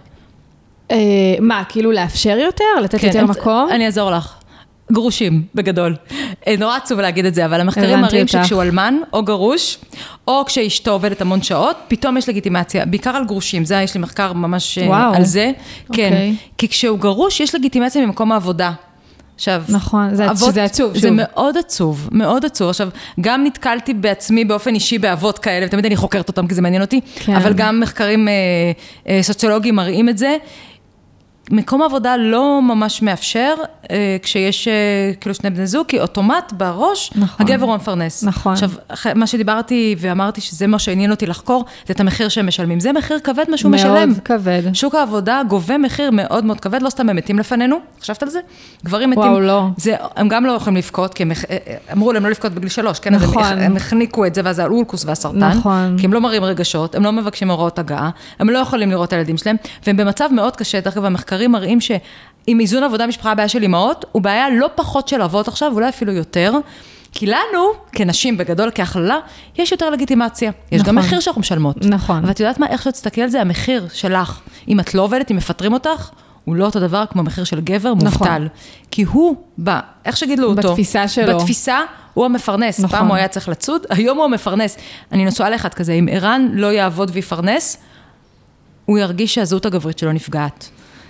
מה, כאילו לאפשר יותר? לתת יותר מקום? אני אעזור לך. גרושים, בגדול. נורא עצוב להגיד את זה, אבל המחקרים מראים שכשהוא אלמן או גרוש, או כשאשתו עובדת המון שעות, פתאום יש לגיטימציה, בעיקר על גרושים, זה יש לי מחקר ממש על זה. כן, כי כשהוא גרוש, יש לגיטימציה ממקום העבודה. עכשיו, נכון, זה, אבות, זה עצוב. זה שוב. מאוד עצוב, מאוד עצוב. עכשיו, גם נתקלתי בעצמי באופן אישי באבות כאלה, ותמיד אני חוקרת אותם כי זה מעניין אותי, כן. אבל גם מחקרים אה, אה, סוציולוגיים מראים את זה. מקום העבודה לא ממש מאפשר, אה, כשיש אה, כאילו שני בני זוג, כי אוטומט בראש, נכון. הגבר הוא המפרנס. נכון. עכשיו, מה שדיברתי ואמרתי שזה מה שעניין אותי לחקור, זה את המחיר שהם משלמים. זה מחיר כבד מה שהוא מאוד משלם. מאוד כבד. שוק העבודה גובה מחיר מאוד מאוד כבד, לא סתם הם מתים לפנינו. חשבת על זה? גברים מתים. וואו, לא. זה, הם גם לא יכולים לפקוד, כי הם אמרו להם לא לפקוד בגיל שלוש, כן? נכון. אז הם, הם הכניקו את זה, ואז האולקוס והסרטן. נכון. כי הם לא מראים רגשות, הם לא מבקשים הוראות הגעה, הם לא יכולים לראות את הילדים שלהם, והם במצב מאוד קשה. דרך אגב, המחקרים מראים שעם איזון עבודה משפחה, הבעיה של אמהות, הוא בעיה לא פחות של אבות עכשיו, אולי אפילו יותר, כי לנו, כנשים בגדול, כהכללה, יש יותר לגיטימציה. יש נכון. גם מחיר שאנחנו משלמות. נכון. ואת יודעת מה, איך שתסתכל על זה, המחיר שלך, אם את לא עובדת, אם מפטרים אותך, הוא לא אותו דבר כמו מחיר של גבר מובטל. נכון. כי הוא, בא, איך שגידלו אותו? בתפיסה שלו. בתפיסה, הוא המפרנס. נכון. פעם הוא היה צריך לצוד, היום הוא המפרנס. אני נשואה לאחד כזה, אם ערן לא יעבוד ויפרנס, הוא ירגיש שהזהות הגברית שלו נפגעת.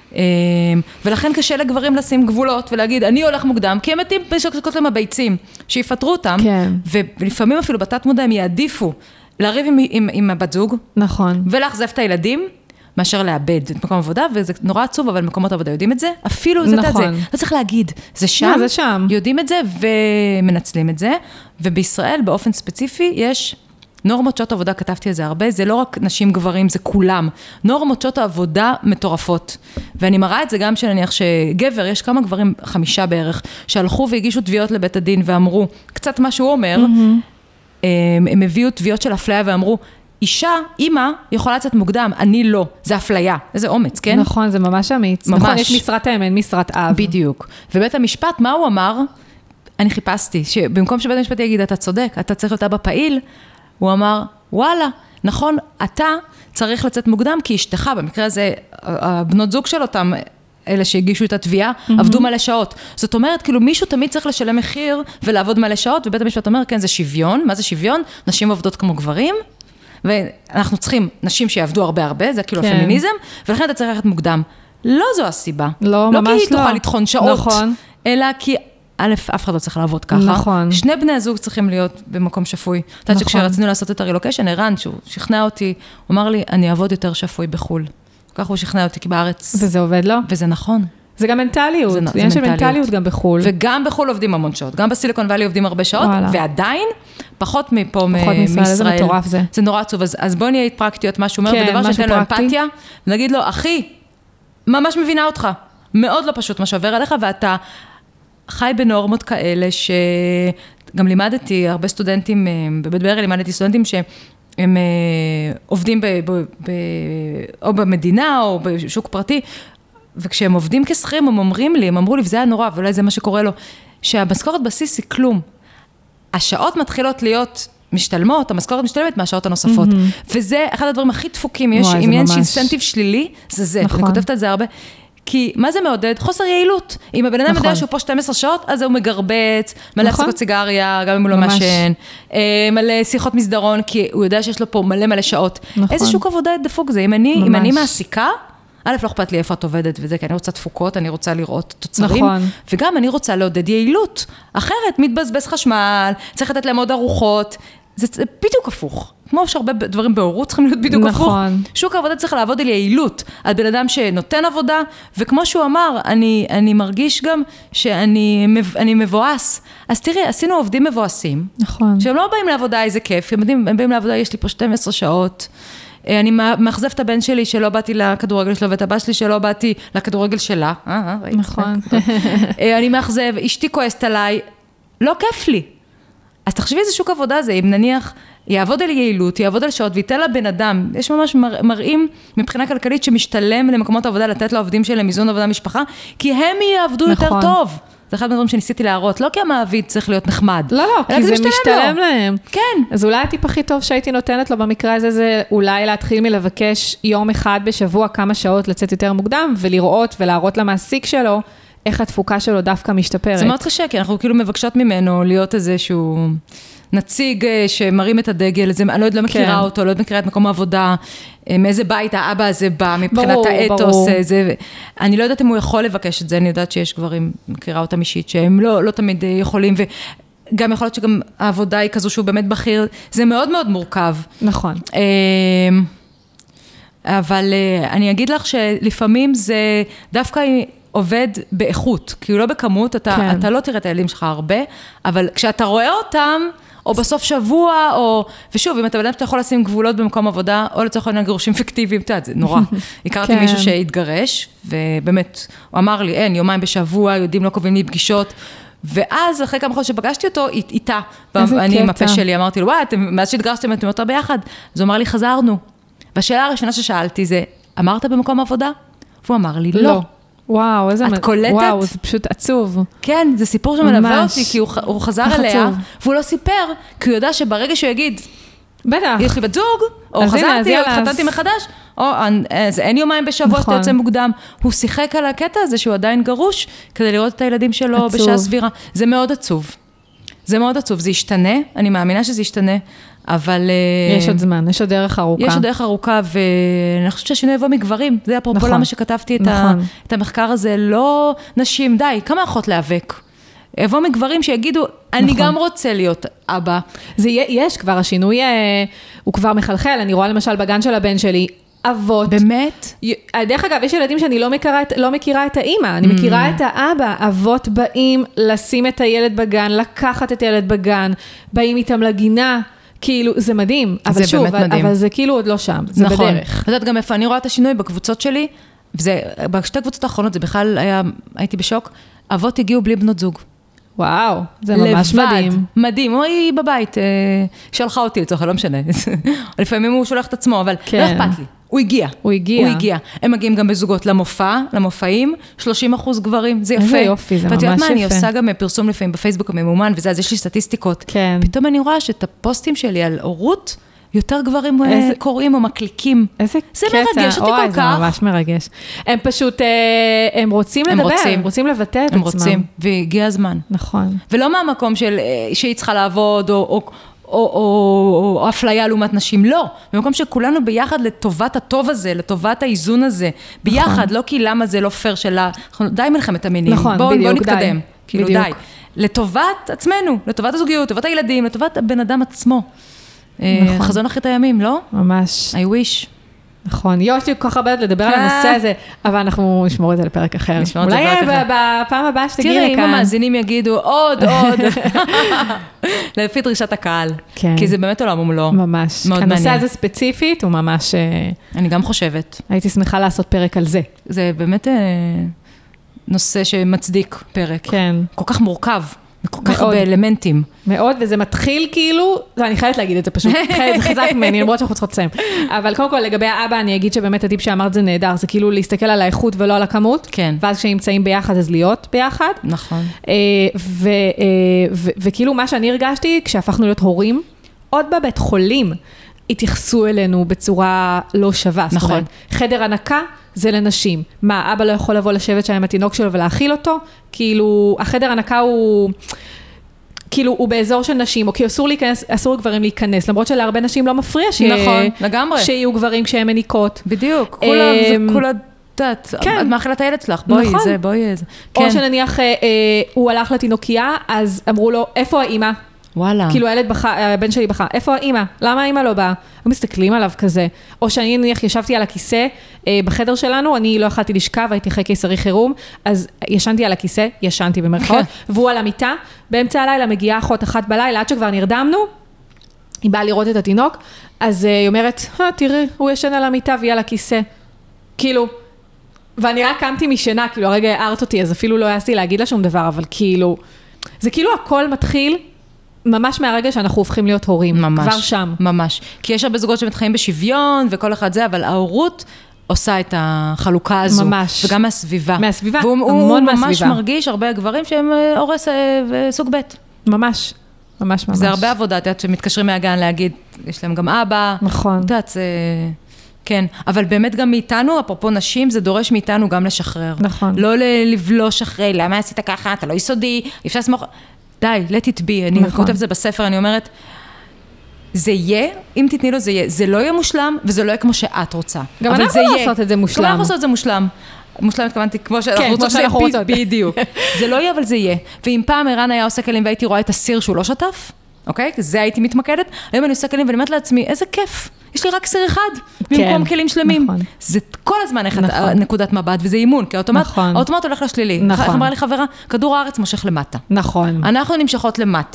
ולכן קשה לגברים לשים גבולות ולהגיד, אני הולך מוקדם, כי הם מתים בשקות להם הביצים, שיפטרו אותם, כן. ולפעמים אפילו בתת מודע הם יעדיפו לריב עם, עם, עם הבת זוג, נכון. ולאכזב את הילדים, מאשר לאבד את מקום עבודה, וזה נורא עצוב, אבל מקומות עבודה יודעים את זה, אפילו זה, נכון. זה, לא צריך להגיד, זה שם, זה שם, יודעים את זה ומנצלים את זה, ובישראל באופן ספציפי יש נורמות שעות עבודה, כתבתי על זה הרבה, זה לא רק נשים גברים, זה כולם. נורמות שעות העבודה מטורפות. ואני מראה את זה גם שנניח שגבר, יש כמה גברים, חמישה בערך, שהלכו והגישו תביעות לבית הדין ואמרו, קצת מה שהוא אומר, mm-hmm. הם, הם הביאו תביעות של אפליה ואמרו, אישה, אמא, יכולה לצאת מוקדם, אני לא, זה אפליה. איזה אומץ, כן? נכון, זה ממש אמיץ. ממש. נכון, יש משרת האמן, משרת אב. בדיוק. ובית המשפט, מה הוא אמר? אני חיפשתי, שבמקום שבית המשפט יגיד, אתה צודק, אתה צריך להיות אבא פעיל, הוא אמר, וואלה, נכון, אתה צריך לצאת מוקדם, כי אשתך, במקרה הזה, הבנות זוג של אותם אלה שהגישו את התביעה, mm-hmm. עבדו מלא שעות. זאת אומרת, כאילו מישהו תמיד צריך לשלם מחיר ולעבוד מלא שעות, ובית המשפט אומר, כן, זה שוויון. מה זה שוויון? נשים עובדות כמו גברים, ואנחנו צריכים נשים שיעבדו הרבה הרבה, זה כאילו כן. הפמיניזם, ולכן אתה צריך ללכת מוקדם. לא זו הסיבה. לא, לא ממש לא. כי היא תוכל לתחון שעות, נכון. אלא כי א', אף אחד לא צריך לעבוד ככה. נכון. שני בני הזוג צריכים להיות במקום שפוי. נכון. אתה יודעת שכשרצינו לעשות את הרילוקיישן, ערן, שהוא שכנע אותי, הוא אמר לי, אני אעבוד יותר שפוי בחול. ככה הוא שכנע אותי, כי בארץ... וזה עובד לו? וזה נכון. זה גם מנטליות. זה, זה עניין של מנטליות גם בחול. וגם בחול עובדים המון שעות. גם בסיליקון ואלי עובדים הרבה שעות, וואלה. ועדיין, פחות מפה פחות מישראל. מישראל. זה מטורף זה. זה נורא עצוב. אז, אז בוא נהיה פרקטיות, מה שהוא אומר, כן, ודבר שתן לו אמפתיה, ונגיד לו, אחי, ממש מבינה אותך. מאוד לא פשוט מה שעובר עליך, ואתה חי בנורמות כאלה, שגם לימדתי, הרבה סטודנטים, בבית ברל לימדתי סטודנטים שהם עובדים ב, ב, ב, או במדינה או בשוק פרטי, וכשהם עובדים כשכירים, הם אומרים לי, הם אמרו לי, וזה היה נורא, ואולי זה מה שקורה לו, שהמשכורת בסיס היא כלום. השעות מתחילות להיות משתלמות, המשכורת משתלמת מהשעות הנוספות. Mm-hmm. וזה אחד הדברים הכי דפוקים, יש עניין ממש... שאינסנטיב שלילי, זה זה. נכון. אני כותבת על זה הרבה. כי מה זה מעודד? חוסר יעילות. אם הבן אדם נכון. יודע שהוא פה שתים עשרה שעות, אז הוא מגרבץ, מלא נכון. הפסקות סיגריה, גם אם הוא לא משן, מלא שיחות מסדרון, כי הוא יודע שיש לו פה מלא מלא שעות. נכון. איזה שוק עבודה דפוק זה? אם אני, אם אני מעסיקה, א', לא אכפת לי איפה את עובדת וזה, כי אני רוצה תפוקות, אני רוצה לראות תוצרים, נכון. וגם אני רוצה לעודד יעילות. אחרת, מתבזבז חשמל, צריך לתת להם עוד ארוחות, זה בדיוק הפוך. כמו שהרבה דברים בהורות צריכים להיות בדיוק הפוך. נכון. שוק העבודה צריך לעבוד על יעילות, על בן אדם שנותן עבודה, וכמו שהוא אמר, אני, אני מרגיש גם שאני אני מבואס. אז תראי, עשינו עובדים מבואסים, נכון. שהם לא באים לעבודה איזה כיף, הם באים, הם באים לעבודה, יש לי פה שתים עשרה שעות, אני מאכזב את הבן שלי שלא באתי לכדורגל שלו, ואת הבא שלי שלא באתי לכדורגל שלה. נכון. אני מאכזב, אשתי כועסת עליי, לא כיף לי. אז תחשבי איזה שוק עבודה זה, אם נניח יעבוד על יעילות, יעבוד על שעות, וייתן לבן אדם, יש ממש מראים מבחינה כלכלית שמשתלם למקומות עבודה, לתת לעובדים שלהם איזון עבודה משפחה, כי הם יעבדו יותר טוב. זה אחד מהדברים שניסיתי להראות, לא כי המעביד צריך להיות נחמד. לא, לא, כי זה משתלם להם. כן. אז אולי הטיפ הכי טוב שהייתי נותנת לו במקרה הזה, זה אולי להתחיל מלבקש יום אחד בשבוע כמה שעות לצאת יותר מוקדם, ולראות ולהראות למעסיק שלו, איך התפוקה שלו דווקא משתפרת. זה מאוד קשה, כי אנחנו כאילו מבקשות ממנו להיות איזשהו נציג שמרים את הדגל, אני לא, לא מכירה כן. אותו, לא מכירה את מקום העבודה, מאיזה בית האבא הזה בא, מבחינת ברור, האתוס, ברור. זה, אני לא יודעת אם הוא יכול לבקש את זה, אני יודעת שיש גברים, מכירה אותם אישית, שהם לא, לא תמיד יכולים, וגם יכול להיות שגם העבודה היא כזו שהוא באמת בכיר, זה מאוד מאוד מורכב. נכון. אבל אני אגיד לך שלפעמים זה דווקא עובד באיכות, כי הוא לא בכמות, אתה, כן. אתה לא תראה את הילדים שלך הרבה, אבל כשאתה רואה אותם, או בסוף שבוע, או... ושוב, אם אתה בן אדם שאתה יכול לשים גבולות במקום עבודה, או לצורך העניין גירושים פיקטיביים, אתה יודע, זה נורא. הכרתי מישהו שהתגרש, ובאמת, הוא אמר לי, אין, יומיים בשבוע, יודעים לא קובעים לי פגישות, ואז, אחרי כמה חודש שפגשתי אותו, איתה, ואני עם הפה שלי, אמרתי לו, וואי, מאז שהתגרשתם, אתם יותר ביחד. אז הוא אמר לי, חזרנו. והשאלה הראשונה ששאלתי זה, אמרת במקום עבודה? והוא אמר לי, לא. וואו, איזה... את קולטת? וואו, זה פשוט עצוב. כן, זה סיפור שמלווה אותי, כי הוא, הוא חזר אליה, והוא לא סיפר, כי הוא יודע שברגע שהוא יגיד, בטח. יש לי בת זוג, או חזרתי, או התחתנתי מחדש, או אז אין יומיים בשבוע שאתה יוצא מוקדם. הוא שיחק על הקטע הזה שהוא עדיין גרוש, כדי לראות את הילדים שלו בשעה סבירה. זה מאוד עצוב. זה מאוד עצוב. זה ישתנה, אני מאמינה שזה ישתנה, אבל... יש עוד זמן, יש עוד דרך ארוכה. יש עוד דרך ארוכה, ואני חושבת שהשינוי יבוא מגברים. זה אפרופו למה שכתבתי את המחקר הזה, לא נשים, די, כמה אחות להיאבק? יבוא מגברים שיגידו, אני גם רוצה להיות אבא. זה יש כבר, השינוי הוא כבר מחלחל, אני רואה למשל בגן של הבן שלי, אבות. באמת? דרך אגב, יש ילדים שאני לא מכירה את, לא מכירה את האמא, אני מכירה את האבא. אבות באים לשים את הילד בגן, לקחת את הילד בגן, באים איתם לגינה, כאילו, זה מדהים. אבל שוב, אבל זה כאילו עוד לא שם, זה בדרך. את יודעת גם איפה אני רואה את השינוי בקבוצות שלי, וזה, בשתי קבוצות האחרונות, זה בכלל היה, הייתי בשוק, אבות הגיעו בלי בנות זוג. וואו, זה ממש מדהים. מדהים, היא בבית, שלחה אותי לצורך, לא משנה. לפעמים הוא שולח את עצמו, אבל לא אכפת לי. הוא הגיע. הוא הגיע. הוא הגיע. הם מגיעים גם בזוגות למופע, למופעים, שלושים אחוז גברים, זה יפה. איזה יופי, זה ממש יפה. ואת יודעת מה, אני עושה גם פרסום לפעמים בפייסבוק הממומן, וזה, אז יש לי סטטיסטיקות. כן. פתאום אני רואה שאת הפוסטים שלי על הורות, יותר גברים איזה... קוראים או מקליקים. איזה זה קטע. מרגש אותי אוי, כל זה כך. ממש מרגש. הם פשוט, הם רוצים הם לדבר, רוצים. הם רוצים לבטא את הם עצמם. רוצים, והגיע הזמן. נכון. ולא מהמקום של שהיא צריכה לעבוד, או, או, או, או, או אפליה לעומת נשים, לא. במקום שכולנו ביחד לטובת הטוב הזה, לטובת האיזון הזה, ביחד, נכון. לא כי למה זה לא פייר שלה, די מלחמת המינים. נכון, בוא, בדיוק, בוא נתקדם. די. כאילו בדיוק. די. לטובת עצמנו, לטובת הזוגיות, לטובת הילדים, לטובת הבן אדם עצמו. נכון. חזון אחרית הימים, לא? ממש. I wish. נכון, יש לי כל כך הרבה לדבר על הנושא הזה, אבל אנחנו נשמור את זה לפרק אחר. אולי בפעם הבאה שתגיעי לכאן. תראי, אם המאזינים יגידו עוד, עוד, לפי דרישת הקהל. כי זה באמת עולם ומלואו. ממש. הנושא הזה ספציפית הוא ממש... אני גם חושבת. הייתי שמחה לעשות פרק על זה. זה באמת נושא שמצדיק פרק. כן. כל כך מורכב. כל כך הרבה אלמנטים. מאוד, וזה מתחיל כאילו, אני חייבת להגיד את זה פשוט, זה חזק ממני, למרות שאנחנו צריכות לסיים. אבל קודם כל, לגבי האבא, אני אגיד שבאמת הטיפ שאמרת זה נהדר, זה כאילו להסתכל על האיכות ולא על הכמות, כן. ואז כשנמצאים ביחד, אז להיות ביחד. נכון. וכאילו מה שאני הרגשתי, כשהפכנו להיות הורים, עוד בבית חולים, התייחסו אלינו בצורה לא שווה. נכון. זאת אומרת, חדר הנקה זה לנשים. מה, אבא לא יכול לבוא לשבת שם עם התינוק שלו ולהאכיל אותו? כאילו, החדר הנקה הוא... כאילו, הוא באזור של נשים, או כי אסור להיכנס, אסור גברים להיכנס, למרות שלהרבה נשים לא מפריע נכון, לגמרי. שיהיו גברים כשהם מניקות. בדיוק, כולה, זה כולה, דעת, את מאכילה את הילד שלך, בואי, זה, בואי, זה. או שנניח, הוא הלך לתינוקיה, אז אמרו לו, איפה האמא? וואלה. כאילו הילד בכה, הבן שלי בכה, איפה האמא? למה האמא לא באה? הם מסתכלים עליו כזה. או שאני נניח ישבתי על הכיסא אה, בחדר שלנו, אני לא יכלתי לשכב, הייתי אחרי קיסרי חירום, אז ישנתי על הכיסא, ישנתי במרכאות, והוא על המיטה, באמצע הלילה מגיעה אחות אחת בלילה, עד שכבר נרדמנו, היא באה לראות את התינוק, אז היא אומרת, אה, תראי, הוא ישן על המיטה והיא על הכיסא. כאילו, ואני רק קמתי משנה, כאילו הרגע הערת אותי, אז אפילו לא העזתי להגיד לה שום דבר, אבל כאילו, זה כאילו הכל מתחיל ממש מהרגע שאנחנו הופכים להיות הורים, ממש, כבר שם. ממש, כי יש הרבה זוגות שמתחיים בשוויון וכל אחד זה, אבל ההורות עושה את החלוקה הזו. ממש. וגם מהסביבה. מהסביבה, והוא, המון הוא מהסביבה. ממש מרגיש הרבה גברים שהם הורס סוג ב'. ממש, ממש ממש. זה הרבה עבודה, את יודעת, שמתקשרים מהגן להגיד, יש להם גם אבא. נכון. את יודעת, זה... כן, אבל באמת גם מאיתנו, אפרופו נשים, זה דורש מאיתנו גם לשחרר. נכון. לא לבלוש אחרי, למה עשית ככה, אתה לא יסודי, אפשר לסמוך... די, let it be, אני כותב את זה בספר, אני אומרת, זה יהיה, אם תתני לו זה יהיה, זה לא יהיה מושלם, וזה לא יהיה כמו שאת רוצה. גם אנחנו לא עושות את זה מושלם. גם אנחנו עושות את זה מושלם. מושלם התכוונתי, כמו שאנחנו רוצות, בדיוק. זה לא יהיה, אבל זה יהיה. ואם פעם ערן היה עושה כלים והייתי רואה את הסיר שהוא לא שטף, אוקיי? זה הייתי מתמקדת, היום אני עושה כלים ואני אומרת לעצמי, איזה כיף, יש לי רק סיר אחד, במקום כלים שלמים. זה כל הזמן נקודת מבט, וזה אימון, כי האוטומט הולך לשלילי. איך אמרה לי חברה, כדור הארץ מושך למטה. נכון. אנחנו נמשכות למטה.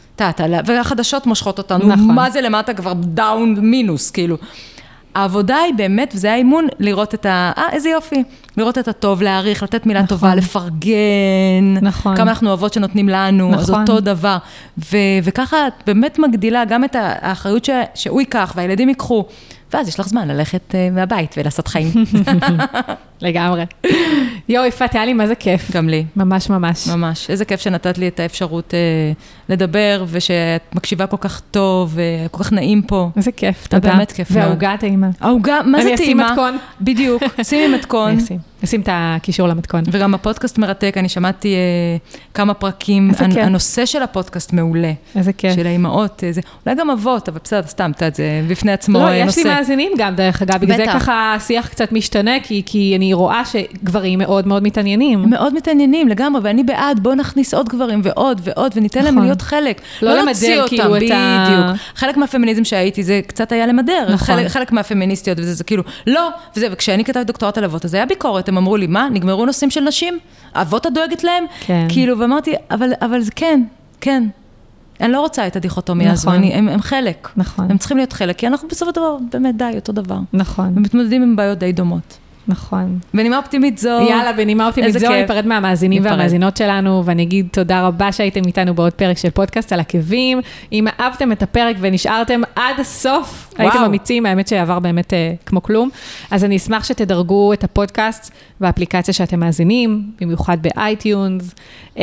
והחדשות מושכות אותנו, מה זה למטה כבר דאון מינוס, כאילו. העבודה היא באמת, וזה האימון, לראות את ה... אה, איזה יופי. לראות את הטוב, להעריך, לתת מילה טובה, לפרגן. נכון. כמה אנחנו אוהבות שנותנים לנו, אז אותו דבר. וככה את באמת מגדילה גם את האחריות שהוא ייקח, והילדים ייקחו. ואז יש לך זמן ללכת מהבית ולעשות חיים. לגמרי. יו, יפת, היה לי מה זה כיף. גם לי. ממש ממש. ממש. איזה כיף שנתת לי את האפשרות אה, לדבר, ושאת מקשיבה כל כך טוב, וכל כך נעים פה. איזה כיף, תודה. באמת כיף. והעוגה טעימה. העוגה, מה זה טעימה? אני אשים מתכון. בדיוק, שימי מתכון. אני אשים. נשים את הקישור למתכון. וגם הפודקאסט מרתק, אני שמעתי אה, כמה פרקים, הנושא של הפודקאסט מעולה. איזה כיף. של האימהות, זה, אולי גם אבות, אבל בסדר, סתם, את זה בפני עצמו לא, נושא. יש לי מאזינים גם דרך אגב, בגלל זה ככה השיח קצת משתנה, כי, כי אני רואה שגברים מאוד מאוד מתעניינים. מאוד מתעניינים, לגמרי, ואני בעד, בואו נכניס עוד גברים ועוד ועוד, וניתן להם להיות חלק. לא למדר כאילו את ה... בדיוק. חלק מהפמיניזם שהייתי, זה קצת היה למדר. חלק מהפמיניסטיות, וזה זה כאילו, לא, וזה, וכשאני כתבת דוקטורט על אבות, אז היה ביקורת, הם אמרו לי, מה, נגמרו נושאים של נשים? אבות את דואגת להם? כן. כאילו, ואמרתי, אבל, אבל זה כן, כן. אני לא רוצה את הדיכוטומיה הזו, אני, הם, הם חלק. נכון. הם צריכים להיות חלק, כי אנחנו בסוף הדבר, באמת די, אותו דבר. נכון. ומתמודדים עם בעיות די דומות. נכון. בנימה אופטימית זו. יאללה, בנימה אופטימית זו, ניפרד מהמאזינים והמאזינות שלנו, ואני אגיד תודה רבה שהייתם איתנו בעוד פרק של פודקאסט על עקבים. אם אהבתם את הפרק ונשארתם עד הסוף, הייתם אמיצים, האמת שעבר באמת כמו כלום, אז אני אשמח שתדרגו את הפודקאסט באפליקציה שאתם מאזינים, במיוחד באייטיונס.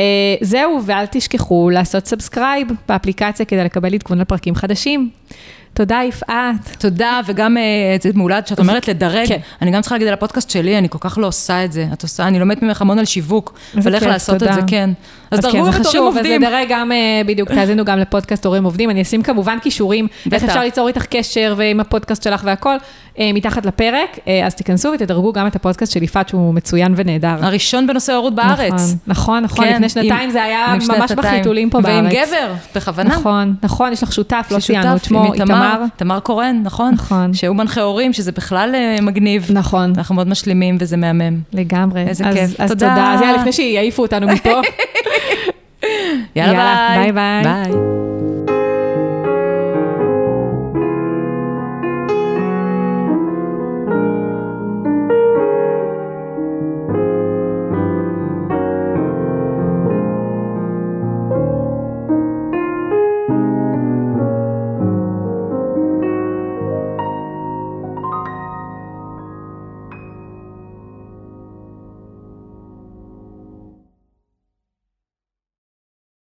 זהו, ואל תשכחו לעשות סאבסקרייב באפליקציה כדי לקבל עדכון על פרקים חדשים. תודה, יפעת. תודה, וגם זה מעולד שאת אומרת לדרג. אני גם צריכה להגיד על הפודקאסט שלי, אני כל כך לא עושה את זה. את עושה, אני לומדת ממך המון על שיווק, ולך לעשות את זה, כן. אז דרגו גם את הורים עובדים. אז לדרג גם, בדיוק, תאזינו גם לפודקאסט הורים עובדים. אני אשים כמובן קישורים, איך אפשר ליצור איתך קשר, ועם הפודקאסט שלך והכל, מתחת לפרק. אז תיכנסו ותדרגו גם את הפודקאסט של יפעת, שהוא מצוין ונהדר. הראשון בנושא הורות בארץ. נכון, נכון, לפני שנתיים זה היה ממש בחיתולים פה בארץ. ועם גבר, בכוונה. נכון, נכון, יש לך שותף, לא ציינו את שמו, איתמר. תמר קורן, נכון? נכון. שהוא מנחה הורים, שזה בכלל מגניב. נכון. אנחנו מאוד משלימים, וזה מהמם. לגמרי. איזה כיף. אז תודה. אז יאללה, לפני שיעיפו אותנו מפה. יאללה, ביי. ביי ביי. ביי.